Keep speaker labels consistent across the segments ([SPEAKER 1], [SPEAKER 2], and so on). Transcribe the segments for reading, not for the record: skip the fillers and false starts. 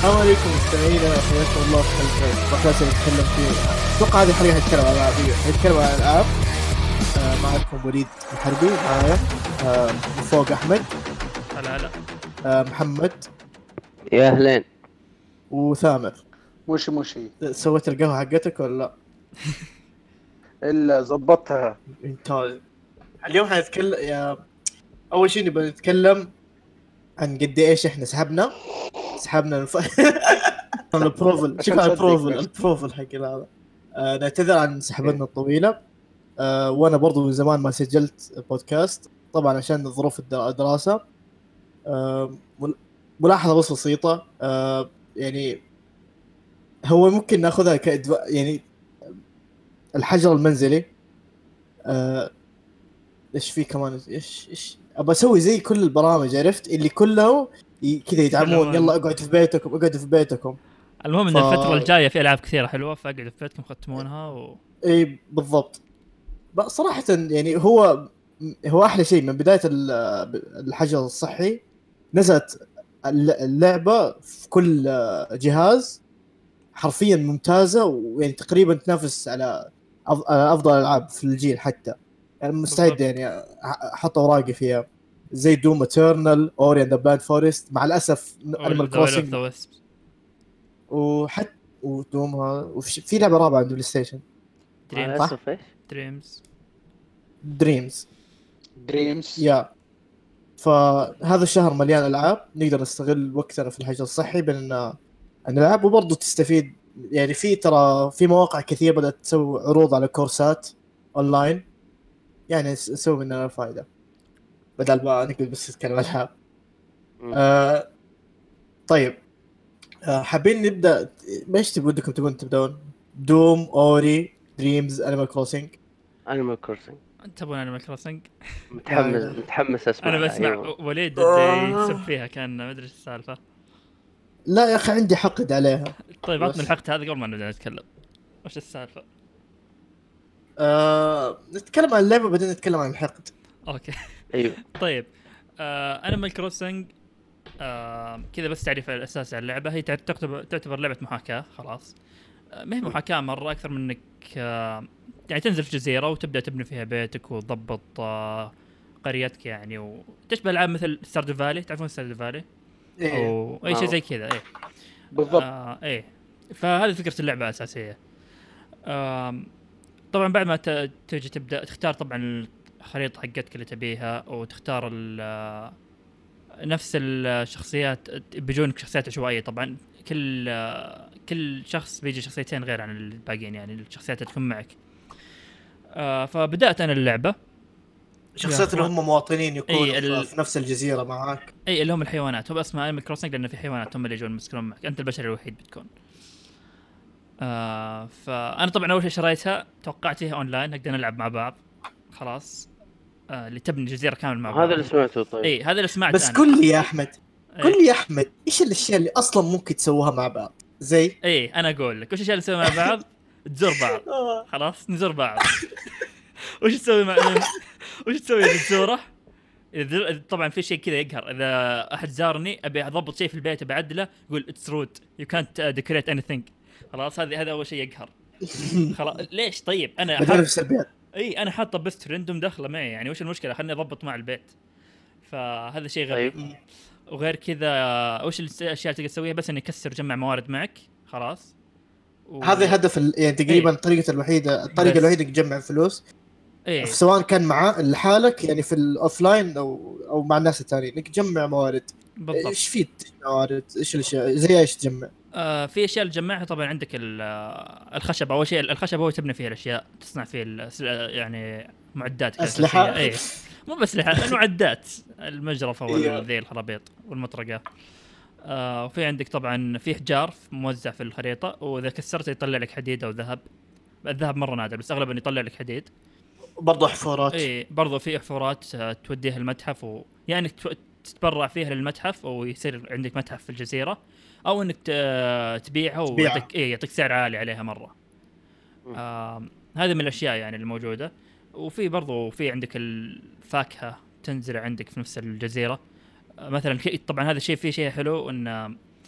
[SPEAKER 1] السلام عليكم مستمعينا، حياكم الله في البودكاست اللي نتكلم فيه. اتوقع هذه الحلقه نتكلم عن العاب، نتكلم عن الالعاب. معكم وليد الحربي، معايا فوق احمد.
[SPEAKER 2] هلا هلا.
[SPEAKER 1] محمد.
[SPEAKER 3] يا اهلين.
[SPEAKER 1] وثامر.
[SPEAKER 4] موشي
[SPEAKER 1] سويت القهوه حقتك ولا لا؟
[SPEAKER 4] الا زبطتها.
[SPEAKER 1] ممتاز. اليوم حنتكلم اول شيء نبغى نتكلم عن قد ايش احنا سحبنا البروفل. شوف البروفل حق هذا. نعتذر عن سحبتنا الطويله. وانا برضو من زمان ما سجلت بودكاست، طبعا عشان ظروف الدراسه. ملاحظه بس بسيطه، يعني هو ممكن ناخذها يعني الحجر المنزلي. ايش في كمان، ايش ابى اسوي زي كل البرامج، عرفت اللي كله كذا يدعمون، يلا اقعدوا في بيتكم.
[SPEAKER 2] المهم ان الفتره الجايه في العاب كثيره حلوه، فاقعدوا في بيتكم ختمونها
[SPEAKER 1] اي بالضبط. صراحه يعني هو احلى شيء من بدايه الحجر الصحي. نزلت اللعبه في كل جهاز حرفيا ممتازه، ويعني تقريبا تنافس على افضل العاب في الجيل حتى. يعني مستعد يعني احط اوراقي فيها، زي دوم اترنال، اوري اند ذا بلاند فورست، مع الاسف انيمال كروسنج، وحتى ودومها. وفي لعبه رابعه عند بلاي ستيشن، دريمز يا. فهذا الشهر مليان العاب، نقدر نستغل وقتنا في الحجر الصحي بان نلعب وبرضه تستفيد. يعني في مواقع كثير بدأت تسوي عروض على كورسات اونلاين، يعني نسوي منها فائدة بدل ما نقعد بس نتكلم العاب. طيب، حابين نبدأ بايش تبون تبدون؟ دوم، اوري، دريمز، انيمال كروسنج؟
[SPEAKER 2] تبون انيمال كروسنج؟
[SPEAKER 3] متحمس اسمع.
[SPEAKER 2] انا بسمع وليد يسب فيها، كان ما ادري ايش السالفه.
[SPEAKER 1] لا يا اخي عندي حقد عليها.
[SPEAKER 2] طيب عطني الحقد هذا قبل ما نبدا نتكلم. وش السالفه؟
[SPEAKER 1] نتكلم عن اللعبه بعدين نتكلم عن الحقد.
[SPEAKER 2] اوكي.
[SPEAKER 3] ايوه.
[SPEAKER 2] طيب، انيمال كروسنج كذا بس تعريف الاساسي عن اللعبه. هي تعتبر لعبه محاكاه خلاص. ما هي محاكاه مره، اكثر من انك يعني تنزل في جزيره وتبدا تبني فيها بيتك وتضبط قريتك يعني، وتشبه العاب مثل ستاردو فالي. تعرفون ستاردو فالي؟ او اي شيء زي كذا. ايه
[SPEAKER 4] بالضبط.
[SPEAKER 2] ايه. فهذه فكره اللعبه الاساسيه. طبعا بعد ما تجي تبدا تختار طبعا الخريطه حقتك اللي تبيها، وتختار نفس الشخصيات. بيجونك شخصيات عشوائيه طبعا. كل شخص بيجي شخصيتين غير عن الباقيين، يعني الشخصيات اللي تكون معك. فبدات انا اللعبه
[SPEAKER 1] شخصيات اللي هم مواطنين يكونوا في نفس الجزيره معاك.
[SPEAKER 2] اي اللي هم الحيوانات. هو اسمها انيمال كروسنج لان في حيوانات هم اللي يجون يسكنون معك، انت البشر الوحيد بتكون. فانا طبعا اول شيء شريتها، توقعت فيها اونلاين نقدر نلعب مع بعض خلاص. اللي تبني جزيره كامل مع بعض.
[SPEAKER 3] هذا اللي سمعته. طيب
[SPEAKER 2] اي هذا اللي سمعته.
[SPEAKER 1] بس قل لي يا احمد، ايش الاشياء اللي اصلا ممكن تسووها مع بعض؟ زي
[SPEAKER 2] انا اقول لك وش الاشياء اللي نسويها مع بعض. تزور بعض خلاص، نزور بعض. وش تسوي وش تسوي اذا تزوره؟ طبعا في شيء كذا يقهر. اذا احد زارني ابي اضبط شيء في البيت بعدله، يقول اتس رود يو كانت ديكوريت اني ثينج. خلاص هذا اول شيء يقهر. خلاص ليش؟ طيب انا حاطه بس رندوم داخله معي، يعني وش المشكله؟ خلني اضبط مع البيت. فهذا شيء غريب.
[SPEAKER 3] طيب.
[SPEAKER 2] وغير كذا وش الاشياء تقدر تسويها؟ بس اني يكسر جمع موارد معك خلاص.
[SPEAKER 1] هذا هدف يعني تقريبا الطريقه الوحيده انك تجمع فلوس. سواء كان مع لحالك يعني في الاوفلاين او مع الناس الثانيين، انك تجمع موارد. بالضبط. ايش في موارد؟ ايش الاشياء زي ايش تجمع؟
[SPEAKER 2] في اشياء تجمعها طبعا. عندك الخشب. اول شيء الخشب هو تبني فيه الاشياء، تصنع فيه يعني معدات
[SPEAKER 1] اسلحه.
[SPEAKER 2] مو بس اسلحه، المعدات، المجرفه والذي الخرابيط والمطرقه. وفي عندك طبعا في حجار موزع في الخريطه، واذا كسرته يطلع لك حديد او ذهب. الذهب مره نادر بس اغلبا يطلع لك حديد.
[SPEAKER 1] برضو حفورات.
[SPEAKER 2] برضو في حفورات توديها المتحف، يعني تتبرع فيها للمتحف، او يصير عندك متحف في الجزيره، او انك تبيعها ويعطيك سعر عالي عليها مره. هذه من الاشياء يعني الموجوده. وفي برضو في عندك الفاكهه تنزل عندك في نفس الجزيره. مثلا طبعا هذا الشيء فيه شيء حلو، ان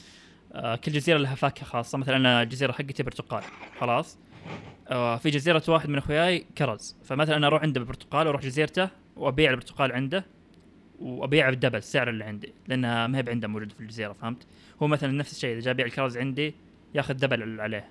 [SPEAKER 2] كل جزيره لها فاكهه خاصه. مثلا انا الجزيره حقتي برتقال، خلاص. في جزيره واحد من اخوياي كرز، فمثلا انا اروح عنده بالبرتقال واروح جزيرته وابيع البرتقال عنده وابيع بالدبل السعر اللي عندي، لانها ما هي عنده موجوده في الجزيره، فهمت؟ هو مثلا نفس الشيء اذا جاء يبيع الكرز عندي ياخذ دبل عليه.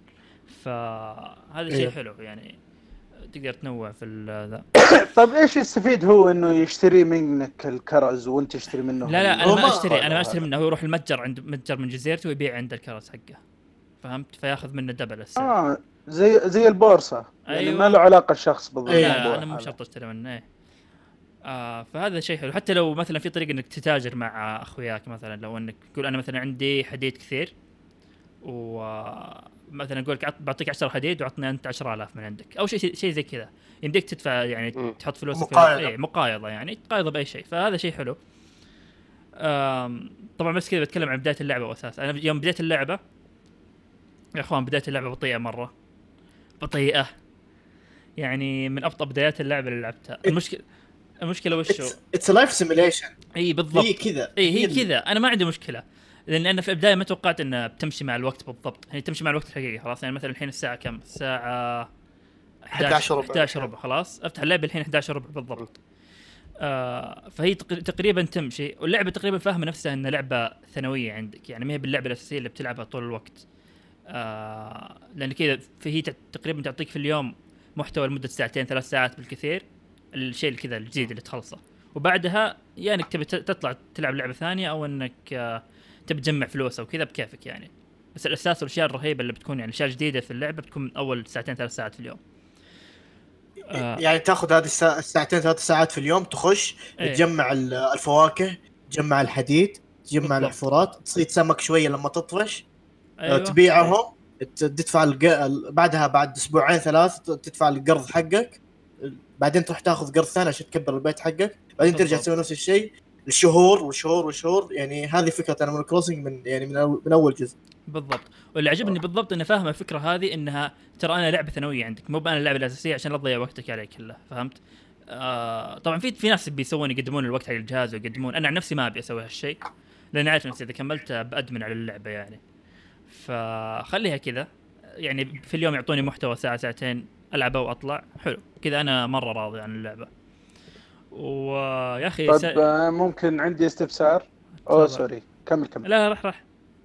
[SPEAKER 2] فهذا شيء حلو يعني، تقدر تنوع في ذا.
[SPEAKER 4] طيب ايش يستفيد هو انه يشتري منك الكرز وانت تشتري منه؟
[SPEAKER 2] لا انا
[SPEAKER 1] هو
[SPEAKER 2] ما
[SPEAKER 1] ما-
[SPEAKER 2] اشتري، انا ما اشتري منه، هو يروح المتجر عند متجر من جزيرته ويبيع عند الكرز حقه، فهمت؟ فياخذ منه دبل السعر.
[SPEAKER 4] زي البورصة يعني،
[SPEAKER 2] أيوة.
[SPEAKER 4] ما له علاقة الشخص
[SPEAKER 2] لا
[SPEAKER 4] بالموضوع
[SPEAKER 2] انا مو
[SPEAKER 4] هذا.
[SPEAKER 2] شرط اشتري منه. ايه فهذا شيء حلو. حتى لو مثلا في طريقه انك تتاجر مع اخوياك، مثلا لو انك تقول انا مثلا عندي حديد كثير، ومثلا اقول لك بعطيك 10 حديد وعطني انت 10,000 من عندك، او شيء زي كذا، يمديك تدفع يعني تحط فلوسك
[SPEAKER 1] مقايضة.
[SPEAKER 2] مقايضه يعني، تقايضه باي شيء، فهذا شيء حلو. طبعا بس كذا بتكلم عن بدايه اللعبه واساس. انا يوم بديت اللعبه يا اخوان، بدايه اللعبه بطيئه مره، بطيئه يعني، من ابطأ بدايات اللعبه اللي لعبتها. المشكله وش هو؟
[SPEAKER 1] اتس لايف سيميليشن.
[SPEAKER 2] اي بالضبط،
[SPEAKER 1] هي كذا،
[SPEAKER 2] هي كذا. انا ما عندي مشكله، لان انا في البدايه ما توقعت انها بتمشي مع الوقت بالضبط، يعني تمشي مع الوقت الحقيقي. خلاص يعني مثلا الحين الساعه كم؟ الساعه 11 ربع، خلاص افتح اللعبه الحين 11 ربع بالضبط. فهي تقريبا تمشي، واللعبه تقريبا فاهمه نفسها انها لعبه ثانويه عندك، يعني ما هي باللعبه الاساسيه اللي بتلعبها طول الوقت. لان كذا فهي تقريبا تعطيك في اليوم محتوى لمده ساعتين 3 ساعات بالكثير، الشيء كذا الجديد اللي تخلصه، وبعدها يا انك تبي تطلع تلعب لعبه ثانيه، او انك تبي تجمع فلوس او كذا بكيفك يعني. بس الاساس والاشياء الرهيبه اللي بتكون يعني اشياء جديده في اللعبه بتكون من اول ساعتين 3 ساعات في اليوم.
[SPEAKER 1] يعني تاخذ هذه الساعتين 3 ساعات في اليوم، تخش
[SPEAKER 2] إيه.
[SPEAKER 1] تجمع الفواكه، تجمع الحديد، تجمع
[SPEAKER 2] بالضبط.
[SPEAKER 1] الحفرات، تصيد سمك شويه لما تطفش.
[SPEAKER 2] أيوة.
[SPEAKER 1] تبيعهم، تدفع بعدها بعد اسبوعين 3 تدفع القرض حقك، بعدين تروح تاخذ قرض ثاني عشان تكبر البيت حقك، بعدين ترجع
[SPEAKER 2] بالضبط.
[SPEAKER 1] تسوي نفس الشيء الشهور وشهور وشهور. يعني هذه فكره انيمال كروسنج من يعني من اول جزء.
[SPEAKER 2] بالضبط. واللي عجبني بالضبط انه فاهم الفكره هذه، انها ترى انا لعبه ثانويه عندك، مو انا اللعبه الاساسيه عشان لا تضيع وقتك عليه كله، فهمت؟ طبعا في ناس بيسوون يقدمون الوقت حق الجهاز ويقدمون، انا عن نفسي ما ابي اسوي هالشيء، لان عارف نفسي اذا كملت بادمن على اللعبه يعني. فخليها كذا يعني، في اليوم يعطوني محتوى ساعه ساعتين العبه واطلع، حلو كذا، انا مره راضي عن اللعبه. ويا اخي
[SPEAKER 4] طيب ممكن عندي استفسار؟ سوري، كمل.
[SPEAKER 2] لا راح.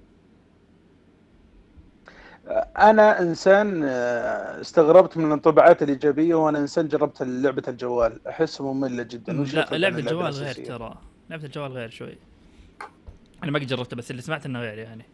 [SPEAKER 4] انا انسان استغربت من الانطباعات الايجابيه، وانا انسان جربت لعبه الجوال احسها ممله جدا. وش
[SPEAKER 2] لا
[SPEAKER 4] الفرق
[SPEAKER 2] لعبه
[SPEAKER 4] بين اللعبة
[SPEAKER 2] الجوال غير،
[SPEAKER 4] الأساسية؟
[SPEAKER 2] ترى لعبه الجوال غير شوي. انا ما قد جربتها، بس اللي سمعت انه غير يعني.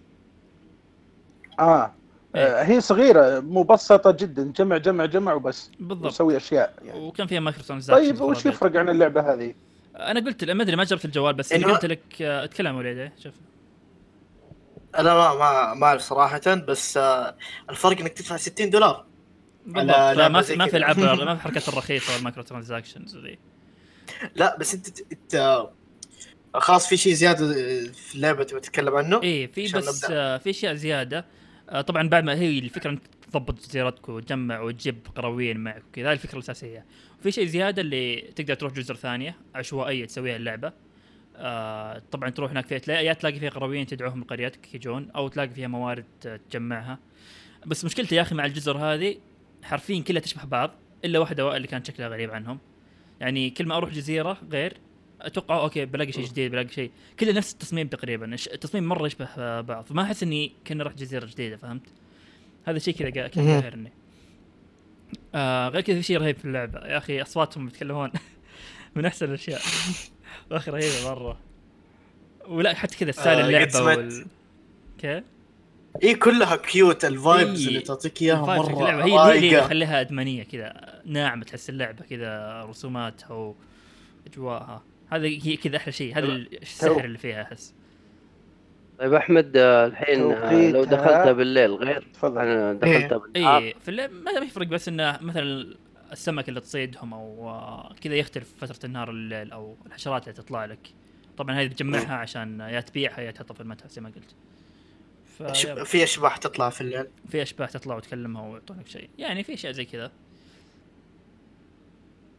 [SPEAKER 4] هي صغيره مبسطه جدا، جمع وبس.
[SPEAKER 2] بالضبط.
[SPEAKER 4] وسوي اشياء يعني.
[SPEAKER 2] وكان فيها مايكرو ترانزاكشنز.
[SPEAKER 4] طيب وش يفرق عن اللعبه هذه؟
[SPEAKER 2] انا قلت ما ادري، ما جربت الجوال، بس اللي قلت لك اتكلم وليد. شوف
[SPEAKER 1] انا ما اعرف صراحه، بس الفرق انك تدفع $60
[SPEAKER 2] بالضبط. ما في العاب ما في حركه الرخيصه والمايكرو ترانزاكشنز ذي.
[SPEAKER 1] لا بس انت خلاص في شيء زياده في اللعبه تبي تتكلم عنه؟
[SPEAKER 2] ايه في، بس في اشياء زياده. طبعا بعد ما هي الفكره انك تضبط جزيرتك وتجمع وتجيب قرويين معك وكذا، هذه الفكره الاساسيه. وفي شيء زياده اللي تقدر تروح جزر ثانيه عشوائيه تسويها اللعبه. طبعا تروح هناك فيها يا تلاقي فيها قرويين تدعوهم لقريتك يجون، او تلاقي فيها موارد تجمعها. بس مشكلتي يا اخي مع الجزر هذه حرفيا كلها تشبه بعض، الا واحده اللي كان شكلها غريب عنهم. يعني كل ما اروح جزيره غير اتوقع اوكي بلاقي شيء جديد، بلاقي شيء كله نفس التصميم تقريبا، التصميم مره يشبه بعض، فما احس اني كنا رحت جزيره جديده، فهمت؟ هذا الشيء كذا قاهرني. غير كذا في شيء رهيب في اللعبه يا اخي، اصواتهم يتكلمون من احسن الاشياء. واخي رهيبه مره. ولا حتى كذا ستايل اللعبه كيف
[SPEAKER 1] ايه كلها كيوت، الفايبز اللي تعطيك اياها مره
[SPEAKER 2] اللعبة هي اللي تخليها ادمانيه كذا، ناعمه، تحس اللعبه كذا رسوماتها واجواءها، هذا هي كذا احلى شيء، هذا السحر اللي فيها احس.
[SPEAKER 3] طيب احمد الحين لو دخلتها بالليل غير، انا دخلتها بالنهار.
[SPEAKER 2] ايه في الليل ما يفرق، بس انه مثلا السمك اللي تصيدهم او كذا يختلف فتره النهار والليل، او الحشرات اللي تطلع لك. طبعا هذه تجمعها عشان يا تبيعها يا تحطها في المتحف زي ما قلت.
[SPEAKER 1] في اشباح تطلع في الليل،
[SPEAKER 2] في اشباح تطلع وتكلمها ويعطونك شيء، يعني في اشياء زي كذا.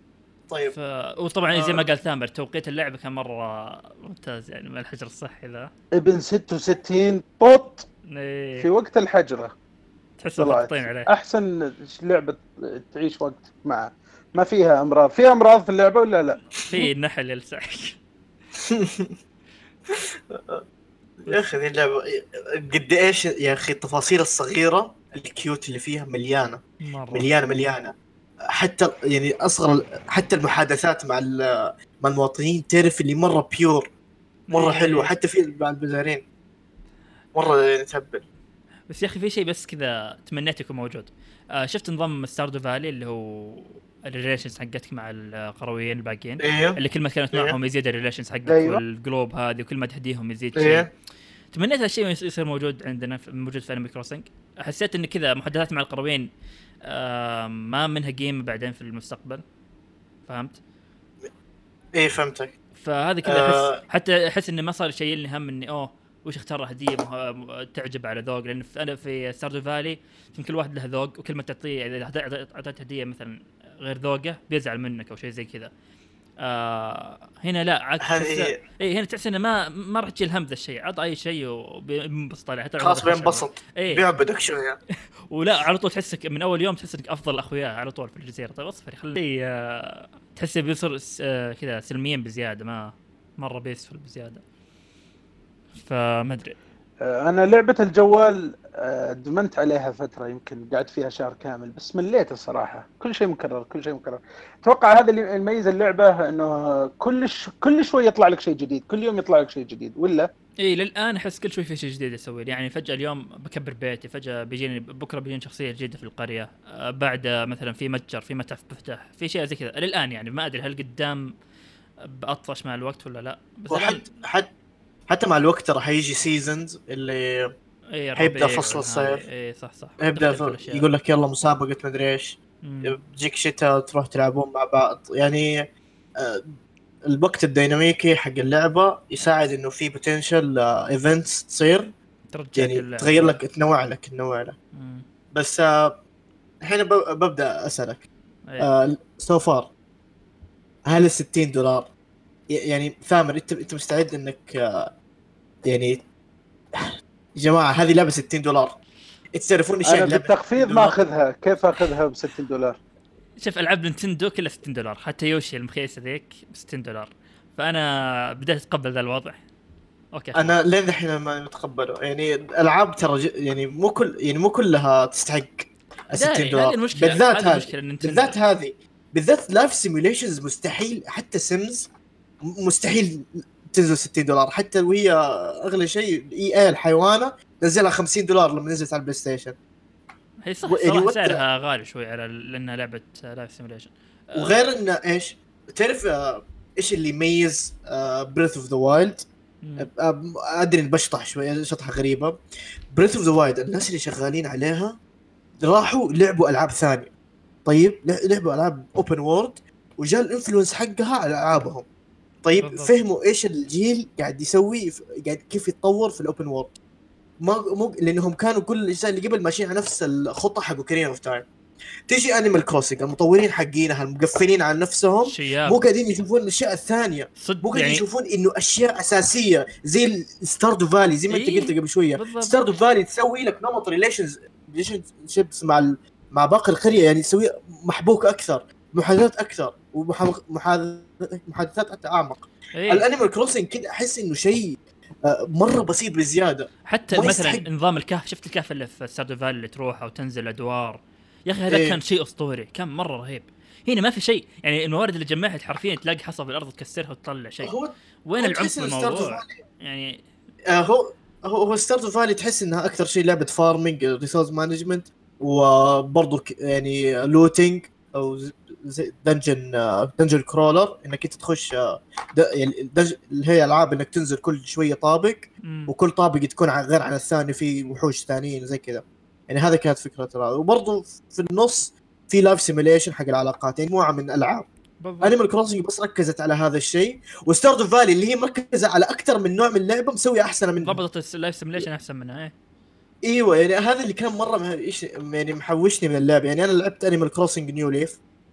[SPEAKER 5] طيب
[SPEAKER 2] وطبعا زي ما قال ثامر توقيت اللعبه كان مره ممتاز يعني مع الحجر الصحي ذا
[SPEAKER 4] ابن 66 طوط
[SPEAKER 2] إيه.
[SPEAKER 4] في وقت الحجره
[SPEAKER 2] تحس
[SPEAKER 4] طلعت
[SPEAKER 2] فقطين عليه.
[SPEAKER 4] احسن لعبه تعيش وقت معه، ما فيها امراض. فيها امراض في اللعبه ولا لا؟
[SPEAKER 2] في النحل يلسعك.
[SPEAKER 5] يا اخي ذي اللعبه قد ايش يا اخي، التفاصيل الصغيره الكيوت اللي فيها مليانه
[SPEAKER 2] مرة.
[SPEAKER 5] مليانه. حتى يعني اصغر حتى المحادثات مع المواطنين تعرف اللي مره بيور، مره
[SPEAKER 2] إيه.
[SPEAKER 5] حلوه. حتى في مع البزارين مره نتهبل.
[SPEAKER 2] بس يا اخي في شيء بس كذا تمنيت يكون موجود. شفت نظام ستاردو فالي اللي هو الريليشنز حقتك مع القرويين الباقيين،
[SPEAKER 5] ايوه
[SPEAKER 2] اللي كل ما كانت
[SPEAKER 5] إيه.
[SPEAKER 2] معهم يزيد الريليشنز حقك
[SPEAKER 4] أيوة.
[SPEAKER 2] والجلوب هذه، وكل ما تهديهم يزيد شيء.
[SPEAKER 5] ايه
[SPEAKER 2] تمنيت هالشيء يصير موجود عندنا موجود في انمي كروسنج. حسيت ان كذا محادثات مع القرويين ما منها قيمه بعدين في المستقبل، فهمت؟
[SPEAKER 5] ايه فهمتك.
[SPEAKER 2] فهذا كذا احس حتى احس انه ما صار شيء لي هم اني وش اختار هديه تعجب على ذوق، لان انا في ستاردو فالي كل واحد له ذوق، وكل ما تعطيه اذا اعطيت هديه مثلا غير ذوقه بيزعل منك او شيء زي كذا. هنا لا عكس هنا تحس انه ما راح تجي الهم ذا الشيء، عط اي شيء وبينبسط عليه حتى
[SPEAKER 5] خلاص بينبسط بيعبدك شويه.
[SPEAKER 2] ولا على طول تحسك من اول يوم تحس انك افضل اخويا على طول في الجزيره. طيب اصفر خليه تحس بيصير كذا سلميين بزياده، ما مره بيسفل بزياده. فما ادري
[SPEAKER 4] انا لعبه الجوال ادمنت عليها فتره، يمكن قعدت فيها شهر كامل، بس مليت الصراحه. كل شيء مكرر. اتوقع هذا اللي يميز اللعبه، انه كل شوي يطلع لك شيء جديد، كل يوم يطلع لك شيء جديد. ولا
[SPEAKER 2] اي للان احس كل شوي في شيء جديد اسوي. يعني فجاه اليوم بكبر بيتي، فجاه بيجيني بكره بيجيني شخصيه جديده في القريه، بعد مثلا في متجر، في متحف بفتح، في شيء زي كذا للان. يعني ما ادري هل قدام بأطفش مع الوقت ولا لا، بس
[SPEAKER 5] حتى مع الوقت راح يجي سيزونز اللي حيبدا فصل الصيف.
[SPEAKER 2] اي صح
[SPEAKER 5] يبدا يقول لك يلا مسابقه مدري ايش، تجيك شتاء تروح تلعبون مع بعض. يعني الوقت الديناميكي حق اللعبه يساعد انه في بوتنشل ايفنتس تصير، يعني تغير لك تنوع لك. بس الحين ببدا اسالك سو فار، هل $60 يعني ثامر انت مستعد انك يعني يا جماعه هذه لعبه $60 تعرفون ايش
[SPEAKER 4] انا بالتخفيض ما اخذها؟ كيف اخذها ب$60؟
[SPEAKER 2] شوف العاب نينتندو كلها $60، حتى يوشي المخيسه ذيك $60. فانا بديت اتقبل ذا الوضع. اوكي
[SPEAKER 5] انا لين الحين ما متقبله. يعني العاب ترى يعني مو كلها تستحق $60. بالذات لايف سيميوليشنز مستحيل، حتى سيمز مستحيل تنزل $60. حتى وهي اغلى شيء اي الحيوانه نزلها $50 لما نزلت على البلاي ستيشن.
[SPEAKER 2] هي صح صراحة سعرها غالي شوي على لانها لعبه لايف سيميوليشن.
[SPEAKER 5] وغير انه ايش تعرف ايش اللي يميز بريث اوف ذا وايلد؟ ادري بشطح شوي شطحه غريبه. بريث اوف ذا وايلد الناس اللي شغالين عليها راحوا لعبوا العاب ثانيه. طيب لعبوا العاب اوبن وورد وجاء الانفلونس حقها على العابهم. طيب بالضبط. فهموا ايش الجيل قاعد يسوي، قاعد كيف يتطور في الاوبن وورد. مو لانهم كانوا كل الاجزاء اللي قبل ماشيين على نفس الخطه حق كارين اوف تايم. تيجي انيمال كروسنج المطورين حقينها المقفلين على نفسهم، مو قاعدين يشوفون الاشياء الثانيه، مو قاعدين يعني يشوفون انه اشياء اساسيه زي ستاردو فالي زي ما انت قلت قبل شويه. ستاردو فالي تسوي لك نمط ريليشن شيبس مع باقي القريه، يعني تسوي محبوك اكثر، محادثات اكثر، ومحادثات حتى اعمق. الانيمال كروسنج كده احس انه شيء مره بسيط بزياده.
[SPEAKER 2] حتى مثلا نظام الكهف، شفت الكهف اللي في ستاردو فالي اللي تروح وتنزل ادوار، يا اخي هذا كان شيء اسطوري، كان مره رهيب. هنا ما في شيء، يعني الموارد اللي جمعها حرفيا تلاقي حصى بالارض تكسرها وتطلع شيء. وين العمق في الموضوع؟ يعني
[SPEAKER 5] هو ستاردو فالي تحس انها اكثر شيء لعبه فارمينج، ريسورس مانجمنت، وبرضه يعني لوتينج او دنجن كرولر، انك انت تخش اللي هي العاب انك تنزل كل شويه طابق، وكل طابق تكون غير عن الثاني، في وحوش ثانيين زي كذا. يعني هذا كانت فكرة ترى. وبرضه في النص في لايف سيميليشن حق العلاقات، يعني مجموعة من الألعاب. أنيمال كروسنج بس ركزت على هذا الشيء، وستاردو فالي اللي هي مركزة على أكثر من نوع من اللعبة مسوية أحسن منها،
[SPEAKER 2] ضبطت اللايف سيميليشن أحسن منها.
[SPEAKER 5] ايوه يعني هذا اللي كان مرة يعني محوشني من اللعبة. يعني أنا لعبت أنيمال كروسنج نيو ليف،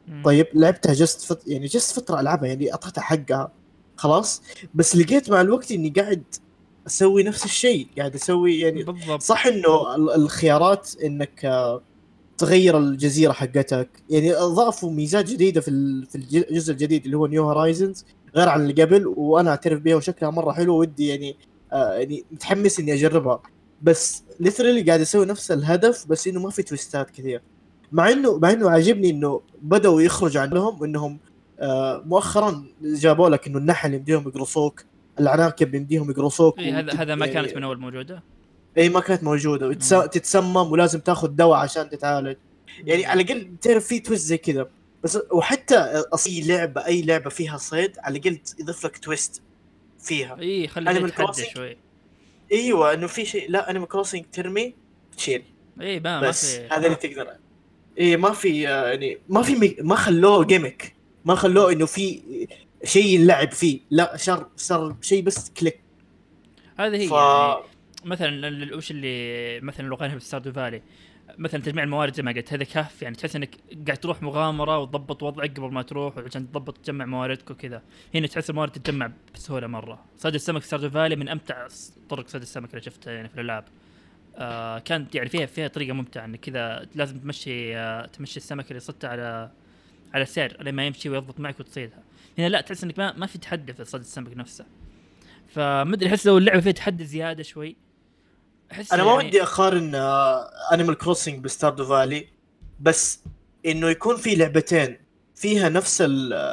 [SPEAKER 1] طيب لعبتها يعني جست فتره العبها، يعني اعطيتها حقها خلاص، بس لقيت مع الوقت اني قاعد اسوي نفس الشيء، قاعد اسوي يعني
[SPEAKER 2] بالضبط.
[SPEAKER 1] صح انه الخيارات انك تغير الجزيره حقتك، يعني اضافوا ميزات جديده في الجزء الجديد اللي هو نيو هورايزنز غير عن اللي قبل، وانا اعترف بها وشكلها مره حلو ودي يعني يعني متحمس اني اجربها، بس ليترلي قاعد اسوي نفس الهدف بس انه ما في تويستات كثير. مع انه عاجبني انه بدأوا يخرجوا عنهم، انهم مؤخرا جابوا لك انه النحل يمديهم يقرصوك، العناكب يمديهم يقرصوك،
[SPEAKER 2] هذا ما كانت من اول موجوده.
[SPEAKER 1] اي ما كانت موجوده، وتتسمم ولازم تاخذ دواء عشان تتعالج، يعني على الاقل تعرف في تويست زي كذا. بس وحتى اي لعبه فيها صيد على الاقل يضيف لك تويست فيها.
[SPEAKER 2] اي خلي تتحدى شوي.
[SPEAKER 1] ايوه انه في شيء، لا انيمال كروسنج ترمي تشيل.
[SPEAKER 2] اي ما
[SPEAKER 1] بس
[SPEAKER 2] في
[SPEAKER 1] هذا اللي تقدر. ايه ما في يعني ما خلوه جيمك، ما خلوه انه في شيء يلعب فيه، لا صار شيء بس كليك.
[SPEAKER 2] هذه هي يعني مثلا وش اللي مثلا لو قارنها بالستاردو فالي، مثلا تجميع الموارد زي ما قلت هذا كهف، يعني تحس انك قاعد تروح مغامره وتضبط وضعك قبل ما تروح عشان تضبط تجمع مواردك وكذا. هنا تحس الموارد تتجمع بسهوله مره. صيد السمك ستاردو فالي من امتع طرق صيد السمك اللي شفتها يعني في الالعاب. كانت يعني فيها طريقه ممتعه انك كذا لازم تمشي السمك اللي صدته على سير لما يمشي ويضبط معك وتصيدها. هنا لا، تحس انك ما في تحدي في صيد السمك نفسه. فمدري احس لو اللعبه فيها تحدي زياده شوي.
[SPEAKER 1] انا ما ودي اقارن انيمال كروسنج بستاردو فالي، بس انه يكون في لعبتين فيها نفس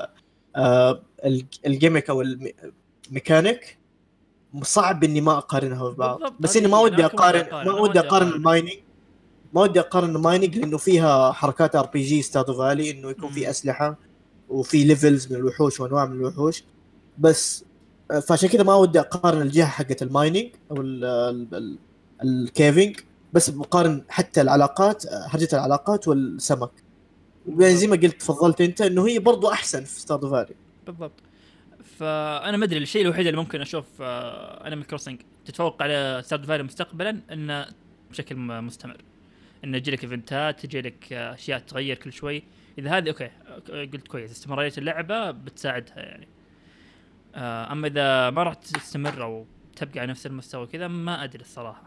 [SPEAKER 1] الجيميك او الميكانيك، صعب اني ما اقارنها ببعض. بس اني ما ودي اقارن المايننج، ما ودي اقارن المايننج لانه فيها حركات ار بي جي ستاردو فالي، انه يكون في اسلحه وفي ليفلز من الوحوش وانواع من الوحوش، بس فعشان كذا ما ودي اقارن الجهه حقت المايننج او الكيفنج، بس بقارن حتى العلاقات، حاجه العلاقات والسمك. يعني زي ما قلت تفضلت انت انه هي برضو احسن في ستاردو فالي.
[SPEAKER 2] بالضبط. فانا ما ادري، الشيء الوحيد اللي ممكن اشوف انيمال كروسنج تتفوق على ستاردو فالي مستقبلا انه بشكل مستمر، انه يجي لك ايفنتات، تجي لك اشياء تغير كل شوي. اذا هذه اوكي قلت كويس، استمراريه اللعبه بتساعدها يعني. اما اذا ما راح تستمر او تبقى على نفس المستوى كذا ما ادري الصراحه.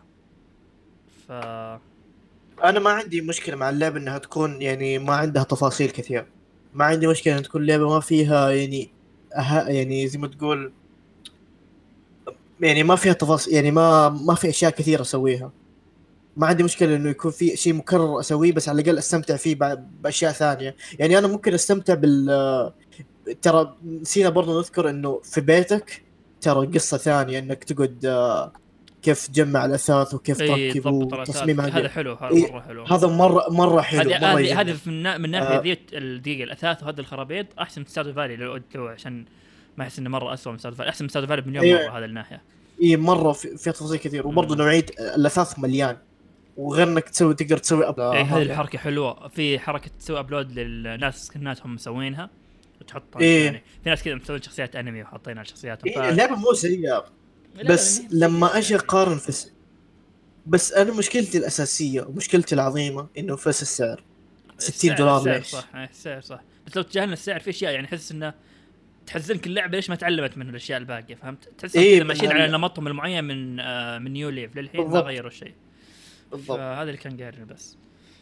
[SPEAKER 1] انا ما عندي مشكله مع اللعبه انها تكون يعني ما عندها تفاصيل كثير، ما عندي مشكله ان تكون لعبه ما فيها يعني زي ما تقول يعني ما فيها تفاصيل، يعني ما في اشياء كثيره اسويها. ما عندي مشكله انه يكون في شيء مكرر اسويه، بس على الاقل استمتع فيه باشياء ثانيه. يعني انا ممكن استمتع ترى نسينا برضو نذكر انه في بيتك ترى قصه ثانيه، انك تقعد كيف تجمع الاثاث وكيف تركبه وتصميم.
[SPEAKER 2] هذا حلو، هذا مره حلو،
[SPEAKER 1] هذا مره حلو.
[SPEAKER 2] هذه من ناحيه ذي الدقيقه الاثاث وهذه الخرابيط احسن من ستاردو فالي لو عشان ما احس انه مره اسوء من ستاردو فالي، احسن من ستاردو فالي بمليون مره هذه الناحيه.
[SPEAKER 1] اي مره في تفاصيل كثير، وبرضه نوعيه الاثاث مليان، وغير انك تقدر تسوي
[SPEAKER 2] هذه الحركه حلوه. في حركه تسوي ابلود للناس سكناتهم مسوينها وتحطها يعني في ناس كذا مسوين شخصيات انمي وحاطينها على شخصياتهم.
[SPEAKER 1] اللعبه مو سيئه، بس لما اجي اقارن بس انا مشكلتي الاساسيه ومشكلتي العظيمه انه فاس السعر $60 ليش؟
[SPEAKER 2] صح السعر صح، بس لو تجاهلنا السعر في اشياء يعني احس انه تحزنك اللعبه ليش ما تعلمت من الاشياء الباقيه، فهمت؟ تحس كذا ماشيين على نمطهم المعين من نيو ليف للحين ما غيروا شيء. بالضبط، هذا اللي كان قارن. بس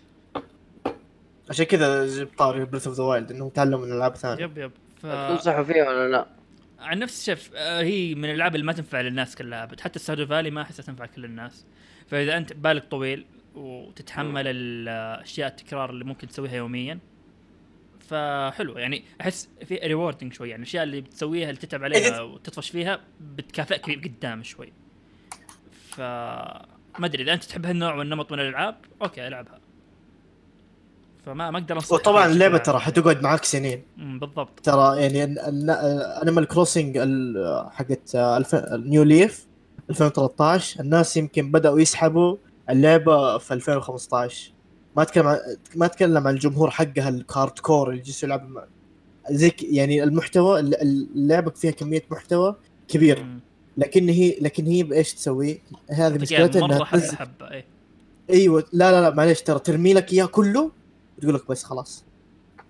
[SPEAKER 1] عشان كذا بطاري بريث اوف ذا وايلد انهم تعلموا من العاب ثانيه.
[SPEAKER 2] يب
[SPEAKER 3] تنصحوا فيها ولا لا؟
[SPEAKER 2] عن نفس شف هي من الالعاب اللي ما تنفع للناس كلها، حتى ستاردو فالي ما احسها تنفع كل الناس. فاذا انت بالك طويل وتتحمل الاشياء التكرار اللي ممكن تسويها يوميا فحلو، يعني احس في ريوردنج شوي، يعني الاشياء اللي بتسويها اللي تتعب عليها وتطفش فيها بتكافئك قدام شوي. فما ادري اذا انت تحب هالنوع والنمط من الالعاب اوكي العبها، فما اقدر انصح.
[SPEAKER 1] وطبعا اللعبه ترى حتقعد معك سنين.
[SPEAKER 2] بالضبط
[SPEAKER 1] ترى يعني انيمال كروسنج حقت نيو ليف 2013 الناس يمكن بدأوا يسحبوا اللعبه في 2015. ما اتكلم عن الجمهور حقها الهارد كور اللي يجلسوا يلعبوا زي يعني المحتوى. اللعبه فيها كميه محتوى كبير، لكن هي بايش تسوي؟ هذه مشكلتها انها
[SPEAKER 2] حبه.
[SPEAKER 1] ايوه لا معليش، ترى ترمي لك اياه كله وتقول لك بس خلاص،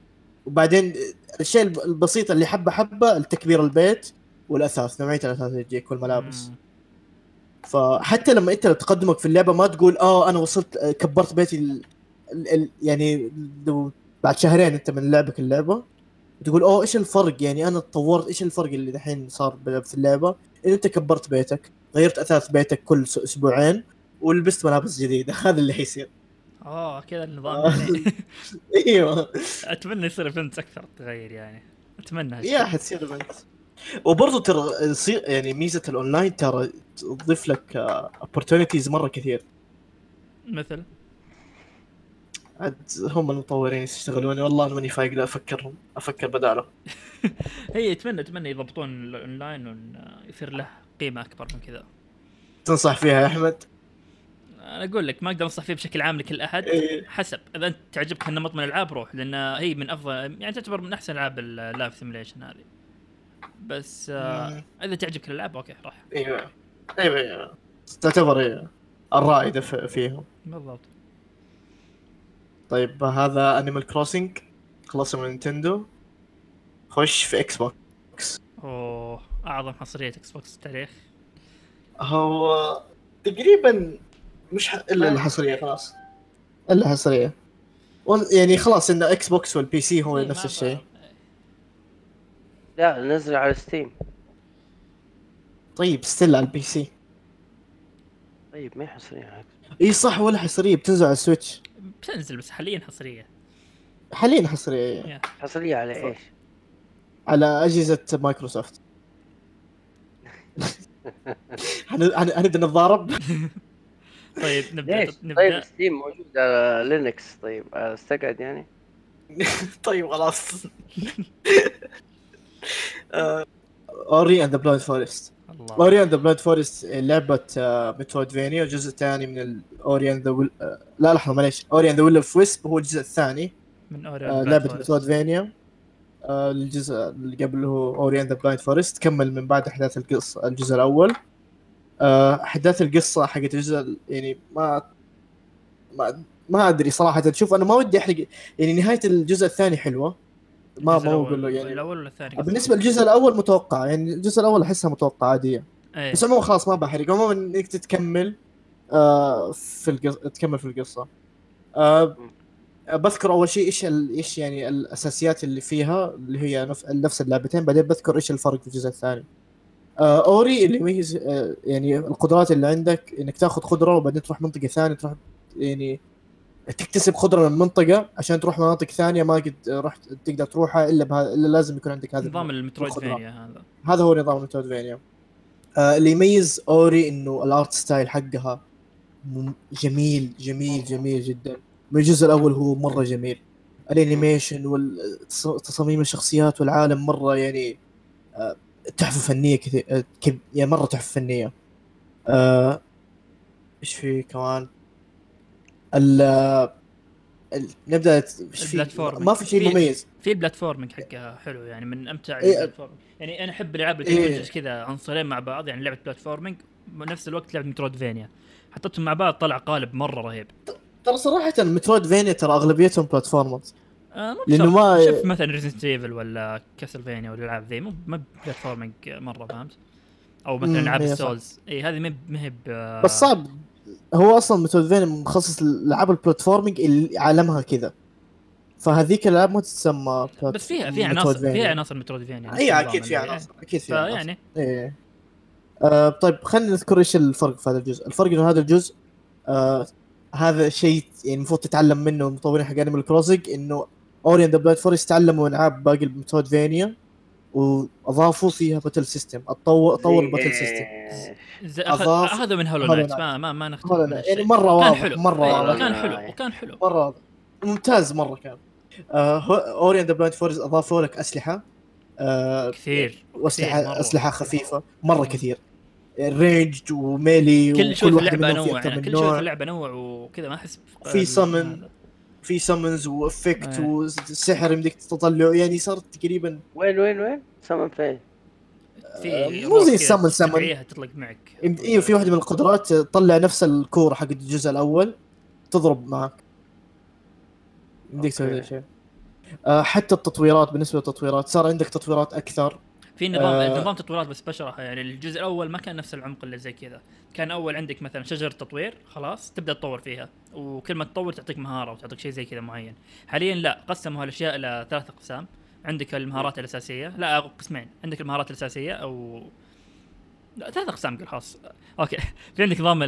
[SPEAKER 5] وبعدين الشيء البسيط اللي حبه التكبير البيت والاثاث، نوعيه الاثاث اللي تجيك والملابس. فحتى لما انت تقدمك في اللعبه ما تقول انا وصلت كبرت بيتي يعني لو بعد شهرين انت من لعبك اللعبه تقول ايش الفرق، يعني انا تطورت، ايش الفرق اللي الحين صار في اللعبه؟ ان انت كبرت بيتك، غيرت اثاث بيتك كل اسبوعين، ولبست ملابس جديده. هذا اللي حيصير.
[SPEAKER 2] كذا النظام يعني.
[SPEAKER 5] ايوه
[SPEAKER 2] اتمنى يصير ايفنتس اكثر تغير يعني، اتمنى
[SPEAKER 5] يا حتصير ايفنت. وبرضه ترى يصير يعني ميزه الاونلاين ترى تضيف لك opportunities مره كثير.
[SPEAKER 2] مثل
[SPEAKER 5] عاد هم المطورين يشتغلون، والله انا ماني فايق لا افكر بداله.
[SPEAKER 2] هي اتمنى يضبطون الاونلاين ويصير له قيمه اكبر من كذا.
[SPEAKER 5] تنصح فيها يا احمد؟
[SPEAKER 2] انا اقول لك ما اقدر انصح فيه بشكل عام لكل احد. حسب، اذا انت تعجبك النمط من الالعاب روح، لان هي من افضل يعني تعتبر من احسن العاب اللايف سيميليشن هذه. بس اذا تعجبك الالعاب اوكي راح.
[SPEAKER 5] ايوه تعتبر الرائده فيهم
[SPEAKER 2] بالضبط.
[SPEAKER 5] طيب هذا انيمال كروسنج خلصوا من نينتندو، خش في اكس بوكس.
[SPEAKER 2] اعظم حصريه اكس بوكس في التاريخ.
[SPEAKER 5] هو تقريبا مش الا الحصريه، خلاص الا حصريه يعني خلاص ان اكس بوكس والبي سي هو نفس الشيء.
[SPEAKER 3] لا نزل على ستيم.
[SPEAKER 5] طيب ستيل على البي سي.
[SPEAKER 3] طيب ما حصريه.
[SPEAKER 5] اي صح، ولا حصريه بتنزل على السويتش.
[SPEAKER 2] بتنزل بس حاليا حصريه.
[SPEAKER 5] حاليا حصريه.
[SPEAKER 3] حصريه على ايش؟
[SPEAKER 5] على اجهزه مايكروسوفت. هنبدا نتضارب.
[SPEAKER 2] طيب نبدا.
[SPEAKER 3] طيب ستيم موجود على لينكس، طيب استقعد يعني.
[SPEAKER 5] طيب خلاص. اوري اند ذا بلايند فورست. اوري اند ذا بلايند فورست لعبه مترويدفانيا، الجزء الثاني من اوري اند ذا لا لحظه معليش، اوري اند ذا ويل اوف ويسب هو الجزء الثاني
[SPEAKER 2] من
[SPEAKER 5] لعبه مترويدفانيا. الجزء اللي قبله هو اوري اند ذا بلايند فورست، كمل من بعد احداث القصه الجزء الاول. احداث القصه حقت الجزء يعني ما ادري صراحه. شوف انا ما ودي احرق يعني، نهايه الجزء الثاني حلوه، ما اقول له يعني
[SPEAKER 2] الاول ولا الثاني.
[SPEAKER 5] بالنسبه للجزء الاول متوقع، يعني الجزء الاول احسها متوقعه عاديه. بس عموما خلاص ما بحرق. عموما انك تكمل في القصه، تكمل في القصه. بذكر اول شيء ايش يعني الاساسيات اللي فيها، اللي هي نفس اللعبتين. بعدين بذكر ايش الفرق في الجزء الثاني. اوري اللي يميز يعني القدرات اللي عندك، انك تاخذ قدره وبعدين تروح منطقه ثانيه، تروح يعني تكتسب قدره من منطقه عشان تروح مناطق ثانيه ما قد رحت تقدر تروحها الا لازم يكون عندك هذا
[SPEAKER 2] نظام المترويدفانيا. هذا
[SPEAKER 5] هو نظام المترويدفانيا. اللي يميز اوري انه الارت ستايل حقها جميل جميل جميل جدا. من الجزء الاول هو مره جميل، الانيميشن والتصاميم الشخصيات والعالم مره يعني تحفه فنيه كثير، يعني مره تحفه فنيه. ايش في كمان؟ نبدا ما في شيء مميز
[SPEAKER 2] في البلاتفورمينج حقها حلو، يعني من امتع البلاتفورمينج. يعني انا احب الالعاب اللي تنتج كذا عنصرين مع بعض، يعني لعبه بلاتفورمينج بنفس الوقت لعبه مترويدفانيا حطيتهم مع بعض طلع قالب مره رهيب.
[SPEAKER 5] ترى صراحه مترويدفانيا ترى اغلبيتهم بلاتفورمرز، لانه ما
[SPEAKER 2] شوف مثلا ريزنت ايفل ولا كاسلفينيا ولا العاب ذي ما بلاتفورمينج مره، فهمت؟ او مثلا العاب السولز هذه ما هي
[SPEAKER 5] بس صعب. هو اصلا مترويدفانيا مخصص للعاب البلاتفورمينج اللي عالمها كذا، فهذيك الالعاب ما تسمى
[SPEAKER 2] بس فيها عناصر مترويدفانيا.
[SPEAKER 5] اي اكيد في عناصر، اكيد في عناصر
[SPEAKER 2] يعني
[SPEAKER 5] ايه. طيب خلينا نذكر ايش الفرق في هذا الجزء. الفرق انه هذا الجزء هذا شيء يعني المفروض تتعلم منه المطورين حق انيمال كروسنج، انه اوري اند ذا بلايند فورست تعلموا العاب باقي المترويدفانيا واضافوا فيها باتل سيستم. طور الباتل سيستم
[SPEAKER 2] هذا من هولو نايت. ما نختلف
[SPEAKER 5] يعني مره واضح،
[SPEAKER 2] كان حلو
[SPEAKER 5] مره واضح ممتاز مره كان. اوري اند ذا بلايند فورست اضافوا لك اسلحه
[SPEAKER 2] كثير،
[SPEAKER 5] اسلحه خفيفه مره كثير، رينج وميلي،
[SPEAKER 2] كل شيء في اللعبه نوع، يعني كل شيء في اللعبه نوع وكذا، ما احس
[SPEAKER 5] في سمنز وافكت والسحر يمديك تطلعه، يعني صارت تقريبا
[SPEAKER 3] وين سمن فين
[SPEAKER 5] مو زي السمن
[SPEAKER 2] تطلق معك.
[SPEAKER 5] ايوه في واحده من القدرات تطلع نفس الكور حق الجزء الاول تضرب معك، يمديك تسوي شيء.
[SPEAKER 1] حتى التطويرات، بالنسبه للتطويرات صار عندك تطويرات اكثر.
[SPEAKER 2] في نظام تطويرات بس بشرحها. يعني الجزء الاول ما كان نفس العمق اللي زي كذا. كان اول عندك مثلا شجره تطوير خلاص تبدا تطور فيها، وكل ما تطور تعطيك مهاره وتعطيك شيء زي كذا معين. حاليا لا، قسموا هالاشياء الى 3 اقسام. عندك المهارات الاساسيه، لا قسمين، عندك المهارات الاساسيه او لا 3 اقسام خلاص. اوكي في عندك نظام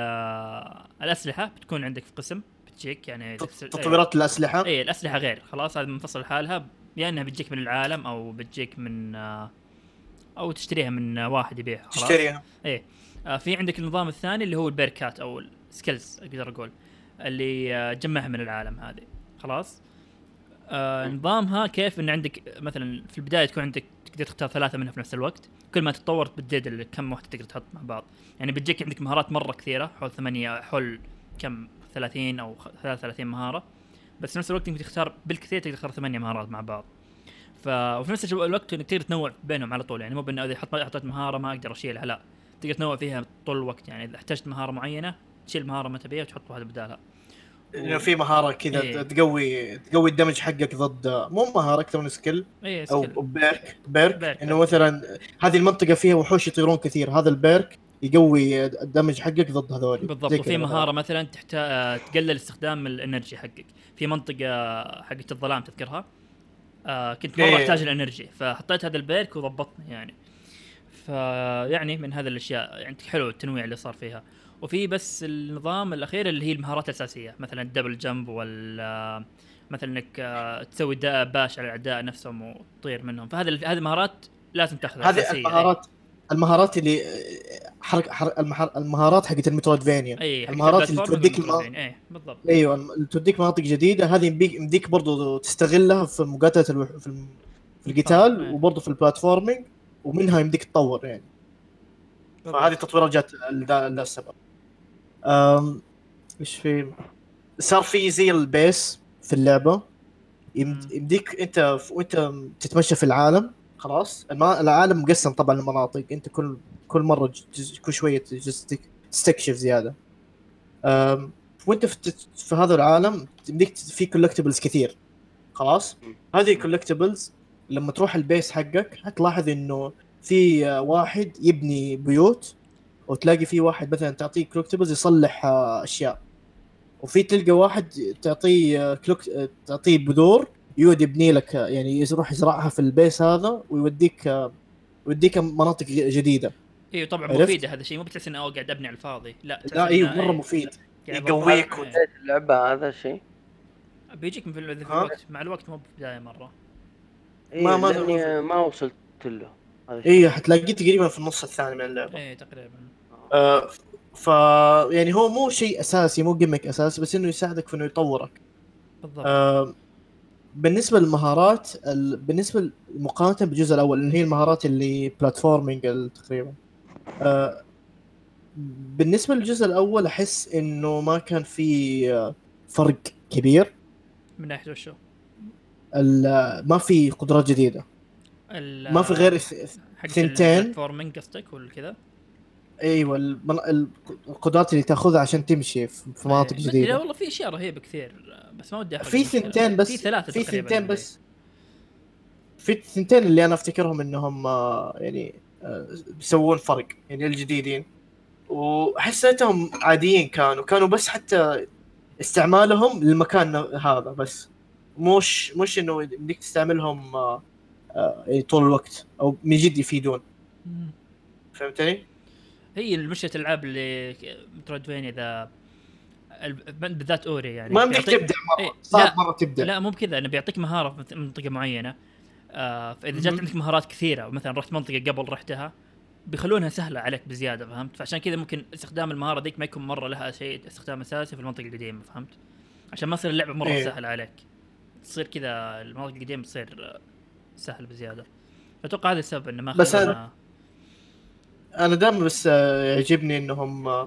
[SPEAKER 2] الاسلحه بتكون عندك في قسم بتجيك يعني
[SPEAKER 1] تطويرات الاسلحه.
[SPEAKER 2] اي الاسلحه غير خلاص، هذا منفصل حالها، يا يعني انها بتجيك من العالم او بتجيك من او تشتريها من واحد يبيعها خلاص
[SPEAKER 5] تشتريها.
[SPEAKER 2] ايه. في عندك النظام الثاني اللي هو البيركات او السكيلز اقدر اقول، اللي تجمعها من العالم هذه خلاص. نظامها كيف ان عندك مثلا في البدايه تكون عندك تقدر تختار 3 منها في نفس الوقت، كل ما تتطور بتزيد كم واحده تقدر تحط مع بعض. يعني بتجيك عندك مهارات مره كثيره، حول 8 حول كم 30 او 33 مهاره، بس في نفس الوقت ممكن تختار بالكثير تقدر تختار 8 مهارات مع بعض. وفي نفس الوقت انك تقدر تنوع بينهم على طول. يعني مو بانه اذا حطيت مهاره ما اقدر اشيلها، لا تقدر تنوع فيها طول الوقت. يعني اذا احتجت مهاره معينه تشيل مهاره ما تبيها وتحط واحده بدالها.
[SPEAKER 5] انه في مهاره كذا
[SPEAKER 2] إيه.
[SPEAKER 5] تقوي الدمج حقك ضد مو مهاره اكثر من سكيل
[SPEAKER 2] إيه
[SPEAKER 5] او
[SPEAKER 2] سكيل.
[SPEAKER 5] بيرك انه مثلا هذه المنطقه فيها وحوش يطيرون كثير، هذا البيرك يقوي الدمج حقك ضد هذول
[SPEAKER 2] بالضبط. وفي مهاره مثلا تحتاج تقلل استخدام الانرجي حقك في منطقه حقت الظلام تذكرها. كنت مره احتاج الانرجي فحطيت هذا البيرك وضبطني يعني. فيعني من هذا الاشياء يعني حلو التنويع اللي صار فيها. وفي بس النظام الاخير اللي هي المهارات الاساسيه، مثلا الدبل جمب ولا مثلا انك تسوي باش على الاعداء نفسهم وتطير منهم. فهذه مهارات لازم تاخذها
[SPEAKER 5] هذه المهارات اللي المهارات حقت المترويدفانيا. المهارات اللي توديك
[SPEAKER 2] بالضبط.
[SPEAKER 5] ايوه اللي توديك مناطق جديده، هذه يمديك برضو تستغلها في مقاتله في القتال وبرضو في البلاتفورمينج، ومنها يمديك تطور يعني. فهذه التطويرات جات للسبب. ايش في صار في زي البيس في اللعبه، يمديك انت وانت تتمشى في العالم خلاص. العالم مقسم طبعا المناطق، انت كل مره كل شويه تستكشف زياده. وانت في هذا العالم يمديك في كولكتبلز كثير خلاص. هذه كولكتبلز لما تروح البيس حقك هتلاحظ انه في واحد يبني بيوت، وتلاقي في واحد مثلا تعطيه كولكتبلز يصلح اشياء، وفي تلقى واحد تعطيه بذور يقعد يبني لك، يعني يروح يزرعها في البيس هذا ويوديك مناطق جديده.
[SPEAKER 2] ايوه طبعا مفيده هذا الشيء، مو بتحس انه قاعد ابني على الفاضي،
[SPEAKER 5] لا ايوه مره مفيد، يقويك
[SPEAKER 3] اللعبه هذا الشيء
[SPEAKER 2] بيجيك في الوقت مع الوقت، مو بالبدايه مره.
[SPEAKER 3] ما وصلت له
[SPEAKER 5] هذا الشيء. حتلاقيه تقريبا في النص الثاني من اللعبه
[SPEAKER 2] تقريبا.
[SPEAKER 5] ف يعني هو مو شيء اساسي، مو جيمك اساسي، بس انه يساعدك في انه يطورك
[SPEAKER 2] بالضبط.
[SPEAKER 5] بالنسبه للمهارات بالنسبه مقارنه بالجزء الاول اللي هي المهارات اللي بلاتفورمينج تقريبا، بالنسبه للجزء الاول احس انه ما كان في فرق كبير
[SPEAKER 2] من ناحيه وشو.
[SPEAKER 5] ما في قدرات جديده، ما في غير ثنتين
[SPEAKER 2] بلاتفورمينج قصدك ولا كذا.
[SPEAKER 5] ايوه القدرات اللي تاخذها عشان تمشي في مناطق جديده.
[SPEAKER 2] لا والله في اشياء رهيبه كثير، بس ما ودي احرق.
[SPEAKER 5] في ثنتين بس،
[SPEAKER 2] في 3
[SPEAKER 5] في ثنتين بس، في الثنتين اللي انا افتكرهم انهم يعني بيسوون فرق يعني الجديدين، وحسيتهم عاديين كانوا بس حتى استعمالهم للمكان هذا بس، مش انه بدك تستعملهم طول الوقت او من جد يفيدون. فهمتني؟
[SPEAKER 2] هي المشكله الالعاب اللي مترويدفانيا اذا بالذات اوري يعني
[SPEAKER 5] ما بدك تبدا مره تبدا،
[SPEAKER 2] لا مو بكذا، انه بيعطيك مهاره في منطقه معينه. فاذا جات عندك مهارات كثيره ومثلا رحت منطقه قبل رحتها بيخلونها سهله عليك بزياده، فهمت؟ فعشان كذا ممكن استخدام المهاره ديك ما يكون مره لها شيء استخدام اساسي في المنطقه القديمه، فهمت؟ عشان ما تصير اللعبه مره سهله عليك، تصير كذا المناطق القديمه تصير سهل بزياده. اتوقع هذا السبب انه ما
[SPEAKER 5] بس انا دائما بس يعجبني انهم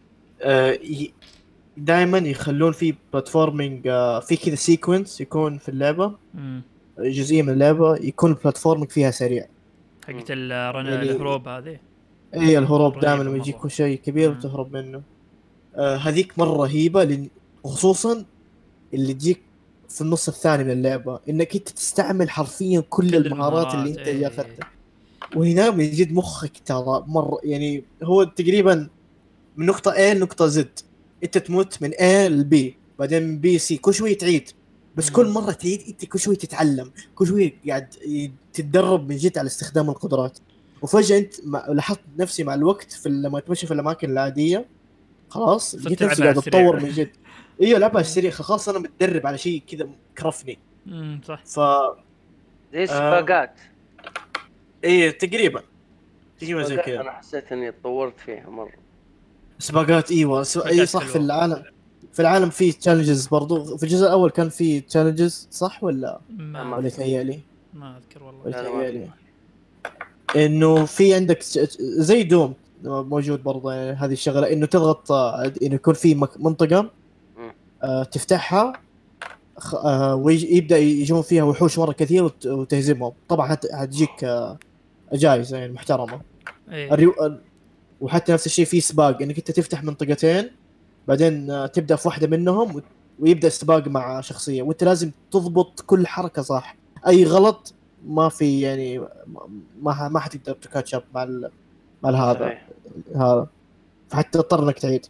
[SPEAKER 5] دائما يخلون في بلاتفورمينج، في كذا سيكونس يكون في اللعبه جزئيه من اللعبه يكون البلاتفورمينج فيها سريع،
[SPEAKER 2] حقت الهروب هذه.
[SPEAKER 5] اي الهروب دائما لما يجيك شيء كبير وتهرب منه، هذيك مره رهيبه، خصوصا اللي تجيك
[SPEAKER 1] في النص الثاني من اللعبه انك انت تستعمل حرفيا كل المهارات اللي انت
[SPEAKER 2] إيه.
[SPEAKER 1] اخذتها. وهنا من جد مخك ترى مره يعني هو تقريبا من نقطه A لنقطه Z، انت تموت من A ل B بعدين من B C، كل شوي تعيد، بس كل مره تعيد انت كل شوي تتعلم، كل شوي قاعد تتدرب من جد على استخدام القدرات. وفجاه انت لاحظت نفسي مع الوقت لما تمشي في الاماكن العاديه خلاص لقيت نفسي قاعد اتطور من جد. ايوه لعبه سريع، خلاص انا متدرب على شيء كذا كرفني.
[SPEAKER 2] صح.
[SPEAKER 3] زي السباقات.
[SPEAKER 1] ايه تقريبا زي كذا.
[SPEAKER 3] انا حسيت اني تطورت فيها مره.
[SPEAKER 1] سباقات ايوه اي صح. في العالم في تشالنجز برضو. في الجزء الاول كان في تشالنجز صح ولا تهيألي؟
[SPEAKER 2] ما اذكر والله.
[SPEAKER 1] تهيألي انه في عندك زي دوم موجود برضه يعني هذه الشغله، انه تضغط انه يكون في منطقه تفتحها ويبدا يجون فيها وحوش مره كثير وتهزمهم. طبعا هتجيك جائزه يعني محترمه. وحتى نفس الشيء في سباق انك انت تفتح منطقتين بعدين تبدا في واحده منهم ويبدا السباق مع شخصيه، وانت لازم تضبط كل حركه صح. اي غلط ما في يعني ما حتقدر تكاتشب مع هذا فحتى تضطر انك تعيد.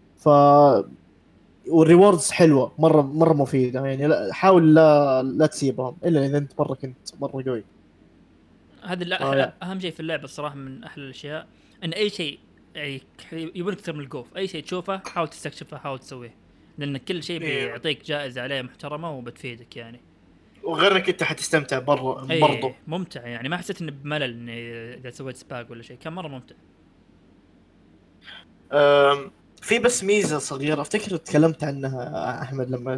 [SPEAKER 1] والريوردز حلوه مره مفيده يعني. لا حاول لا تسيبهم الا اذا انت كنت مره قوي.
[SPEAKER 2] هذا اهم شيء في اللعبه الصراحه. من احلى الاشياء ان اي شيء يعني يبونك ترمي الجوف، اي شيء تشوفه حاول تستكشفه، حاول تسويه، لان كل شيء بيعطيك جائزه عليه محترمه وبتفيدك يعني.
[SPEAKER 1] وغير انك انت حتستمتع برضو
[SPEAKER 2] ممتع يعني. ما حسيت انه بملل اني اذا سويت سباق ولا شيء، كان مره ممتع.
[SPEAKER 1] في بس ميزه صغيره افتكر تكلمت عنها احمد لما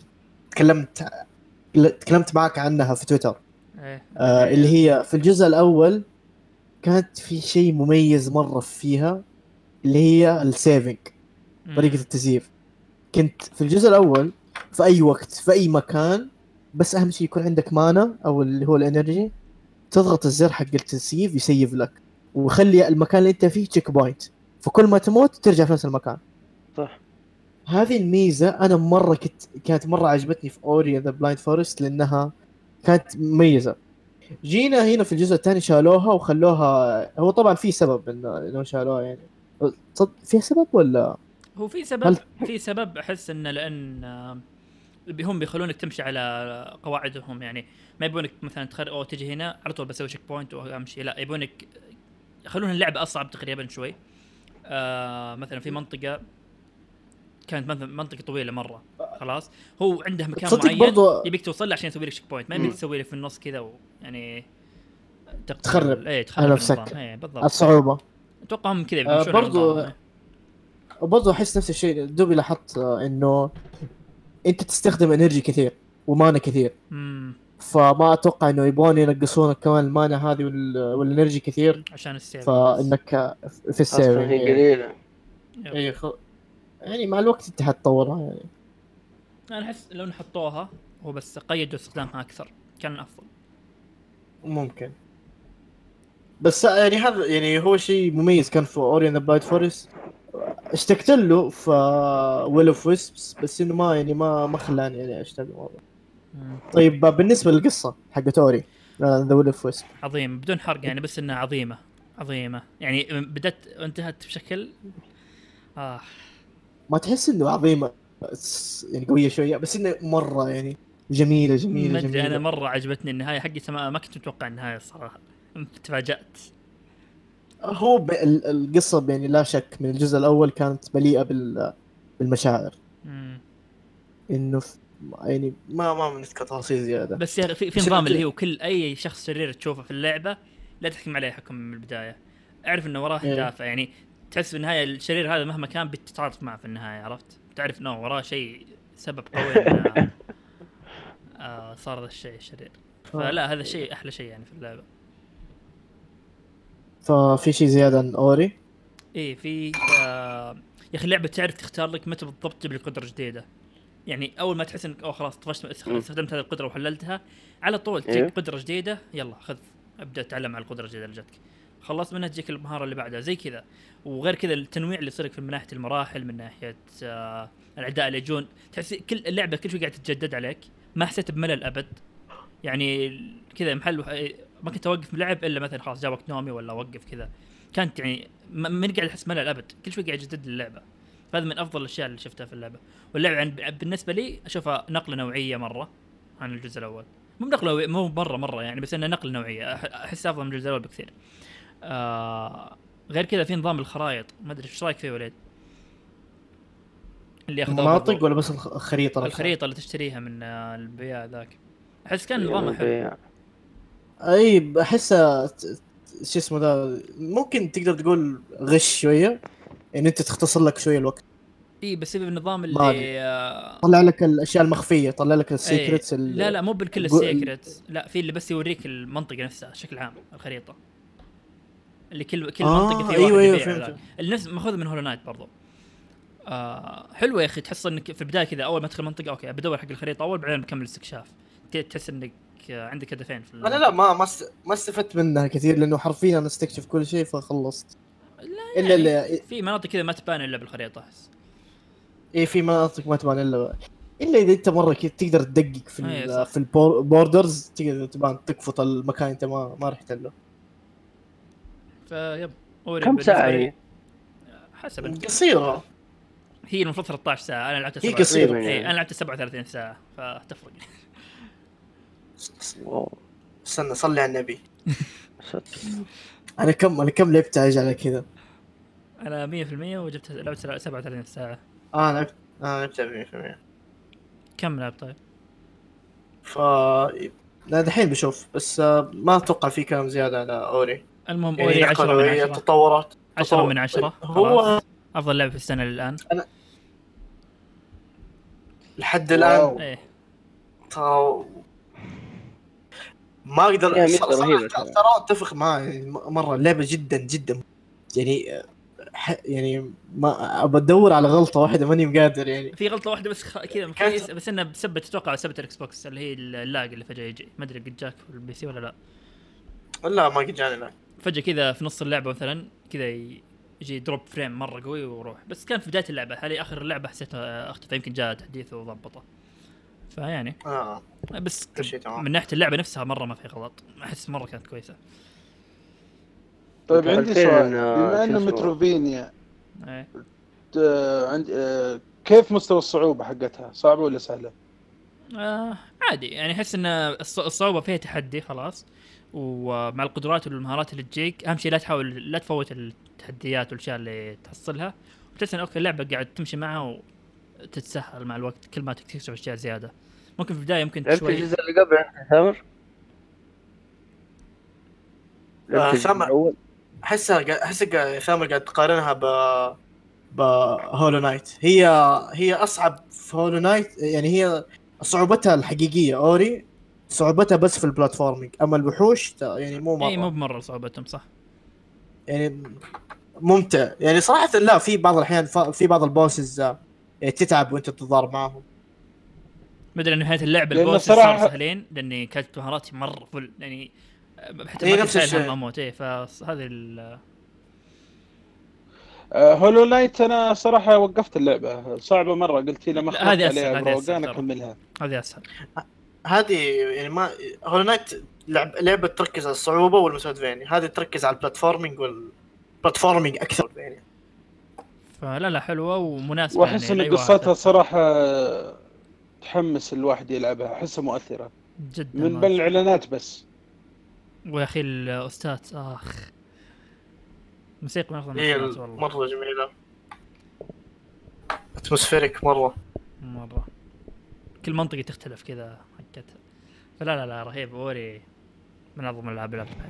[SPEAKER 1] تكلمت معك عنها في تويتر. اللي هي في الجزء الاول كانت في شيء مميز مره فيها اللي هي السيفنج، طريقه التسييف. كنت في الجزء الاول في اي وقت في اي مكان بس اهم شيء يكون عندك مانا او اللي هو الانرجي، تضغط الزر حق التسييف يسيف لك وخلي المكان اللي انت فيه تشيك بوينت، فكل ما تموت ترجع في نفس المكان.
[SPEAKER 3] صح.
[SPEAKER 1] هذه الميزه انا مره كانت مره عجبتني في اوري ذا بلايند فورست لانها كانت مميزه. جينا هنا في الجزء الثاني شالوها وخلوها. هو طبعا في سبب انه شالوها يعني. في سبب ولا
[SPEAKER 2] هو في سبب؟ في سبب احس انه لان هم بيخلونك تمشي على قواعدهم يعني. ما يبونك مثلا تجي هنا على طول بسوي تشيك بوينت وامشي، لا يبونك يخلون اللعبه اصعب تقريبا شوي. مثلا في منطقه كانت مثلا منطقه طويله مره، خلاص هو عنده مكان معين يبيك توصل له عشان يسوي لك تشيك بوينت، ما يبيك تسوي له في النص كذا يعني
[SPEAKER 1] تخرب نفسك.
[SPEAKER 2] بالضبط
[SPEAKER 1] الصعوبه
[SPEAKER 2] اتوقع هم كذا بيمشون
[SPEAKER 1] برضو احس نفس الشيء. دوبي لاحظت انه انت تستخدم انرجي كثير ومانا كثير، فما اتوقع انه يبغون ينقصونك كمان المانا هذه والانرجي كثير
[SPEAKER 2] عشان السيف،
[SPEAKER 1] فانك في السيف
[SPEAKER 3] هي قليله.
[SPEAKER 1] يعني مع الوقت انت حتطورها يعني.
[SPEAKER 2] انا احس لو نحطوها هو بس قيدوا استخدامها اكثر كان افضل
[SPEAKER 1] ممكن. بس يعني هذا يعني هو شيء مميز كان في اوري ذا بلايند فورست. اشتقت له في ويل اوف ويسبس بس انه ما خلاني يعني اشتاق الموضوع. طيب بالنسبه للقصه حقت اوري ذا ويل اوف ويسب،
[SPEAKER 2] عظيم بدون حرق يعني، بس انها عظيمه يعني بدت وانتهت بشكل
[SPEAKER 1] ما تحس انه عظيمه يعني قويه شويه، بس انه مره يعني جميله.
[SPEAKER 2] انا مره عجبتني النهايه حقتها، ما كنت متوقع النهايه الصراحه، تفاجأت.
[SPEAKER 1] هو القصه يعني لا شك من الجزء الاول كانت مليئه بالمشاعر. انه يعني ما بنذكر تفاصيل زياده،
[SPEAKER 2] بس يعني في نظام اللي هو كل اي شخص شرير تشوفه في اللعبه لا تحكم عليه حكم من البدايه، اعرف انه وراه دافع يعني. تحس في النهايه الشرير هذا مهما كان بتتعاطف معه في النهايه، عرفت؟ تعرف انه وراه شيء سبب قوي انه صار هذا الشيء الشرير. فلا هذا الشيء احلى شيء يعني في اللعبه.
[SPEAKER 1] ففي شيء زياده عن اوري
[SPEAKER 2] في يا اخي اللعبه تعرف تختار لك متى بالضبط تجيب لك قدره جديده. يعني اول ما تحس انك خلاص طفشت استخدمت هذه القدره وحللتها، على طول تجيك قدره جديده، يلا خذ ابدا اتعلم على القدره الجديده اللي جاتك، خلصت منها تجيك المهاره اللي بعدها زي كذا. وغير كذا التنويع اللي يصير من ناحيه المراحل، من ناحيه الاعداء اللي يجون، تحس كل اللعبه كل شيء قاعد تتجدد عليك، ما حسيت بملل ابد يعني كذا محل ما كنت اوقف لعب الا مثلا خلاص جاء وقت نومي ولا اوقف كذا كانت يعني من قاعد احس ملل ابد كل شوي قاعد اجدد اللعبه فهذا من افضل الاشياء اللي شفتها في اللعبه واللعبه بالنسبه لي اشوفها نقله نوعيه مره عن الجزء الاول مو نقله مو مره يعني بس انه نقله نوعيه احس افضل من الجزء الاول بكثير غير كذا في نظام الخرائط ما ادري ايش رايك فيه وليد اللي ياخذ
[SPEAKER 1] مناطق ولا بس الخريطه
[SPEAKER 2] اللي تشتريها من البياع ذاك احس كان نظامه حلو
[SPEAKER 1] اي بحسها شو اسمه ذا ممكن تقدر تقول غش شويه يعني انت تختصر لك شويه الوقت
[SPEAKER 2] اي بس بالنظام اللي
[SPEAKER 1] طلع لك الاشياء المخفيه طلع لك السيكريتس
[SPEAKER 2] لا مو بالكل السيكريتس لا في اللي بس يوريك المنطقه نفسها بشكل عام الخريطه اللي كل منطقه فيها
[SPEAKER 1] أيوة
[SPEAKER 2] واحد النفس ماخوذ من هولو نايت برضو حلوه يا اخي تحس انك في البدايه كذا اول ما تدخل منطقه اوكي بدور حق الخريطه اول بعدين بكمل استكشاف تحس انك عندك هدفين في
[SPEAKER 1] انا لا ما استفدت منها كثير لانه حرفيا انا استكشف كل شيء فخلصت
[SPEAKER 2] لا يعني في مناطق كذا ما تبان الا بالخريطه احس
[SPEAKER 1] في مناطق ما تبان الا اذا انت مره كذا تقدر تدقق في البوردرز تقدر تبان تكفط المكان انت ما رحت له
[SPEAKER 2] فيب
[SPEAKER 3] كم ساعه هي
[SPEAKER 2] حسب
[SPEAKER 5] قصيره
[SPEAKER 2] هي المفروض 13 ساعه انا لعبتها
[SPEAKER 5] هي قصيره
[SPEAKER 2] انا لعبت 37 ساعه فتفرق
[SPEAKER 5] استنى صلي على النبي
[SPEAKER 1] انا كم لعبت على كذا
[SPEAKER 2] انا 100% وجبت لعبت 37 ساعه
[SPEAKER 5] انا لعبت 100%
[SPEAKER 2] كم لعبت طيب
[SPEAKER 1] لا دحين بشوف بس ما اتوقع في كلام زياده على اوري
[SPEAKER 2] المهم
[SPEAKER 5] يعني
[SPEAKER 2] اوري 10 من 10
[SPEAKER 5] تطورات
[SPEAKER 2] 10 من 10
[SPEAKER 5] هو
[SPEAKER 2] افضل لعبه في السنه الان
[SPEAKER 5] لحد الان
[SPEAKER 2] ايه
[SPEAKER 5] ما اقدر
[SPEAKER 3] رهيبه
[SPEAKER 5] ترى اتفق معه مره اللعبه جدا يعني يعني ما بدور على غلطه واحده ماني قادر يعني
[SPEAKER 2] في غلطه واحده بس كذا كويس بس انها بسبب تتوقع بسبب الاكس بوكس اللي هي اللاج اللي فجاه يجي ما ادري قد جاك في البي سي ولا
[SPEAKER 5] لا ما قد جاني لا
[SPEAKER 2] فجاه كذا في نص اللعبه مثلا كذا يجي دروب فريم مره قوي ويروح بس كان في بدايه اللعبه هذه اخر اللعبه حسيتها اختفى يمكن جاء تحديث وضبطه فيعني بس من ناحيه اللعبه نفسها مره ما في غلط احس مره كانت كويسه.
[SPEAKER 4] طيب عندي سؤال بما انه متروفينيا كيف مستوى الصعوبه حقتها صعبه ولا سهله؟
[SPEAKER 2] عادي يعني احس ان الصعوبه فيها تحدي خلاص ومع القدرات والمهارات اللي تجيك اهم شيء لا تفوت التحديات والاشياء اللي تحصلها وتحس ان اوكي اللعبه قاعد تمشي معها وتتسهل مع الوقت كل ما تكتشف اشياء زياده ممكن في البدايه يمكن
[SPEAKER 3] شوي الجزء اللي قبل ثامر
[SPEAKER 5] ثامر احسك ثامر قاعد تقارنها بهولو نايت هي اصعب في هولو نايت يعني هي صعوبتها الحقيقيه اوري صعوبتها بس في البلاتفورمينج اما الوحوش يعني مو مره
[SPEAKER 2] مو بمره صعوبتهم صح
[SPEAKER 5] يعني ممتع يعني صراحه لا في بعض الاحيان في بعض البوسز تتعب وانت تتضارب معهم
[SPEAKER 2] مدري ان نهايه اللعبه البوس صار سهلين لاني كانت مهاراتي مره فل يعني حتى ما كنت سهل اموت فهذه
[SPEAKER 4] هولو نايت انا صراحه وقفت اللعبه صعبه مره قلت لي ما خلصت عليها
[SPEAKER 2] بروقان
[SPEAKER 4] اكملها
[SPEAKER 2] هذه اسهل
[SPEAKER 5] هذه يعني ما هولو نايت لعبه تركز على الصعوبه والمسودفينيا هذه تركز على البلاتفورمينج اكثر يعني
[SPEAKER 2] فلا حلوه ومناسبه
[SPEAKER 4] واحس
[SPEAKER 2] يعني
[SPEAKER 4] ان قصتها صراحه تحمس الواحد يلعبها احسها مؤثره
[SPEAKER 2] جدا
[SPEAKER 4] من بين الاعلانات بس
[SPEAKER 2] ويا اخي الاستاذ موسيقى
[SPEAKER 5] والله مره جميله اتموسفيريك مره
[SPEAKER 2] كل منطقه تختلف كذا حقتها فلا رهيب اوري من اعظم الالعاب اللي لعبتها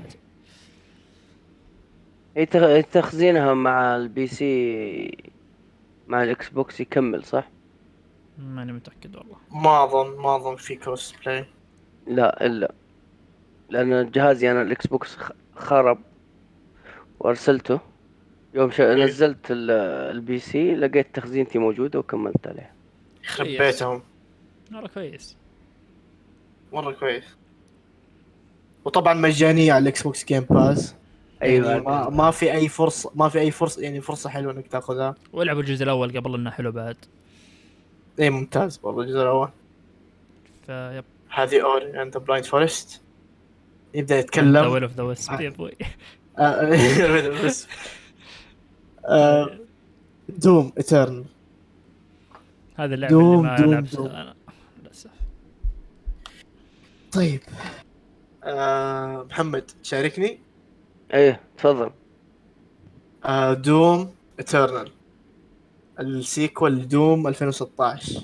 [SPEAKER 2] بحياتي.
[SPEAKER 3] تخزينها مع البي سي مع الاكس بوكس يكمل صح؟
[SPEAKER 2] ماني متاكد والله
[SPEAKER 5] ما اظن في كروس بلاي
[SPEAKER 3] لا لان جهازي انا الاكس بوكس خرب وارسلته يوم نزلت البي سي لقيت تخزينتي موجوده وكملت عليها.
[SPEAKER 5] يخرب بيتهم
[SPEAKER 2] مره كويس
[SPEAKER 1] وطبعا مجانيه على الاكس بوكس جيم باس.
[SPEAKER 3] ايوه
[SPEAKER 1] يعني ما في اي فرصه يعني فرصه حلوه انك تاخذها.
[SPEAKER 2] والعبوا الجزء الاول قبل انه حلو بعد.
[SPEAKER 5] ممتاز والله الجزء الاول.
[SPEAKER 2] فيب
[SPEAKER 5] هذه اوري اند ذا بلايند فورست. يبدا
[SPEAKER 2] ذا
[SPEAKER 5] يتكلم
[SPEAKER 2] ويل اوف ذا ويسب يا ابوي.
[SPEAKER 5] بس دوم اترن.
[SPEAKER 2] هذا اللعبه اللي ما
[SPEAKER 5] دوم.
[SPEAKER 2] لعبتها انا للاسف.
[SPEAKER 5] طيب محمد شاركني.
[SPEAKER 3] ايه تفضل.
[SPEAKER 5] دوم اترنال السيكوال دوم 2016.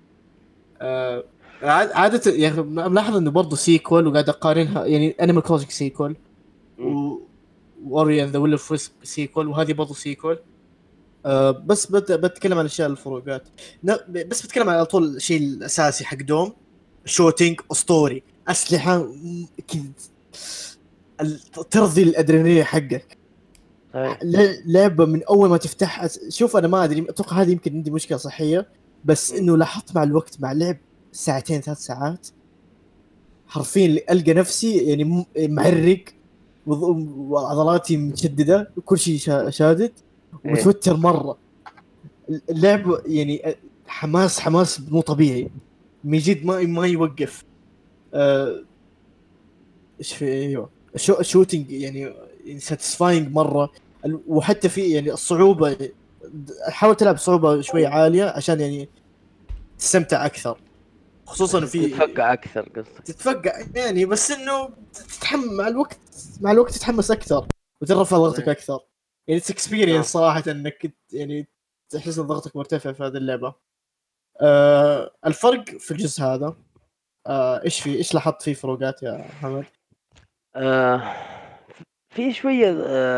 [SPEAKER 5] عادة يعني ملاحظ انه برضه سيكوال وقاعد اقارنها، يعني انيمال كروسنج سيكوال ووري اند ذا ويل اوف ويسب سيكوال وهذه برضه سيكوال. بس بتكلم عن الاشياء الفروقات. بس بتكلم على طول الشيء الاساسي حق دوم، شوتينج اسطوري، اسلحه كذا ترضي الادرينالين حقك.
[SPEAKER 3] صحيح.
[SPEAKER 5] لعبه من اول ما تفتح، شوف انا ما ادري، اتوقع هذه يمكن عندي مشكله صحيه، بس انه لاحظت مع الوقت مع لعب 2-3 ساعات حرفيا القى نفسي يعني معرق وعضلاتي مشدده وكل شيء شادد ومتوتر مره. اللعب يعني حماس مو طبيعي من جد، ما يوقف. ايش في ايوه الشوتينج يعني ساتيسفاينج مره. وحتى في يعني الصعوبه، حاول تلعب صعوبه شوي عاليه عشان يعني تستمتع اكثر، خصوصا في
[SPEAKER 3] تتفقع اكثر قصدك.
[SPEAKER 5] تتفقع يعني، بس انه مع الوقت تتحمس اكثر وترفع ضغطك اكثر. يعني اكسبيرينس صراحه انك يعني تحس ان ضغطك مرتفع في هذه اللعبه. الفرق في الجزء هذا ايش لاحظت فيه فروقات يا محمد؟
[SPEAKER 3] في شويه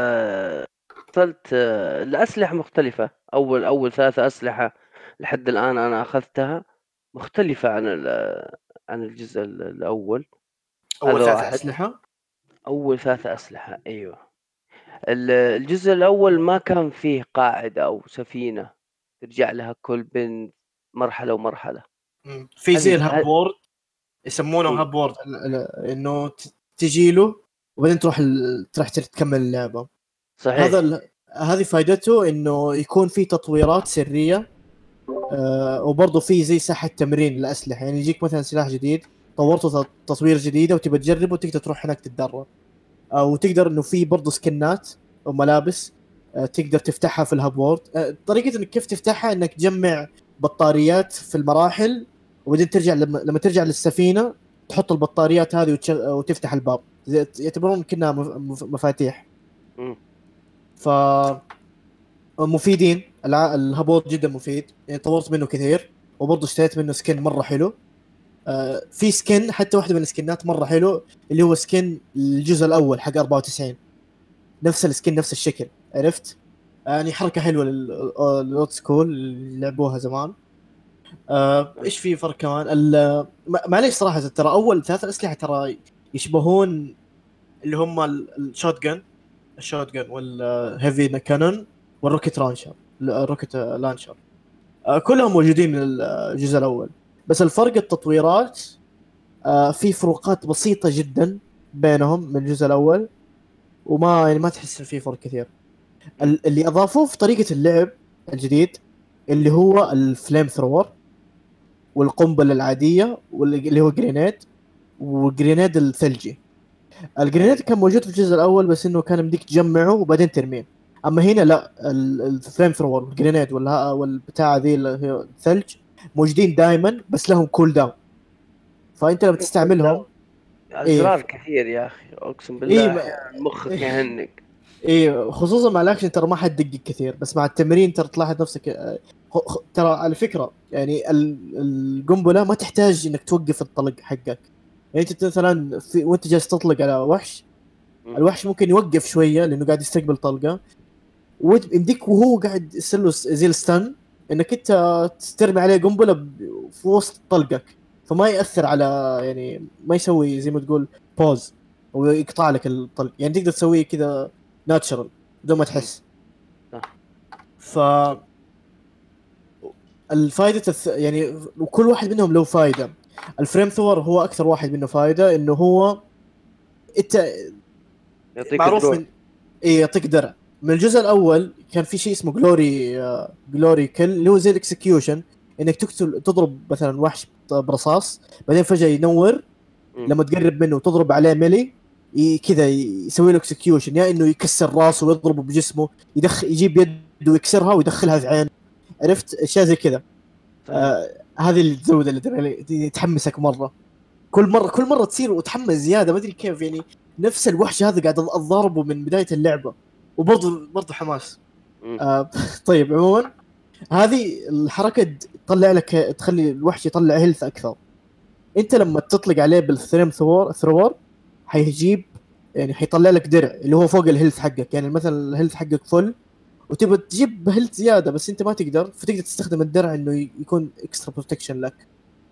[SPEAKER 3] قلت الاسلحه مختلفه. اول 3 اسلحه لحد الان انا اخذتها مختلفه عن الجزء الاول.
[SPEAKER 5] اول 3
[SPEAKER 3] واحد.
[SPEAKER 5] اسلحه.
[SPEAKER 3] اول 3 اسلحه ايوه. الجزء الاول ما كان فيه قاعده او سفينه ترجع لها كل بين مرحله ومرحله.
[SPEAKER 5] في زي الهاب وورد يسمونه هاب وورد، انه تجي له وبعدين تروح تكمل اللعبه.
[SPEAKER 3] صحيح.
[SPEAKER 5] هذه فائدته انه يكون في تطويرات سريه. وبرضه في زي ساحه تمرين للاسلحه، يعني يجيك مثلا سلاح جديد طورته تطوير جديده وتبى تجربه وتقدر تروح هناك تتدرب. وتقدر انه في برضه سكنات وملابس تقدر تفتحها في الهاب وورد. طريقه انك كيف تفتحها انك تجمع بطاريات في المراحل وبعدين ترجع لما ترجع للسفينه تحط البطاريات هذه وتفتح الباب، يعتبرون كأنها مفاتيح. ف مفيدين. الهابوت جدا مفيد، يعني طورت منه كثير وبرضه اشتريت منه سكن مره حلو. في سكن حتى واحده من السكنات مره حلو اللي هو سكن الجزء الاول حق 94، نفس السكن نفس الشكل، عرفت؟ يعني حركه حلوه للأولد سكول اللي لعبوها زمان. ايش في فرق كمان؟ معليش صراحه ترى اول 3 اسلحه ترى يشبهون اللي هم الشوت جن والهيفي كانون والروكيت لانشر. الروكيت لانشر كلهم موجودين من الجزء الاول، بس الفرق التطويرات. في فروقات بسيطه جدا بينهم من الجزء الاول، وما يعني ما تحس في فرق كثير. اللي اضافوه في طريقه اللعب الجديد اللي هو الفليم ثرور والقنبله العاديه واللي هو جرينيد والجرينيد الثلجي. الجرينيد كان موجود في الجزء الاول بس انه كان بديك تجمعه وبعدين ترميه، اما هنا لا، الفليم ثرور والجرينيد والبتاع ذي اللي هي الثلج موجودين دائما بس لهم كول داون، فانت لما تستعملهم
[SPEAKER 3] ازرار كثير يا اخي اقسم بالله مخك يهنق.
[SPEAKER 5] خصوصا مع الاكشن ترى ما حد دقق كثير، بس مع التمرين ترى تلاحظ نفسك. ترى على فكره يعني القنبله ما تحتاج انك توقف الطلق حقك، يعني انت مثلا وانت جالس تطلق على وحش الوحش ممكن يوقف شويه لانه قاعد يستقبل طلقه، ويمديك وهو قاعد يصير له زي الستان انك انت ترمي عليه قنبله في وسط طلقك، فما ياثر على يعني ما يسوي زي ما تقول بوز ويقطع لك الطلق، يعني تقدر تسويه كذا ناتشرال بدون ما تحس. ف الفائده يعني وكل واحد منهم له فائده. الفريم ثور هو اكثر واحد منه فائده، انه هو انت معروف من يعطيك درع. من الجزء الاول كان في شيء اسمه جلوري كل اللي هو زي الاكسكيوشن،
[SPEAKER 1] انك تضرب مثلا وحش برصاص بعدين فجاه ينور لما تقرب منه وتضرب عليه ملي كذا يسوي له اكسكيوشن، يا انه يكسر راسه ويضربه بجسمه، يجيب يده ويكسرها ويدخلها في عين، عرفت اشياء زي كذا. هذه الزودة اللي تحمسك مرة، كل مرة تصير وتحمس زيادة، ما ادري كيف يعني. نفس الوحش هذا قاعد اضربه من بداية اللعبة وبرضه حماس. طيب عموما هذه الحركة تطلع لك، تخلي الوحش يطلع هيلث اكثر. انت لما تطلق عليه بالثريم ثرور حيجيب يعني حيطلع لك درع اللي هو فوق الهيلث حقك، يعني مثلا الهيلث حقك فل وتبغى تجيب هيلث زياده بس انت ما تقدر، فتقدر تستخدم الدرع انه يكون اكسترا بروتكشن لك.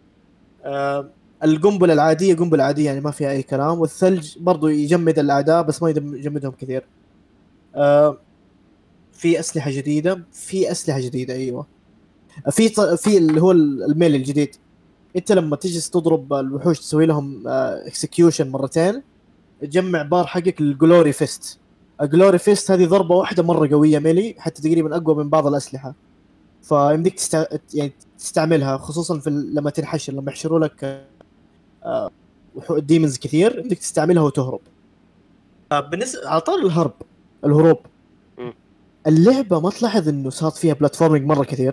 [SPEAKER 1] القنبله العاديه قنبله عاديه يعني ما فيها اي كلام، والثلج برضو يجمد الاعداء بس ما يجمدهم كثير. في اسلحه جديده، ايوه في اللي هو الميل الجديد. انت لما تجلس تضرب الوحوش تسوي لهم اكسكيوشن مرتين تجمع بار حقك الجلوري فيست. الجلوري فيست هذه ضربه واحده مره قويه ميلي، حتى تقريبا اقوى من بعض الاسلحه، فيمديك يعني تستعملها خصوصا في لما تنحشر، لما يحشروا لك ديمونز كثير يمديك تستعملها وتهرب. بالنسبه على طار الهروب اللعبه ما تلاحظ انه صار فيها بلاتفورمينج مره كثير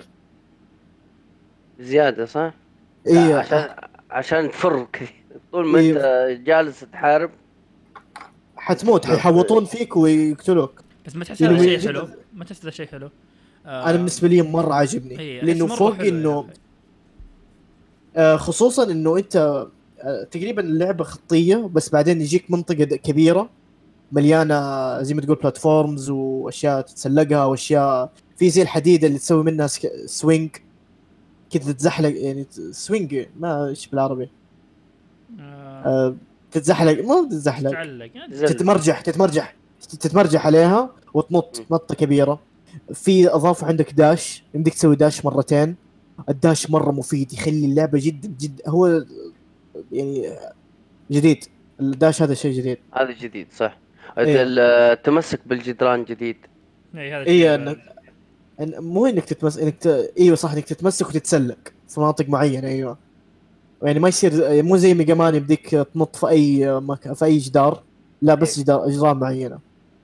[SPEAKER 3] زياده صح؟
[SPEAKER 1] إيه
[SPEAKER 3] عشان تفر كثير طول ما انت جالس تحارب
[SPEAKER 1] حتموت، حيحوطون فيك ويقتلوك.
[SPEAKER 2] بس ما تحس هذا شيء حلو؟ ما تحس هذا شيء حلو؟
[SPEAKER 1] انا بالنسبه لي مره عاجبني لانه فوق انه خصوصا انه انت تقريبا اللعبه خطيه، بس بعدين يجيك منطقه كبيره مليانه زي ما تقول بلاتفورمز واشياء تتسلقها، واشياء في زي الحديده اللي تسوي منها سوينج كذا تتزحلق، يعني سوينج ما ايش بالعربي تتزحلق، ما تتزحلق، تتمرجح عليها وتنط نطه كبيره. في اضافه عندك داش، يمديك تسوي داش مرتين. الداش مره مفيد، يخلي اللعبه جدا هو يعني جديد. الداش هذا شيء جديد،
[SPEAKER 3] هذا جديد صح. التمسك بالجدران جديد.
[SPEAKER 1] اي انك مو انك تتمسك ايوه صح، انك تتمسك وتتسلق في مناطق معينه. ايوه يعني ما يصير مو زي ميجا مان يبديك تنط في اي جدار، لا بس جدران معينه.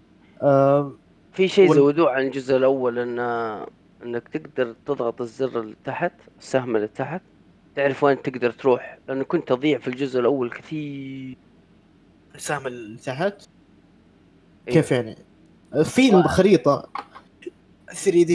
[SPEAKER 3] في شيء زودوه عن الجزء الاول انك تقدر تضغط الزر اللي تحت، السهم اللي تحت، تعرف وين تقدر تروح، لانه كنت اضيع في الجزء الاول كثير.
[SPEAKER 1] السهم اللي تحت كيف يعني؟ في الخريطه 3D،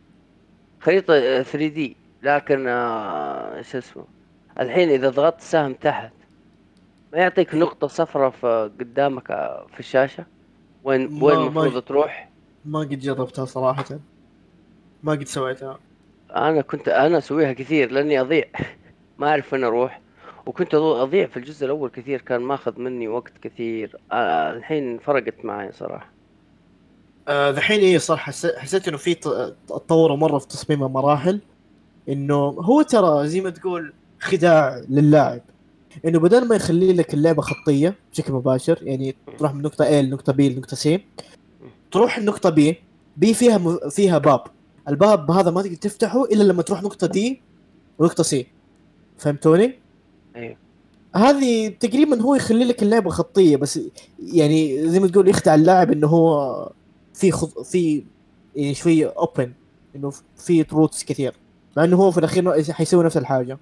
[SPEAKER 3] خريطه 3D، لكن ايش اسمه الحين اذا ضغطت سهم تحت ما يعطيك نقطه صفراء في قدامك في الشاشه وين المفروض تروح.
[SPEAKER 1] ما قد جربتها صراحه، ما قد سويتها.
[SPEAKER 3] انا كنت اسويها كثير لاني اضيع ما اعرف وين اروح، وكنت اضيع في الجزء الاول كثير، كان ماخذ مني وقت كثير. الحين فرقت معي صراحه.
[SPEAKER 1] الحين ايه صح، حسيت انه في تطور مره في تصميم المراحل، انه هو ترى زي ما تقول خداع للاعب، انه بدل ما يخلي لك اللعبه خطيه بشكل مباشر، يعني تروح من نقطه A لنقطه B لنقطه C، تروح النقطه B فيها باب، الباب هذا ما تقدر تفتحه الا لما تروح نقطه D ونقطه C. فهمتوني؟
[SPEAKER 3] ايوه
[SPEAKER 1] هذه تقريبا هو يخلي لك اللعبه خطيه، بس يعني زي ما تقول يخدع اللاعب انه هو في يعني شويه اوبن، انه في روتس كثير، مع انه هو في الاخير حيسوي نفس الحاجه.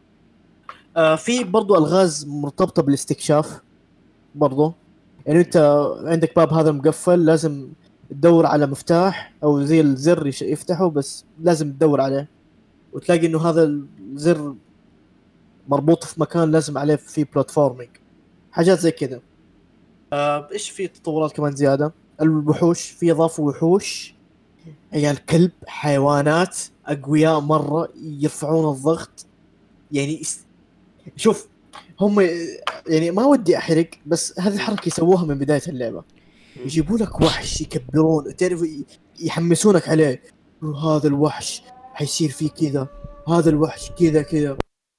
[SPEAKER 1] في برضو الغاز مرتبطه بالاستكشاف برضو، يعني انت عندك باب هذا مقفل لازم تدور على مفتاح او زي الزر يفتحه، بس لازم تدور عليه وتلاقي انه هذا الزر مربوط في مكان لازم عليه في بلاتفورمينج، حاجات زي كذا. ايش في تطورات كمان زياده؟ الوحوش، في اضافه وحوش عيال كلب، حيوانات اقوياء مره يرفعون الضغط. يعني شوف هم يعني ما ودي احرق، بس هذه الحركه يسووها من بدايه اللعبه، يجيبوا لك وحش يكبرون، تعرف يحمسونك عليه، هذا الوحش حيصير فيه كذا، هذا الوحش كذا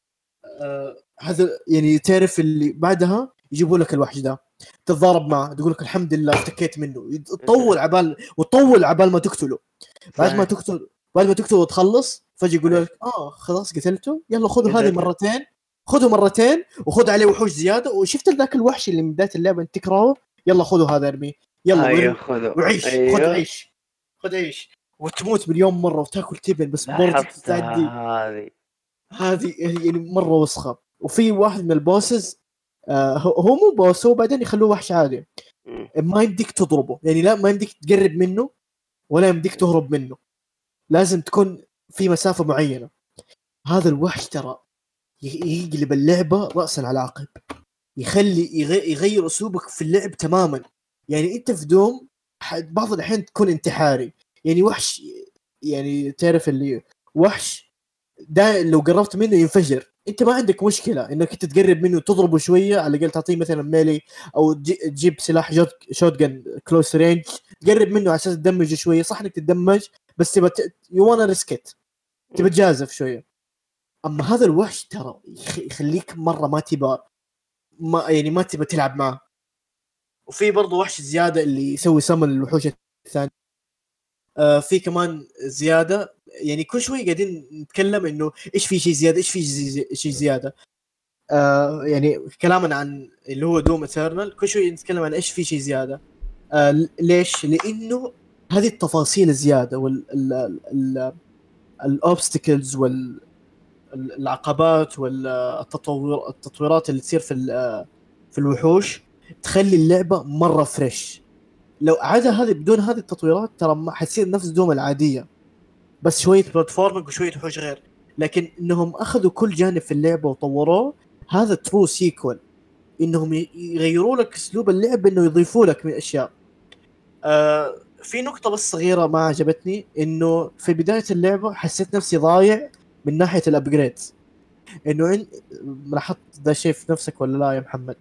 [SPEAKER 1] هذا يعني تعرف اللي بعدها يجيبوا لك الوحش ده تتضارب معه، تقول لك الحمد لله افتكيت منه، تطول عبال ما تقتله. بعد ما تقتل بعد ما تقتله وتخلص فجأة يقولوا لك خلاص قتلته، يلا خذوا هذه مرتين، خذوا مرتين وخذ عليه وحوش زياده، وشفت ذاك الوحش اللي من بدايه اللعبه انت تكرهه، يلا خذوا هذا ارميه، يلا
[SPEAKER 3] خذوا
[SPEAKER 1] وعيش. خذ عيش وتموت مليون مره وتاكل تبن، بس برضه تعدي. هذه يعني مره وسخه. وفي واحد من البوسز هو مو بوس، هو بعدين يخلوه وحش عادي، ما يمديك تضربه، يعني لا ما يمديك تقرب منه ولا يمديك تهرب منه، لازم تكون في مسافه معينه. هذا الوحش ترى يقلب اللعبه راسا على عقب، يخلي يغير اسلوبك في اللعب تماما. يعني انت في دوم بعض الاحيان تكون انتحاري، يعني وحش، يعني تعرف اللي وحش ده لو قربت منه ينفجر، انت ما عندك مشكله انك انت تقرب منه تضربه شويه، على الاقل تعطيه مثلا ميلي او تجيب سلاح شوت جن كلوز رينج تقرب منه على اساس تدمج شويه. صح انك تدمج بس تبى يو وانا ريسكت، تبى تجازف شويه. اما هذا الوحش ترى يخليك مره ما تبى ما تبى تلعب معه. وفي برضه وحش زياده اللي يسوي سمن الوحوش الثاني. في كمان زياده، يعني كل شوي قاعدين نتكلم انه ايش في شيء زياده، ايش في شيء زياده. يعني كلاما عن اللي هو دوم إترنال كل شوي نتكلم عن ايش في شيء زياده. ليش؟ لانه هذه التفاصيل الزياده والاوبستكلز والعقبات والتطويرات اللي تصير في الوحوش تخلي اللعبه مره فريش. لو عادة هذه بدون هذه التطويرات ترى ما حتصير نفس دوم العاديه، بس شويه بلاتفورمينج وشويه وحوش غير. لكن انهم اخذوا كل جانب في اللعبه وطوروه، هذا ترو سيكول، انهم يغيروا لك اسلوب اللعب، انه يضيفوا لك من اشياء. في نقطه بس صغيره ما عجبتني، انه في بدايه اللعبه حسيت نفسي ضايع من ناحيه الابجريدز. انه لاحظت ذا شيء في نفسك ولا لا يا محمد؟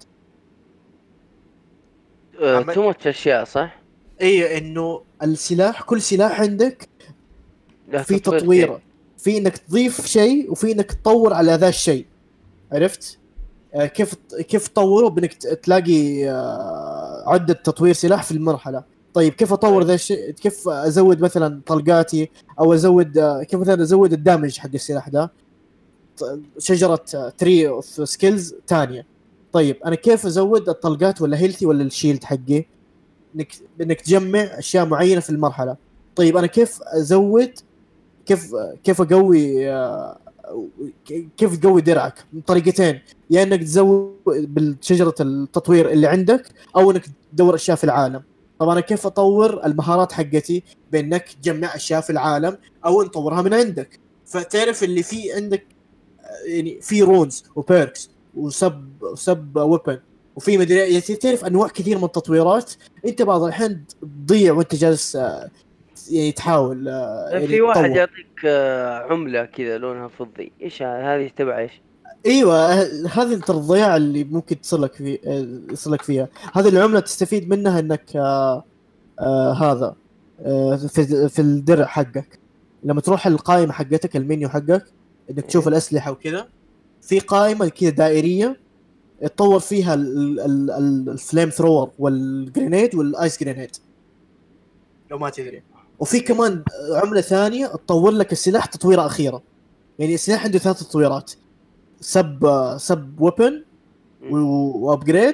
[SPEAKER 3] تومت اشياء صح.
[SPEAKER 1] ايه، انه السلاح كل سلاح عندك في تطوير، في انك تضيف شيء وفي انك تطور على ذا الشيء. عرفت كيف تطوره؟ بانك تلاقي عدة تطوير سلاح في المرحلة. طيب كيف اطور ذا الشيء؟ كيف ازود مثلا طلقاتي، او ازود كيف مثلا ازود الدامج حق السلاح ده؟ شجرة تري اوف سكيلز ثانية. طيب انا كيف ازود الطلقات ولا هيلثي ولا الشيلد حقي؟ انك تجمع اشياء معينة في المرحلة. طيب انا كيف ازود، كيف اقوي كيف تقوي درعك؟ طريقتين، يا انك تزود بالشجره التطوير اللي عندك، او انك تدور اشياء في العالم. طبعا انا كيف اطور المهارات حقتي؟ بانك تجمع اشياء في العالم او نطورها من عندك. فتعرف اللي في عندك يعني في رونز وبيركس وسب ويبن وفي مدري، تعرف انواع كثير من التطويرات. انت بعض الاحيان تضيع وانت جالس يعني تحاول
[SPEAKER 3] يعني في واحد يعطيك عملة كذا لونها فضي، ايش هذه تبع ايش؟
[SPEAKER 1] ايوه، هذه الضياع اللي ممكن يصلك فيها. هذه العملة تستفيد منها انك هذا في الدرع حقك، لما تروح القائمة حقتك المنيو حقك انك تشوف الاسلحة وكذا، في قائمة كذا دائرية تطور فيها الفليم ثرور والجرينيد والايس جرينيد لو ما تدري. وفي كمان عملة ثانية تطور لك السلاح تطويرة أخيرة. يعني السلاح عنده 3 تطويرات: سب ويبن وابجريد